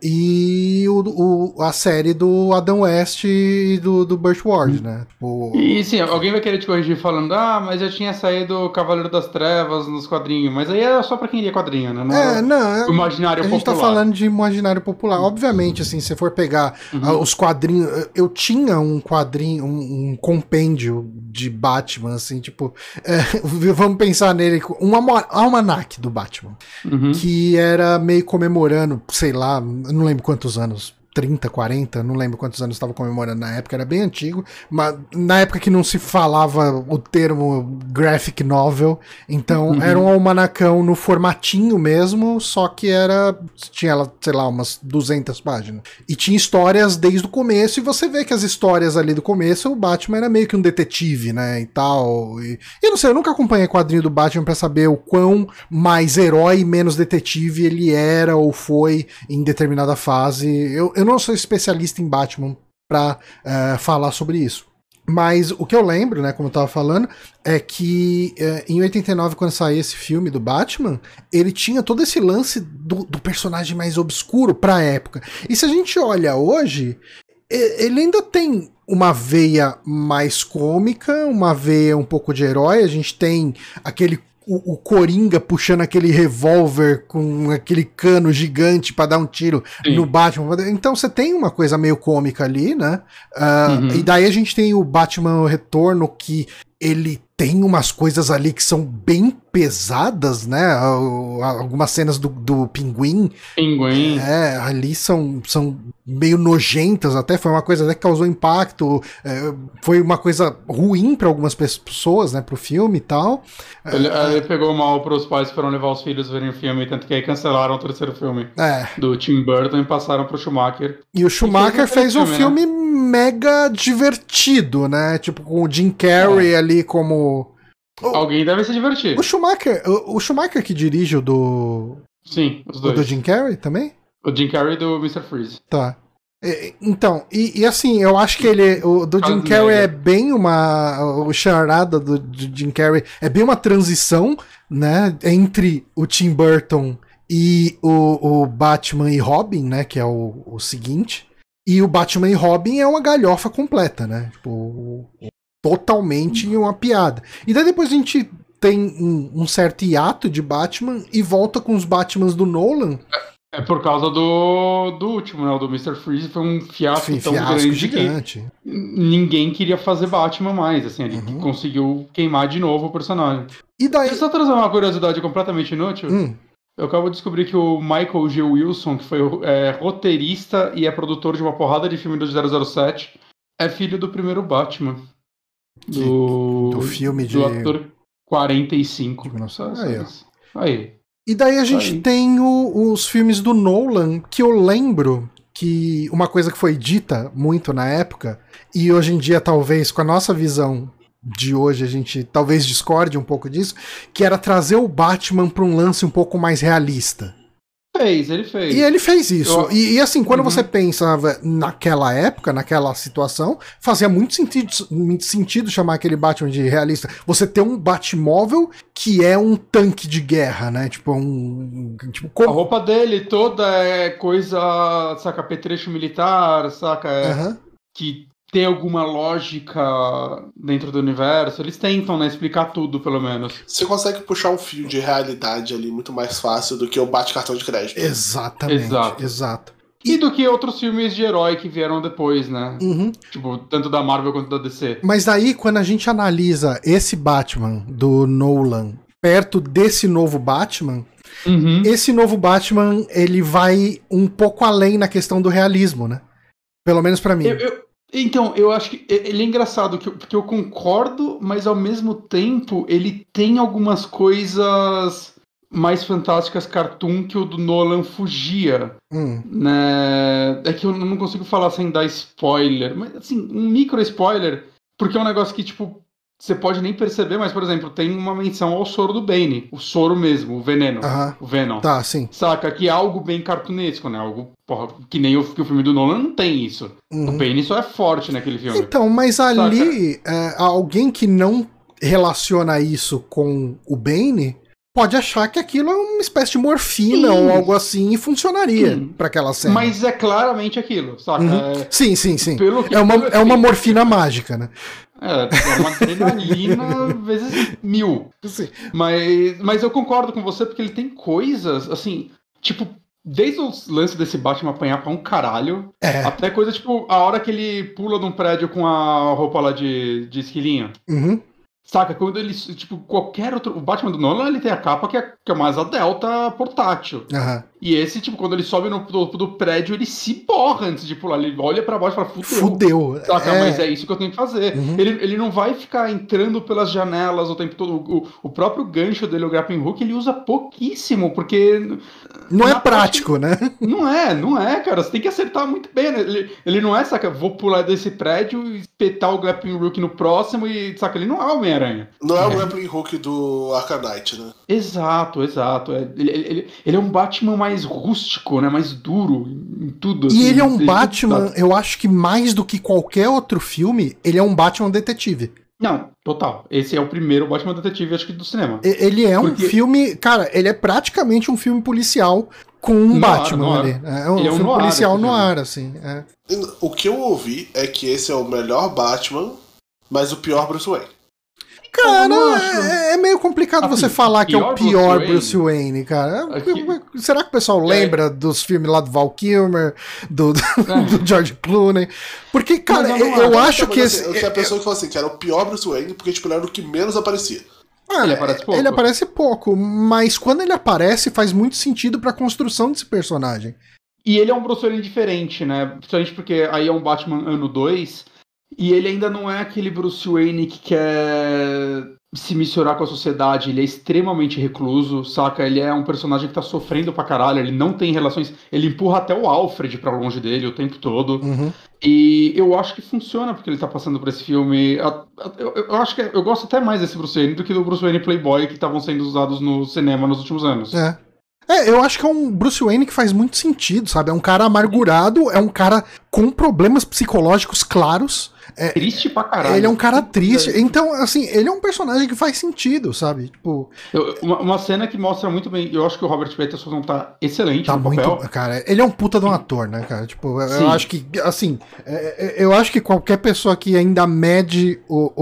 E o, o, a série do Adam West e do, do Burt Ward, né? Tipo, E sim, alguém vai querer te corrigir falando, ah, mas eu tinha saído Cavaleiro das Trevas nos quadrinhos, mas aí era só pra quem lia quadrinho, né? Não é, era não, é, o imaginário a gente popular. tá falando de imaginário popular. Obviamente, assim, se for pegar Uhum. ah, os quadrinhos. Eu tinha um quadrinho, um, um compêndio de Batman, assim, tipo. É, vamos pensar nele, um alma- almanac do Batman. Uhum. Que era meio comemorando, sei lá, eu não lembro quantos anos. trinta, quarenta, não lembro quantos anos estava comemorando na época, era bem antigo, mas na época que não se falava o termo graphic novel, então Uhum. era um almanacão no formatinho mesmo, só que era, tinha, sei lá, umas duzentas páginas. E tinha histórias desde o começo, e você vê que as histórias ali do começo, o Batman era meio que um detetive, né, e tal. E, eu não sei, eu nunca acompanhei quadrinho do Batman pra saber o quão mais herói e menos detetive ele era ou foi em determinada fase. Eu, eu não sou especialista em Batman pra uh, falar sobre isso. Mas o que eu lembro, né, como eu tava falando, é que uh, em oitenta e nove, quando saiu esse filme do Batman, ele tinha todo esse lance do, do personagem mais obscuro pra época. E se a gente olha hoje, ele ainda tem uma veia mais cômica, uma veia um pouco de herói. A gente tem aquele O, o Coringa puxando aquele revólver com aquele cano gigante pra dar um tiro Sim. no Batman. Então você tem uma coisa meio cômica ali, né? Uh, Uhum. E daí a gente tem o Batman Retorno, que ele tem umas coisas ali que são bem pesadas, né? Algumas cenas do, do Pinguim. Pinguim. É, ali são, são meio nojentas até. Foi uma coisa até que causou impacto. É, foi uma coisa ruim para algumas pessoas, né? Pro filme e tal. Ele, ele pegou mal pros pais que foram levar os filhos verem o filme, tanto que aí cancelaram o terceiro filme É. do Tim Burton e passaram pro Schumacher. E o Schumacher E fez fez um filme, filme mega divertido, né? Tipo, com o Jim Carrey É. ali como... Alguém deve se divertir. O Schumacher, o, o Schumacher que dirige o do... Sim, os O dois. do Jim Carrey também? O Jim Carrey do mister Freeze. Tá. E- Então, e, e assim, eu acho que ele, o do Jim Quase Carrey mega. é bem uma, o charada do, do Jim Carrey é bem uma transição, né, entre o Tim Burton e o, o Batman e Robin, né, que é o, o seguinte, e o Batman e Robin é uma galhofa completa, né, tipo, o- totalmente uma piada. E daí depois a gente tem um, um certo hiato de Batman e volta com os Batmans do Nolan. É por causa do, do último, né? O do mister Freeze foi um fiasco Enfim, tão fiasco grande gigante. que ninguém queria fazer Batman mais, assim, ele Uhum. conseguiu queimar de novo o personagem. E daí... Deixa eu só trazer uma curiosidade completamente inútil. Hum, Eu acabo de descobrir que o Michael G. Wilson, que foi é, roteirista e é produtor de uma porrada de filme do zero zero sete, é filho do primeiro Batman. Do, do filme de- Do ator quarenta e cinco. de mil e novecentos. Só Aí, ó. isso. Aí. E daí a gente Aí. tem o- os filmes do Nolan, que eu lembro que uma coisa que foi dita muito na época, e hoje em dia, talvez, com a nossa visão de hoje, a gente talvez discorde um pouco disso, que era trazer o Batman para um lance um pouco mais realista. Fez, ele fez. E ele fez isso. Eu... E, e assim, quando uhum. você pensava naquela época, naquela situação, fazia muito sentido, muito sentido chamar aquele Batman de realista. Você ter um Batmóvel que é um tanque de guerra, né? Tipo, um... Tipo, como... A roupa dele toda é coisa, saca, apetrecho militar, saca? É, uhum. Que tem alguma lógica dentro do universo. Eles tentam, né, explicar tudo, pelo menos. Você consegue puxar um fio de realidade ali muito mais fácil do que o bate-cartão de crédito. Exatamente, exato. exato. E, e do que outros filmes de herói que vieram depois, né? Uhum. Tipo, tanto da Marvel quanto da D C. Mas daí, quando a gente analisa esse Batman do Nolan perto desse novo Batman, uhum. esse novo Batman, ele vai um pouco além na questão do realismo, né? Pelo menos pra mim. Eu, eu... Então, eu acho que ele é engraçado, porque eu concordo, mas ao mesmo tempo ele tem algumas coisas mais fantásticas cartoon que o do Nolan fugia. Hum. Né? É que eu não consigo falar sem dar spoiler, mas assim, um micro spoiler, porque é um negócio que, tipo, você pode nem perceber, mas, por exemplo, tem uma menção ao soro do Bane, o soro mesmo, o veneno, uh-huh. o Venom. Tá, sim. Saca? Que é algo bem cartunesco, né? Algo, porra, que nem o, que o filme do Nolan não tem isso. Uhum. O Bane só é forte naquele filme. Então, mas ali, é, alguém que não relaciona isso com o Bane pode achar que aquilo é uma espécie de morfina sim. ou algo assim e funcionaria para aquela cena. Mas é claramente aquilo, saca? Uhum. É... Sim, sim, sim. Pelo que, é, uma, pelo é uma morfina mágica, né? É, é uma adrenalina vezes mil. Sim. Mas, mas eu concordo com você porque ele tem coisas, assim, tipo, desde os lances desse Batman apanhar pra um caralho, é. até coisa tipo, a hora que ele pula num prédio com a roupa lá de, de esquilinho. Uhum. Saca? Quando ele, tipo, qualquer outro... O Batman do Nolan, ele tem a capa que é, que é mais a Delta portátil. Uhum. E esse, tipo, quando ele sobe no topo do prédio, ele se borra antes de pular. Ele olha pra baixo e fala, fudeu. Fudeu. Saca? É. Mas é isso que eu tenho que fazer. Uhum. Ele, ele não vai ficar entrando pelas janelas o tempo todo. O, o próprio gancho dele, o grappling hook, ele usa pouquíssimo, porque... Não é prático, parte, né? Não é, não é, cara. Você tem que acertar muito bem, né? Ele, ele não é, saca? Vou pular desse prédio e espetar o grappling hook no próximo e, saca? Ele não é o Homem-Aranha. Não é o grappling hook do Arkham Knight, né? Exato, exato. É, ele, ele, ele é um Batman mais rústico, né? Mais duro em tudo. E assim, ele é um Batman, eu acho que mais do que qualquer outro filme, ele é um Batman detetive. Não, total. Esse é o primeiro Batman detetive, acho que, do cinema. Ele é Porque... um filme... Cara, ele é praticamente um filme policial com um no Batman ar, ali. É um, ele filme é um policial no no ar, ar, assim. É. O que eu ouvi é que esse é o melhor Batman, mas o pior Bruce Wayne. Cara, é, é meio complicado assim, você falar que é o pior Bruce Wayne, Bruce Wayne cara. Aqui... Será que o pessoal lembra é. dos filmes lá do Val Kilmer, do, do, é. do George Clooney? Porque, cara, eu, eu, eu acho que esse... Eu tinha a pessoa que falou assim, que era o pior Bruce Wayne, porque tipo, ele era o que menos aparecia. Ah, ele aparece pouco. Ele aparece pouco, mas quando ele aparece faz muito sentido pra construção desse personagem. E ele é um Bruce Wayne diferente, né? Principalmente porque aí é um Batman ano dois... E ele ainda não é aquele Bruce Wayne que quer se misturar com a sociedade. Ele é extremamente recluso, saca? Ele é um personagem que tá sofrendo pra caralho. Ele não tem relações... Ele empurra até o Alfred pra longe dele o tempo todo. Uhum. E eu acho que funciona porque ele tá passando por esse filme. Eu, eu, eu acho que eu gosto até mais desse Bruce Wayne do que do Bruce Wayne Playboy que estavam sendo usados no cinema nos últimos anos. É. É, eu acho que é um Bruce Wayne que faz muito sentido, sabe? É um cara amargurado, é um cara com problemas psicológicos claros. É, triste pra caralho. Ele é um cara triste. Então, assim, ele é um personagem que faz sentido, sabe? Tipo... Eu, uma, uma cena que mostra muito bem... Eu acho que o Robert Pattinson tá excelente tá no muito, papel. Cara, ele é um puta de um ator, né, cara? Tipo, eu, eu acho que, assim... Eu acho que qualquer pessoa que ainda mede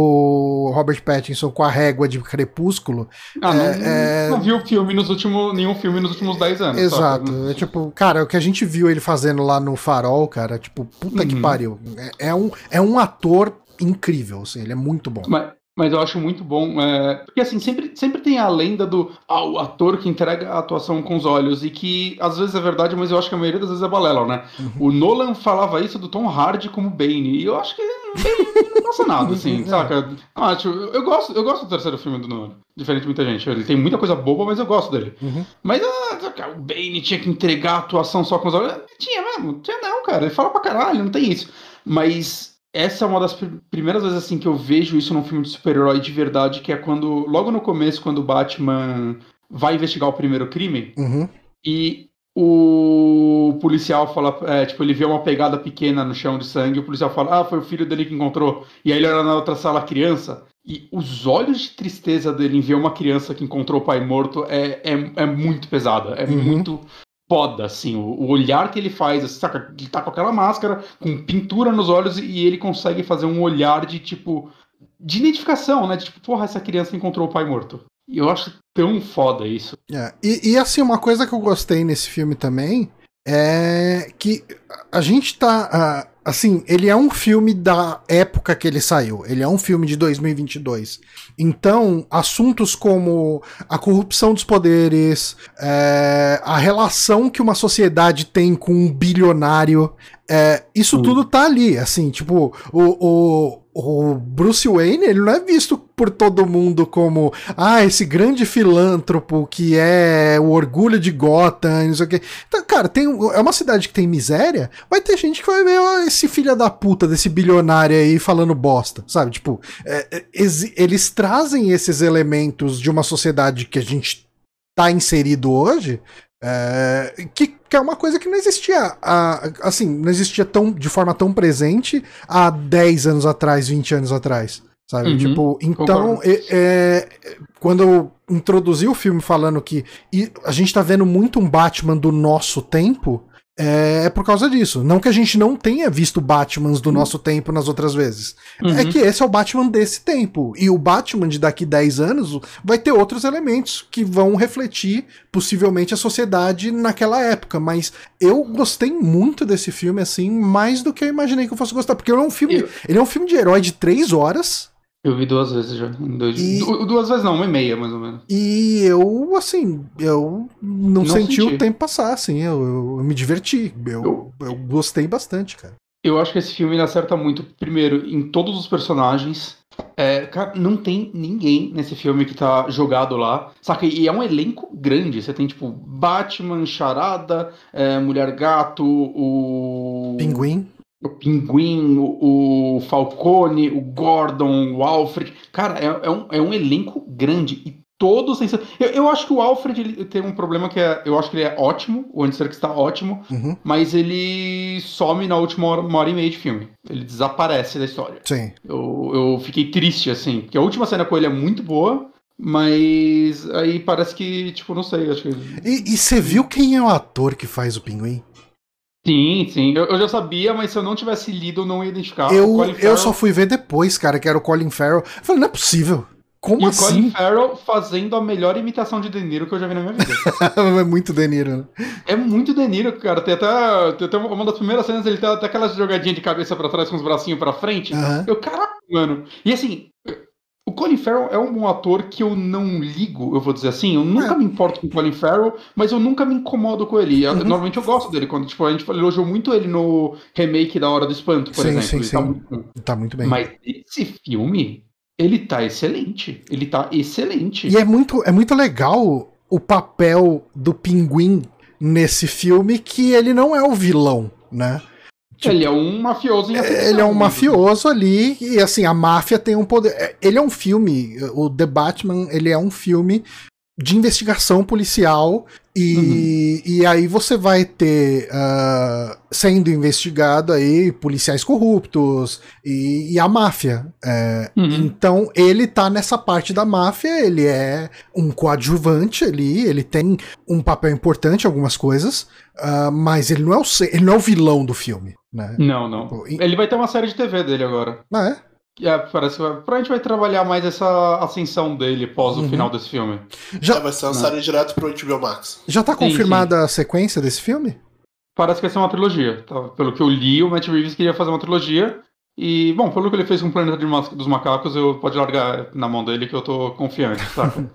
o, o Robert Pattinson com a régua de Crepúsculo... Ah, não, é, não viu filme nos últimos, nenhum filme nos últimos dez anos. Exato. É, tipo, cara, o que a gente viu ele fazendo lá no Farol, cara, tipo, puta uhum. que pariu. É, é, um, é um ator incrível, assim, ele é muito bom. Mas, mas eu acho muito bom, é, porque assim, sempre, sempre tem a lenda do ah, o ator que entrega a atuação com os olhos, e que às vezes é verdade, mas eu acho que a maioria das vezes é balela, né? Uhum. O Nolan falava isso do Tom Hardy como Bane, e eu acho que ele não passa nada, assim, saca? Ah, tipo, eu, gosto, eu gosto do terceiro filme do Nolan, diferente de muita gente, ele tem muita coisa boba, mas eu gosto dele. Uhum. Mas ah, o Bane tinha que entregar a atuação só com os olhos, tinha mesmo, tinha não, cara, ele fala pra caralho, não tem isso. Mas... essa é uma das primeiras vezes assim que eu vejo isso num filme de super-herói de verdade, que é quando, logo no começo, quando o Batman vai investigar o primeiro crime, uhum. e o policial fala, é, tipo, ele vê uma pegada pequena no chão de sangue, o policial fala, ah, foi o filho dele que encontrou. E aí ele olha na outra sala a criança, e os olhos de tristeza dele em ver uma criança que encontrou o pai morto é, é, é muito pesada, é Uhum. muito foda, assim, o, o olhar que ele faz, assim, saca? Ele tá com aquela máscara, com pintura nos olhos, e ele consegue fazer um olhar de, tipo, de identificação, né? De, tipo, porra, essa criança encontrou o pai morto. E eu acho tão foda isso. É, e, e assim, uma coisa que eu gostei nesse filme também é que a gente tá. Uh, assim, ele é um filme da época que ele saiu. Ele é um filme de dois mil e vinte e dois. Então, assuntos como a corrupção dos poderes, é, a relação que uma sociedade tem com um bilionário, é, isso hum. tudo tá ali. Assim, tipo, o. o O Bruce Wayne, ele não é visto por todo mundo como ah, esse grande filântropo que é o orgulho de Gotham, não sei o quê. Então, cara, tem, é uma cidade que tem miséria, vai ter gente que vai ver ó, esse filho da puta desse bilionário aí falando bosta, sabe? Tipo, é, eles trazem esses elementos de uma sociedade que a gente tá inserido hoje, é, que, que é uma coisa que não existia a, assim, não existia tão, de forma tão presente há dez anos atrás, vinte anos atrás, sabe? Uhum, tipo, então é, é, quando eu introduzi o filme falando que e a gente tá vendo muito um Batman do nosso tempo, é, é por causa disso. Não que a gente não tenha visto Batmans do uhum. nosso tempo nas outras vezes. Uhum. É que esse é o Batman desse tempo. E o Batman de daqui dez anos vai ter outros elementos que vão refletir, possivelmente, a sociedade naquela época. Mas eu gostei muito desse filme, assim, mais do que eu imaginei que eu fosse gostar. Porque ele é um filme, eu... ele é um filme de herói de três horas. Eu vi duas vezes já. Dois... E... Du duas vezes não, uma e meia, mais ou menos. E eu, assim, eu não, não senti, senti o tempo passar, assim, eu, eu, eu me diverti. Eu, eu... eu gostei bastante, cara. Eu acho que esse filme ele acerta muito, primeiro, em todos os personagens. É, cara, não tem ninguém nesse filme que tá jogado lá, saca? E é um elenco grande. Você tem, tipo, Batman, Charada, é, Mulher Gato, o... Pinguim. O Pinguim, o, o Falcone, o Gordon, o Alfred. Cara, é, é, um, é um elenco grande e todos... Eu, eu acho que o Alfred ele tem um problema que é... Eu acho que ele é ótimo, o Andy Serkis está ótimo, uhum. mas ele some na última hora, uma hora e meia de filme. Ele desaparece da história. Sim. Eu, eu fiquei triste, assim, porque a última cena com ele é muito boa, mas aí parece que, tipo, não sei, acho que... E você viu quem é o ator que faz o Pinguim? Sim, sim. Eu, eu já sabia, mas se eu não tivesse lido, eu não ia identificar. Eu, eu só fui ver depois, cara, que era o Colin Farrell. Eu falei, não é possível. Como e assim? E o Colin Farrell fazendo a melhor imitação de De Niro que eu já vi na minha vida. É muito De Niro, né? É muito De Niro, cara. Tem até, tem até uma das primeiras cenas, ele tem até aquela jogadinha de cabeça pra trás com os bracinhos pra frente. Uhum. Eu, caraca, mano. E assim... O Colin Farrell é um bom ator que eu não ligo, eu vou dizer assim. Eu nunca é. me importo com o Colin Farrell, mas eu nunca me incomodo com ele. Eu, uhum. Normalmente eu gosto dele. Quando tipo, a gente elogiou muito ele no remake da Hora do Espanto, por sim, exemplo. Sim, ele sim. Tá, muito... tá muito bem. Mas esse filme, ele tá excelente. Ele tá excelente. E é muito, é muito legal o papel do Pinguim nesse filme, que ele não é o vilão, né? Tipo, ele é um mafioso em atenção. Ele é um mafioso ali, e assim, a máfia tem um poder. Ele é um filme, o The Batman, ele é um filme de investigação policial, e, uhum. e aí você vai ter uh, sendo investigado aí policiais corruptos e, e a máfia. É, uhum. Então ele tá nessa parte da máfia, ele é um coadjuvante ali, ele tem um papel importante em algumas coisas, uh, mas ele não, é o, ele não é o vilão do filme. Né? Não, não. Pô, e... Ele vai ter uma série de T V dele agora. Ah, é? É, parece que vai, provavelmente vai trabalhar mais essa ascensão dele após uhum. o final desse filme. Já é, vai ser uma não. série direto pro H B O Max. Já tá confirmada sim, sim. a sequência desse filme? Parece que vai ser uma trilogia. Tá? Pelo que eu li, o Matt Reeves queria fazer uma trilogia. E, bom, pelo que ele fez com o Planeta dos Macacos, eu pode largar na mão dele que eu tô confiante, saca?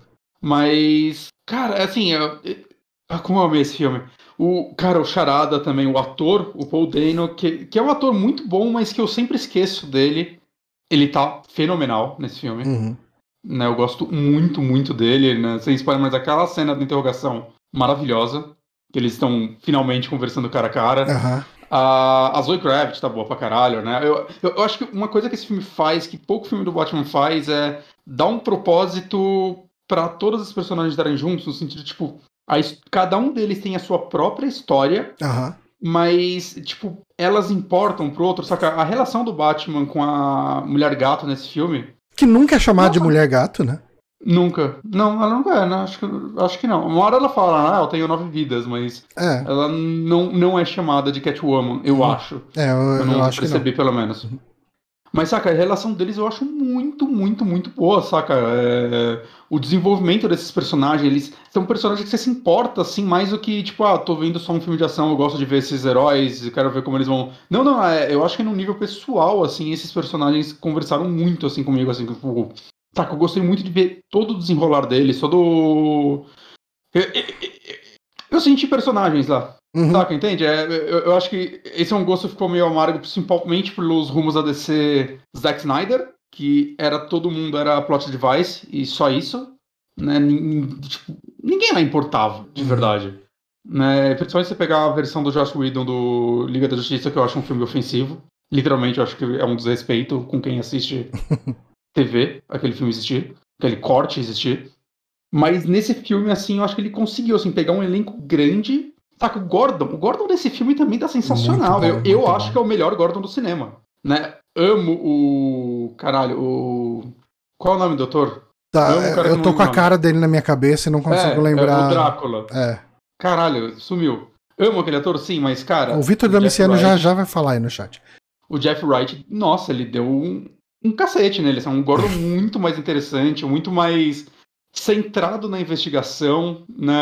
Mas, cara, assim, eu, eu, como eu amei esse filme. O cara, o Charada também, o ator, o Paul Dano, que, que é um ator muito bom, mas que eu sempre esqueço dele. Ele tá fenomenal nesse filme. Uhum. Né, eu gosto muito, muito dele. Né, sem spoiler, mas aquela cena da interrogação maravilhosa. Que eles estão finalmente conversando cara a cara. Uhum. A, a Zoe Kravitz tá boa pra caralho, né? Eu, eu, eu acho que uma coisa que esse filme faz, que pouco filme do Batman faz, é dar um propósito pra todos os personagens estarem juntos, no sentido, tipo, a, cada um deles tem a sua própria história, Aham. mas, tipo, elas importam pro outro, saca? A relação do Batman com a Mulher Gato nesse filme... Que nunca é chamada de Nossa. Mulher Gato, né? Nunca. Não, ela nunca é, né? Acho que, acho que não. Uma hora ela fala, ah, eu tenho nove vidas, mas É, ela não, não é chamada de Catwoman, eu Uhum. acho. é eu, Eu eu não acho que não. percebi, pelo menos. Mas, saca, a relação deles eu acho muito, muito, muito boa, saca? É, o desenvolvimento desses personagens, eles são personagens que você se importa, assim, mais do que, tipo, ah, tô vendo só um filme de ação, eu gosto de ver esses heróis, eu quero ver como eles vão... Não, não, é, eu acho que no nível pessoal, assim, esses personagens conversaram muito, assim, comigo, assim, tipo... Saca, eu gostei muito de ver todo o desenrolar deles, todo... Eu, eu, eu, eu senti personagens lá. Uhum. Saca, entende? É, eu, eu acho que esse é um gosto que ficou meio amargo, principalmente pelos rumos da D C Zack Snyder, que era todo mundo era plot device e só isso. Né? Nin- tipo, ninguém lá importava, de Uhum. verdade. Né? Principalmente se você pegar a versão do Joss Whedon do Liga da Justiça, que eu acho um filme ofensivo. Literalmente, eu acho que é um desrespeito com quem assiste T V, aquele filme existir, aquele corte existir. Mas nesse filme, assim, eu acho que ele conseguiu, assim, pegar um elenco grande. Saca, o Gordon, o Gordon desse filme também tá sensacional. Muito bom, eu eu muito acho bom. que é o melhor Gordon do cinema, né? Amo o... Caralho, o... Qual é o nome, doutor? Tá, Amo o cara que eu não tô lembro com a o nome. cara dele na minha cabeça e não consigo É, lembrar. é o Drácula. É. Caralho, sumiu. Amo aquele ator, sim, mas, cara... O Vitor o Jeff Domiciano já, Wright- já vai falar aí no chat. O Jeff Wright, nossa, ele deu um, um cacete nele. É um Gordon muito mais interessante, muito mais centrado na investigação,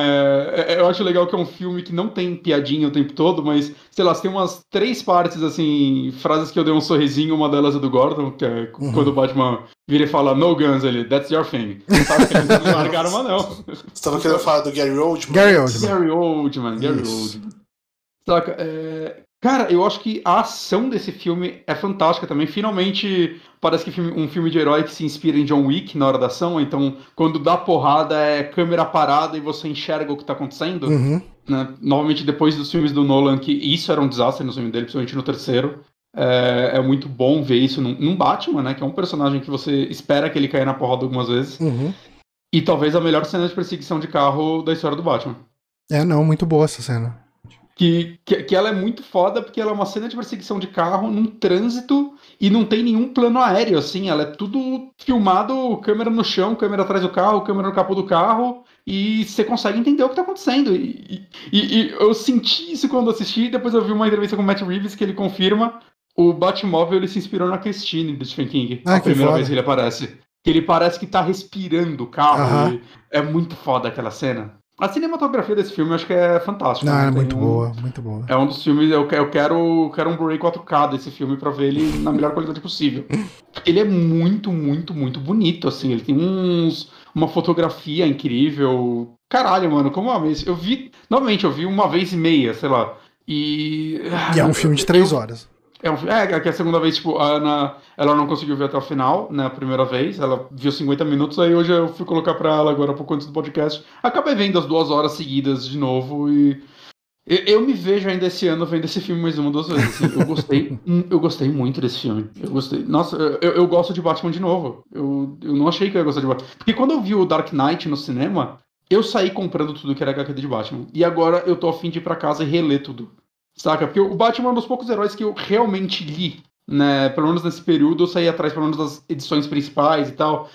né? Eu acho legal que é um filme que não tem piadinha o tempo todo, mas, sei lá, tem umas três partes, assim, frases que eu dei um sorrisinho, uma delas é do Gordon, que é Uhum. quando o Batman vira e fala, no guns, ele, that's your thing. Sabe que eles não largaram uma, não. Você tava querendo falar do Gary Oldman? Gary Oldman. Gary Oldman, Gary Isso. Oldman. Saca, é... Cara, eu acho que a ação desse filme é fantástica também. Finalmente, parece que filme- um filme de herói que se inspira em John Wick na hora da ação. Então, quando dá porrada, é câmera parada e você enxerga o que tá acontecendo. Uhum. Né? Novamente, depois dos filmes do Nolan, que isso era um desastre no filme dele, principalmente no terceiro. É, é muito bom ver isso num, num Batman, né? Que é um personagem que você espera que ele caia na porrada algumas vezes. Uhum. E talvez a melhor cena de perseguição de carro da história do Batman. É, não, muito boa essa cena. Que, que, que ela é muito foda porque ela é uma cena de perseguição de carro num trânsito e não tem nenhum plano aéreo, assim. Ela é tudo filmado, câmera no chão, câmera atrás do carro, câmera no capô do carro, e você consegue entender o que tá acontecendo. E, e, e eu senti isso quando assisti, depois eu vi uma entrevista com o Matt Reeves que ele confirma o Batmóvel ele se inspirou na Christine do Stephen King, Ah, a que primeira foda. vez que ele aparece. Que ele parece que tá respirando o carro. Aham. e é muito foda aquela cena. A cinematografia desse filme eu acho que é fantástica. Não, né? é Tem muito um- boa, muito boa. É um dos filmes, eu que- eu quero, quero um Blu-ray quatro K desse filme pra ver ele na melhor qualidade possível. Porque ele é muito, muito, muito bonito, assim. Ele tem uns, uma fotografia incrível. Caralho, mano, como eu amei isso. Eu vi, novamente, eu vi uma vez e meia, sei lá. E... E é um filme de três horas. É, um, é, que a segunda vez, tipo, a Ana, ela não conseguiu ver até o final, né, a primeira vez, ela viu cinquenta minutos, aí hoje eu fui colocar pra ela agora, pouco antes do podcast, acabei vendo as duas horas seguidas de novo e eu, eu me vejo ainda esse ano vendo esse filme mais uma, duas vezes, assim. eu gostei, hum, eu gostei muito desse filme, eu gostei, nossa, eu, eu gosto de Batman de novo, eu, eu não achei que eu ia gostar de Batman, porque quando eu vi o Dark Knight no cinema, eu saí comprando tudo que era agá quê de Batman, e agora eu tô a fim de ir pra casa e reler tudo. Saca? Porque o Batman é um dos poucos heróis que eu realmente li, né? Pelo menos nesse período eu saí atrás, pelo menos das edições principais e tal.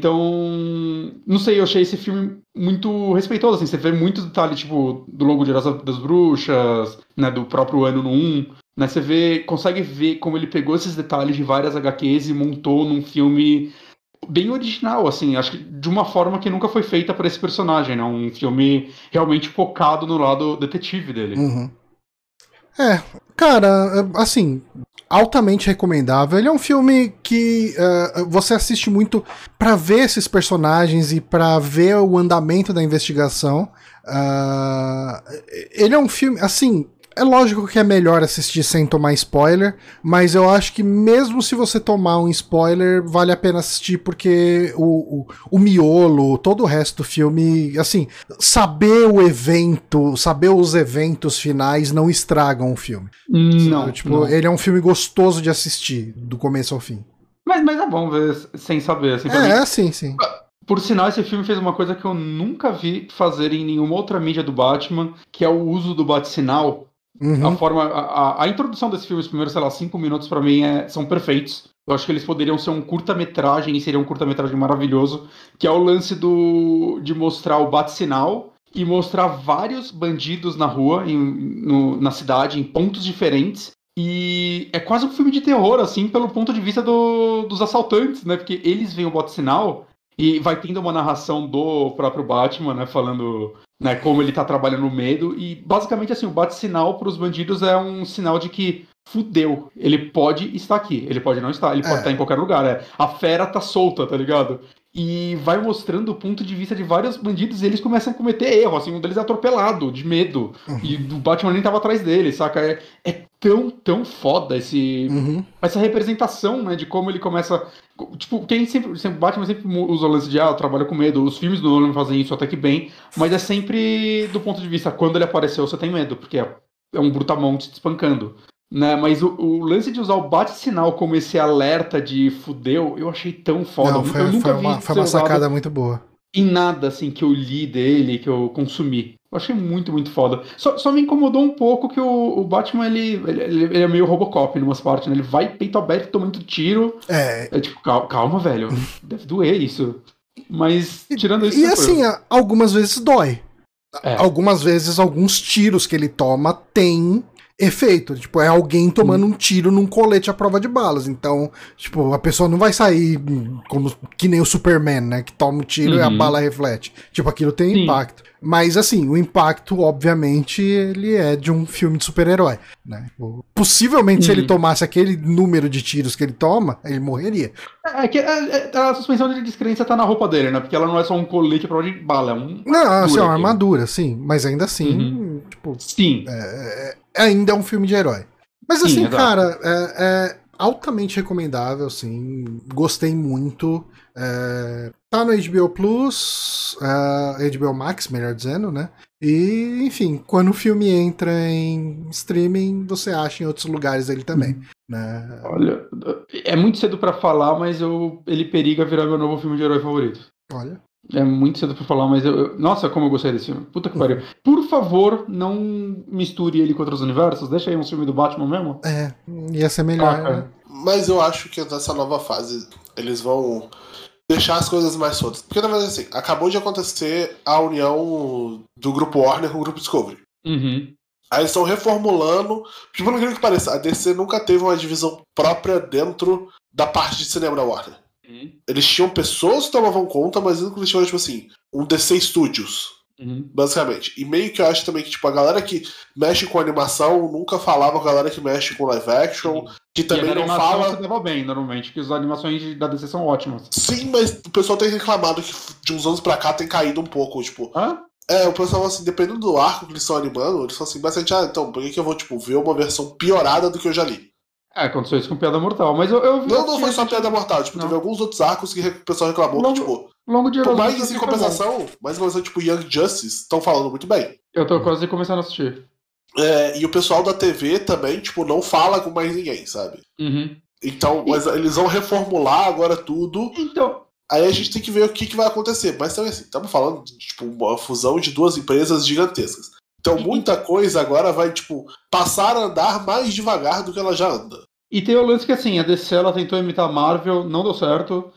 Então, não sei, eu achei esse filme muito respeitoso, assim. Você vê muitos detalhes, tipo, do Longo Dia das, das Bruxas, né? Do próprio ano no um, né? Você vê, consegue ver como ele pegou esses detalhes de várias agá quês e montou num filme bem original, assim, acho que de uma forma que nunca foi feita para esse personagem, né? Um filme realmente focado no lado detetive dele. Uhum. É, cara, assim, altamente recomendável. Ele é um filme que uh, você assiste muito pra ver esses personagens e pra ver o andamento da investigação. Uh, ele é um filme, assim, é lógico que é melhor assistir sem tomar spoiler, mas eu acho que mesmo se você tomar um spoiler, vale a pena assistir porque o, o, o miolo, todo o resto do filme, assim, saber o evento, saber os eventos finais não estragam o filme. Não, Sabe? Tipo, não. ele é um filme gostoso de assistir, do começo ao fim. Mas, mas é bom ver sem saber, assim, pra É, mim. sim, sim. Por sinal, esse filme fez uma coisa que eu nunca vi fazer em nenhuma outra mídia do Batman, que é o uso do bate-sinal. Uhum. A forma, a, a, a introdução desse filme, os primeiros, sei lá, cinco minutos pra mim é, são perfeitos. Eu acho que eles poderiam ser um curta-metragem, e seria um curta-metragem maravilhoso, que é o lance do, de mostrar o bate-sinal e mostrar vários bandidos na rua, em, no, na cidade, em pontos diferentes. E é quase um filme de terror, assim, pelo ponto de vista do, dos assaltantes, né? Porque eles veem o bate-sinal e vai tendo uma narração do próprio Batman, né? Falando, né, como ele tá trabalhando o medo. E basicamente, assim, o bate-sinal pros bandidos é um sinal de que fudeu. Ele pode estar aqui, ele pode não estar, ele pode É. estar em qualquer lugar. É. A fera tá solta, tá ligado? E vai mostrando o ponto de vista de vários bandidos e eles começam a cometer erro, assim, um deles é atropelado, de medo. Uhum. E o Batman nem tava atrás dele, saca? É, é tão, tão foda esse, Uhum. essa representação, né, de como ele começa... Tipo, quem sempre... sempre Batman sempre usa o lance de, ah, trabalha com medo. Os filmes do Nolan fazem isso até que bem, mas é sempre do ponto de vista, quando ele apareceu, você tem medo, porque é, é um brutamonte te espancando. Né, mas o, o lance de usar o bate-sinal como esse alerta de fudeu, eu achei tão foda. Não, foi, eu nunca foi vi uma, isso foi ser uma usado sacada muito boa. em nada, assim, que eu li dele, que eu consumi. Eu achei muito, muito foda. Só, só me incomodou um pouco que o, o Batman, ele, ele, ele é meio Robocop em umas partes, né? Ele vai peito aberto tomando tiro. É. É tipo, calma, calma velho. Deve doer isso. Mas, tirando isso... E assim, a- algumas vezes dói. É. Algumas vezes, alguns tiros que ele toma têm efeito. Tipo, é alguém tomando um tiro num colete à prova de balas. Então, tipo, a pessoa não vai sair como que nem o Superman, né? Que toma um tiro e a Uhum. bala reflete. Tipo, aquilo tem Sim. impacto. Mas, assim, o impacto, obviamente, ele é de um filme de super-herói, né? Tipo, possivelmente, se ele Uhum. tomasse aquele número de tiros que ele toma, ele morreria. É que é- é- a suspensão de descrença tá na roupa dele, né? Porque ela não é só um colete à prova de bala, é um... Não, assim, é uma aquilo. armadura, sim. Mas ainda assim, Uhum. tipo, Sim. é, é- ainda é um filme de herói. Mas Sim, assim, exato. cara, é, é altamente recomendável, assim. Gostei muito. É, tá no H B O Plus, é, H B O Max, melhor dizendo, né? E, enfim, quando o filme entra em streaming, você acha em outros lugares ele também, Uhum. né? Olha, é muito cedo pra falar, mas eu, ele periga virar meu novo filme de herói favorito. Olha. É muito cedo pra falar, mas eu, eu- nossa, como eu gostei desse filme. Puta que pariu. Por favor, não misture ele com outros universos. Deixa aí um filme do Batman mesmo. É, ia ser melhor, Ah, cara. né? Mas eu acho que nessa nova fase eles vão deixar as coisas mais soltas. Porque, na verdade, assim, acabou de acontecer a união do grupo Warner com o grupo Discovery. Uhum. Aí eles estão reformulando. Tipo, por incrível que pareça, a D C nunca teve uma divisão própria dentro da parte de cinema da Warner. Uhum. Eles tinham pessoas que tomavam conta, mas nunca eles tinham, tipo assim, um D C Studios. Uhum. Basicamente. E meio que eu acho também que, tipo, a galera que mexe com animação nunca falava com a galera que mexe com live action, que E a também da não animação fala. se dava bem, normalmente, que as animações de- da D C são ótimas. Sim, mas o pessoal tem reclamado que de uns anos pra cá tem caído um pouco, tipo. Hã? É, o pessoal, assim, dependendo do arco que eles estão animando, eles falam assim, bastante, ah, então, por que, que eu vou, tipo, ver uma versão piorada do que eu já li? É, aconteceu isso com Piada Mortal, mas eu, eu vi. Não, não foi só Piada Mortal, tipo, Não. teve alguns outros arcos que o pessoal reclamou Longo- que, tipo, Longo de por Heróis mais do que em Futuro foi bom. compensação, mais em compensação, tipo, Young Justice estão falando muito bem. Eu tô quase começando a assistir. É, e o pessoal da T V também, tipo, não fala com mais ninguém, sabe? Uhum. Então, mas eles vão reformular agora tudo. Então, Aí a gente tem que ver o que, que vai acontecer. Mas também assim, estamos falando de tipo, uma fusão de duas empresas gigantescas. Então muita coisa agora vai, tipo, passar a andar mais devagar do que ela já anda. e tem o lance que assim, a D C ela tentou imitar a Marvel, não deu certo.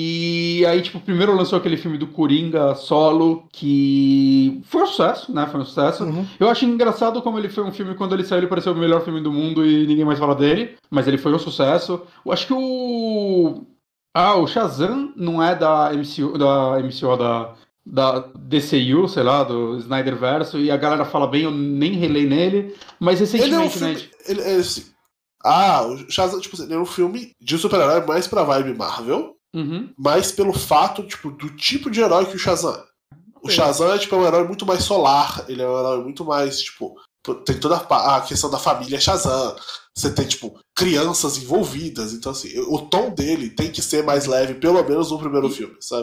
E aí, tipo, primeiro lançou aquele filme do Coringa solo, que foi um sucesso, né? Foi um sucesso. Uhum. Eu acho engraçado como ele foi um filme, quando ele saiu, ele pareceu o melhor filme do mundo e ninguém mais fala dele. Mas ele foi um sucesso. Eu acho que o. Ah, o Shazam não é da M C U, da M C U, da, da D C U, sei lá, do Snyderverso, e a galera fala bem, eu nem relei nele. Mas Ele é um recentemente, filme. né? Ele é assim. Ah, o Shazam, tipo, ele é um filme de super-herói mais pra vibe Marvel, Uhum. mas pelo fato, tipo, do tipo de herói que o Shazam é. O Ok. Shazam é, tipo, é um herói muito mais solar, ele é um herói muito mais, tipo, tem toda a, pa- a questão da família Shazam, você tem, tipo, crianças envolvidas, então assim, o tom dele tem que ser mais leve, pelo menos no primeiro filme, sabe?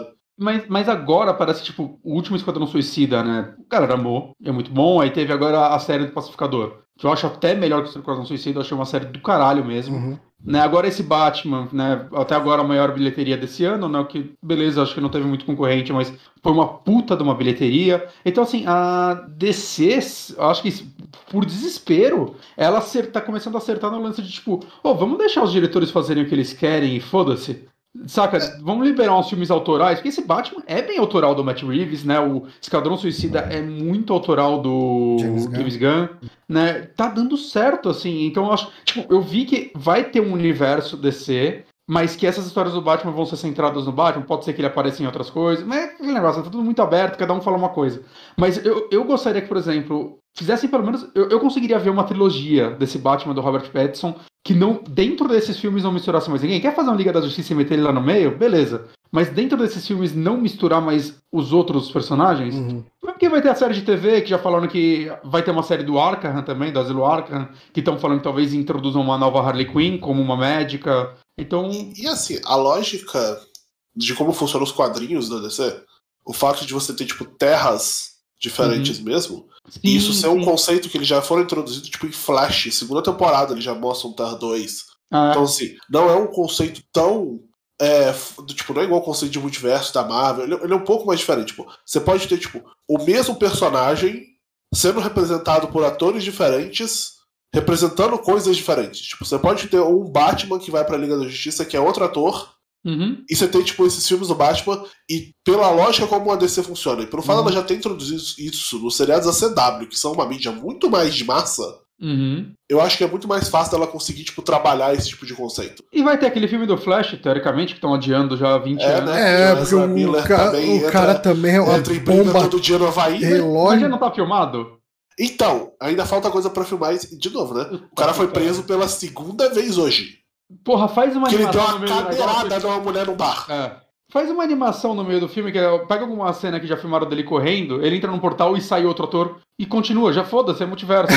Mas, mas agora parece, tipo, o último Esquadrão Suicida, né? O cara amou, é muito bom. Aí teve agora a série do Pacificador, que eu acho até melhor que o Esquadrão Suicida, eu achei uma série do caralho mesmo. Uhum. Né, agora esse Batman, né, até agora a maior bilheteria desse ano, né, que beleza, acho que não teve muito concorrente, mas foi uma puta de uma bilheteria. Então assim, a D C, acho que por desespero, ela acerta, tá começando a acertar no lance de tipo, oh, vamos deixar os diretores fazerem o que eles querem e foda-se. Saca, vamos liberar uns filmes autorais, porque esse Batman é bem autoral do Matt Reeves, né? O Esquadrão Suicida é muito autoral do James Gunn. James Gunn, né? Tá dando certo, assim. Então eu acho, tipo, eu vi que vai ter um universo D C, mas que essas histórias do Batman vão ser centradas no Batman, pode ser que ele apareça em outras coisas, mas é aquele negócio, tá tudo muito aberto, cada um fala uma coisa. Mas eu, eu gostaria que, por exemplo, fizessem pelo menos, eu, eu conseguiria ver uma trilogia desse Batman do Robert Pattinson, que não, dentro desses filmes não misturasse mais ninguém. Quer fazer uma Liga da Justiça e meter ele lá no meio? Beleza. Mas dentro desses filmes não misturar mais os outros personagens? Uhum. Porque vai ter a série de T V, que já falaram que vai ter uma série do Arkham também, do Asilo Arkham, que estão falando que talvez introduzam uma nova Harley Quinn como uma médica. Então... E, e assim, a lógica de como funcionam os quadrinhos da D C, o fato de você ter, tipo, terras diferentes uhum. mesmo, sim, e isso ser sim. um conceito que eles já foram introduzidos, tipo, em Flash, segunda temporada eles já mostram Terra dois. Ah. Então, assim, não é um conceito tão... É, do, tipo, não é igual o conceito de multiverso da Marvel, ele, ele é um pouco mais diferente. Tipo, você pode ter, tipo, o mesmo personagem sendo representado por atores diferentes, representando coisas diferentes. Tipo, você pode ter um Batman que vai pra Liga da Justiça, que é outro ator, uhum. e você tem, tipo, esses filmes do Batman, e pela lógica como a D C funciona, e pelo fato uhum. ela já ter introduzido isso nos seriados da C W, que são uma mídia muito mais de massa, uhum. eu acho que é muito mais fácil dela conseguir, tipo, trabalhar esse tipo de conceito. E vai ter aquele filme do Flash, teoricamente, que estão adiando já há vinte é, anos. Né? É, porque o, o, ca o entra, cara também é uma entra em bomba todo dia no Havaí, né? Mas já não tá filmado? Então, ainda falta coisa pra filmar de novo, né? O cara foi preso pela segunda vez hoje. Porra, faz uma que animação ele deu uma cadeirada de uma mulher no bar. É. Faz uma animação no meio do filme, que é, pega alguma cena que já filmaram dele correndo, ele entra num portal e sai outro ator e continua. Já foda-se, é multiverso.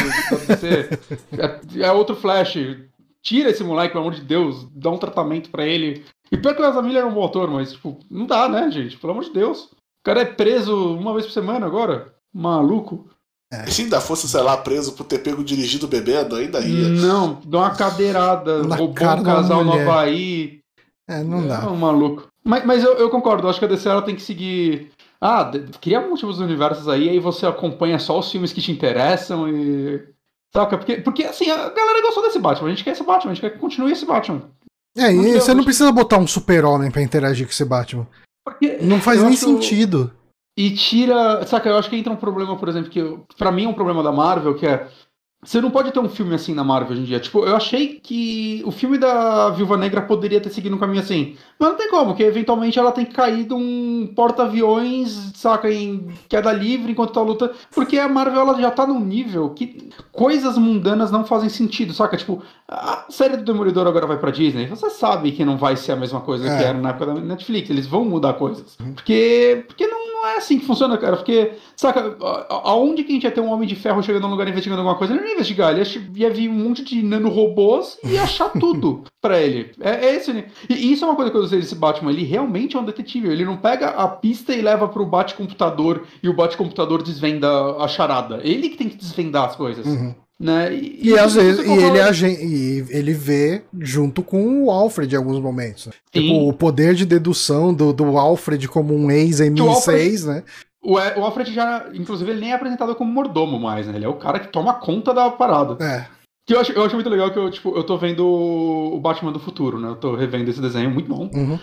é, é outro Flash. Tira esse moleque, pelo amor de Deus, dá um tratamento pra ele. E pior que o Ezra Miller é um bom ator, mas, tipo, não dá, né, gente? Pelo amor de Deus. O cara é preso uma vez por semana agora. Maluco. É. E se ainda fosse, sei lá, preso por ter pego dirigido bebendo, ainda ia. Não, dá uma cadeirada, Na roubou um casal no Havaí. É, não dá. É um maluco. Mas, mas eu, eu concordo, acho que a D C ela tem que seguir. Ah, de, cria múltiplos universos aí, aí você acompanha só os filmes que te interessam e. Saca? Porque, porque assim, a galera gostou desse Batman, a gente quer esse Batman, a gente quer que continue esse Batman. É, e Deus, você não precisa botar um super-homem pra interagir com esse Batman. Porque não faz nem acho... sentido. E tira. Saca, eu acho que entra um problema, por exemplo, que eu, pra mim é um problema da Marvel, que é. Você não pode ter um filme assim na Marvel hoje em dia. Tipo, eu achei que o filme da Viúva Negra poderia ter seguido um caminho assim. Mas não tem como, porque eventualmente ela tem que cair de um porta-aviões, saca, em queda livre enquanto tá lutando. Porque a Marvel ela já tá num nível que coisas mundanas não fazem sentido, saca? Tipo, a série do Demolidor agora vai pra Disney. Você sabe que não vai ser a mesma coisa é. que era na época da Netflix. Eles vão mudar coisas. Porque, porque não, não é assim que funciona, cara. Porque, saca, aonde que a gente ia ter um Homem de Ferro chegando num lugar investigando alguma coisa? Ele não ia investigar, ele ia, ia vir um monte de nanorobôs e ia achar tudo pra ele. É, é esse, né? E, e isso é uma coisa que eu sei desse Batman. Ele realmente é um detetive. Ele não pega a pista e leva pro bate-computador e o bate-computador desvenda a charada. Ele que tem que desvendar as coisas. Uhum. Né? E, e às vezes e ele, e ele vê junto com o Alfred em alguns momentos. Tipo, o poder de dedução do, do Alfred como um ex-M I seis, né? O, o Alfred já, inclusive, ele nem é apresentado como mordomo mais, né? Ele é o cara que toma conta da parada. É. Que eu acho, eu acho muito legal que eu, tipo, eu tô vendo o Batman do futuro, né? Eu tô revendo esse desenho, muito bom. Uhum.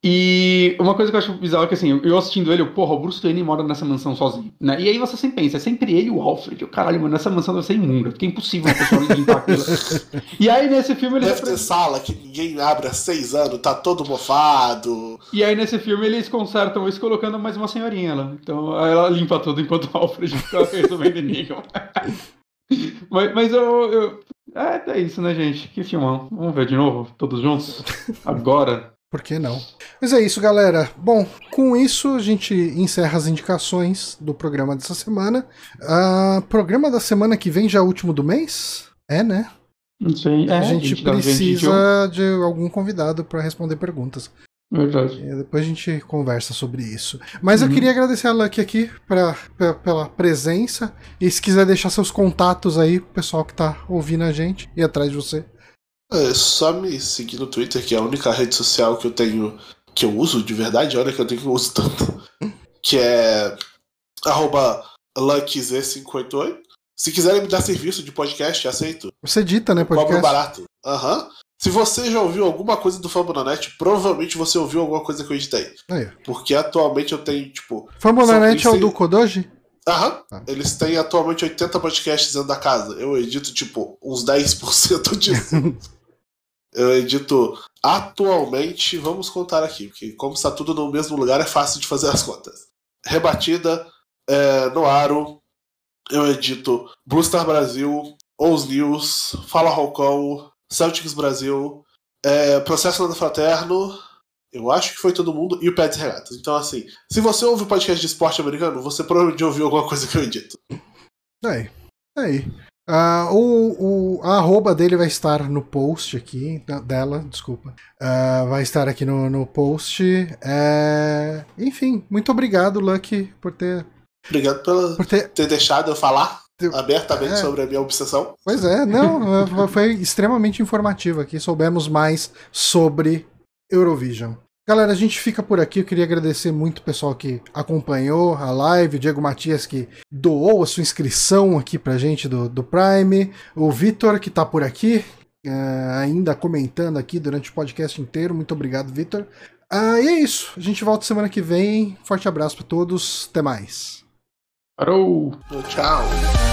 E uma coisa que eu acho bizarra é que, assim, eu assistindo ele, eu, porra, o Bruce Wayne mora nessa mansão sozinho, né? E aí você sempre pensa, é sempre ele e o Alfred. Eu, caralho, mano, nessa mansão deve ser imunda, porque é impossível uma pessoa limpar aquilo. E aí nesse filme ele... Deve ter sala que ninguém abre há seis anos, tá todo mofado. E aí nesse filme eles consertam isso colocando mais uma senhorinha lá. Então aí ela limpa tudo enquanto o Alfred fica resolvendo enigma. mas, mas eu... eu... É, é isso, né, gente? Que filmão. Vamos ver de novo, todos juntos? Agora... Por que não? Mas é isso, galera. Bom, com isso a gente encerra as indicações do programa dessa semana. Uh, programa da semana que vem já é o último do mês? É, né? Não sei. É, a gente a gente precisa de algum convidado para responder perguntas. Verdade. E depois a gente conversa sobre isso. Mas Uhum. eu queria agradecer a Lucky aqui pra, pra- pela presença. E se quiser deixar seus contatos aí, pro pessoal que tá ouvindo a gente e atrás de você. É só me seguir no Twitter, que é a única rede social que eu tenho, que eu uso de verdade, olha que eu tenho que eu uso tanto. Que é arroba lucky z cinco oito oito. Se quiserem me dar serviço de podcast, aceito. Você edita, né, Eu cobro podcast? barato. Aham. Se você já ouviu alguma coisa do Fambonanet, provavelmente você ouviu alguma coisa que eu editei. Aí. Porque atualmente eu tenho, tipo... Fambonanet é são- o do Kodoji? Aham. Tá. Eles têm atualmente oitenta podcasts dentro da casa. Eu edito, tipo, uns dez por cento disso. Eu edito atualmente, vamos contar aqui, porque como está tudo no mesmo lugar, é fácil de fazer as contas. Rebatida, é, Noaro, eu edito Blue Star Brasil, Os News, Fala Hong Kong, Celtics Brasil, é, Processo Nada Fraterno, eu acho que foi todo mundo, e o Pets Regatas. Então, assim, se você ouve o podcast de esporte americano, você provavelmente ouviu alguma coisa que eu edito. Aí. Aí. Ah, o, o, a arroba dele vai estar no post aqui, da- dela, desculpa. Ah, vai estar aqui no, no post. É, enfim, muito obrigado, Lucky, por ter. Obrigado por Por ter ter deixado eu falar Eu- abertamente é. sobre a minha obsessão. Pois é, não, foi extremamente informativo aqui. Soubemos mais sobre Eurovision. Galera, a gente fica por aqui. Eu queria agradecer muito o pessoal que acompanhou a live, o Diego Matias que doou a sua inscrição aqui pra gente do, do Prime, o Vitor que tá por aqui, é, ainda comentando aqui durante o podcast inteiro. Muito obrigado, Vitor. Ah, e é isso. A gente volta semana que vem. Forte abraço pra todos. Até mais. Parou! Tchau.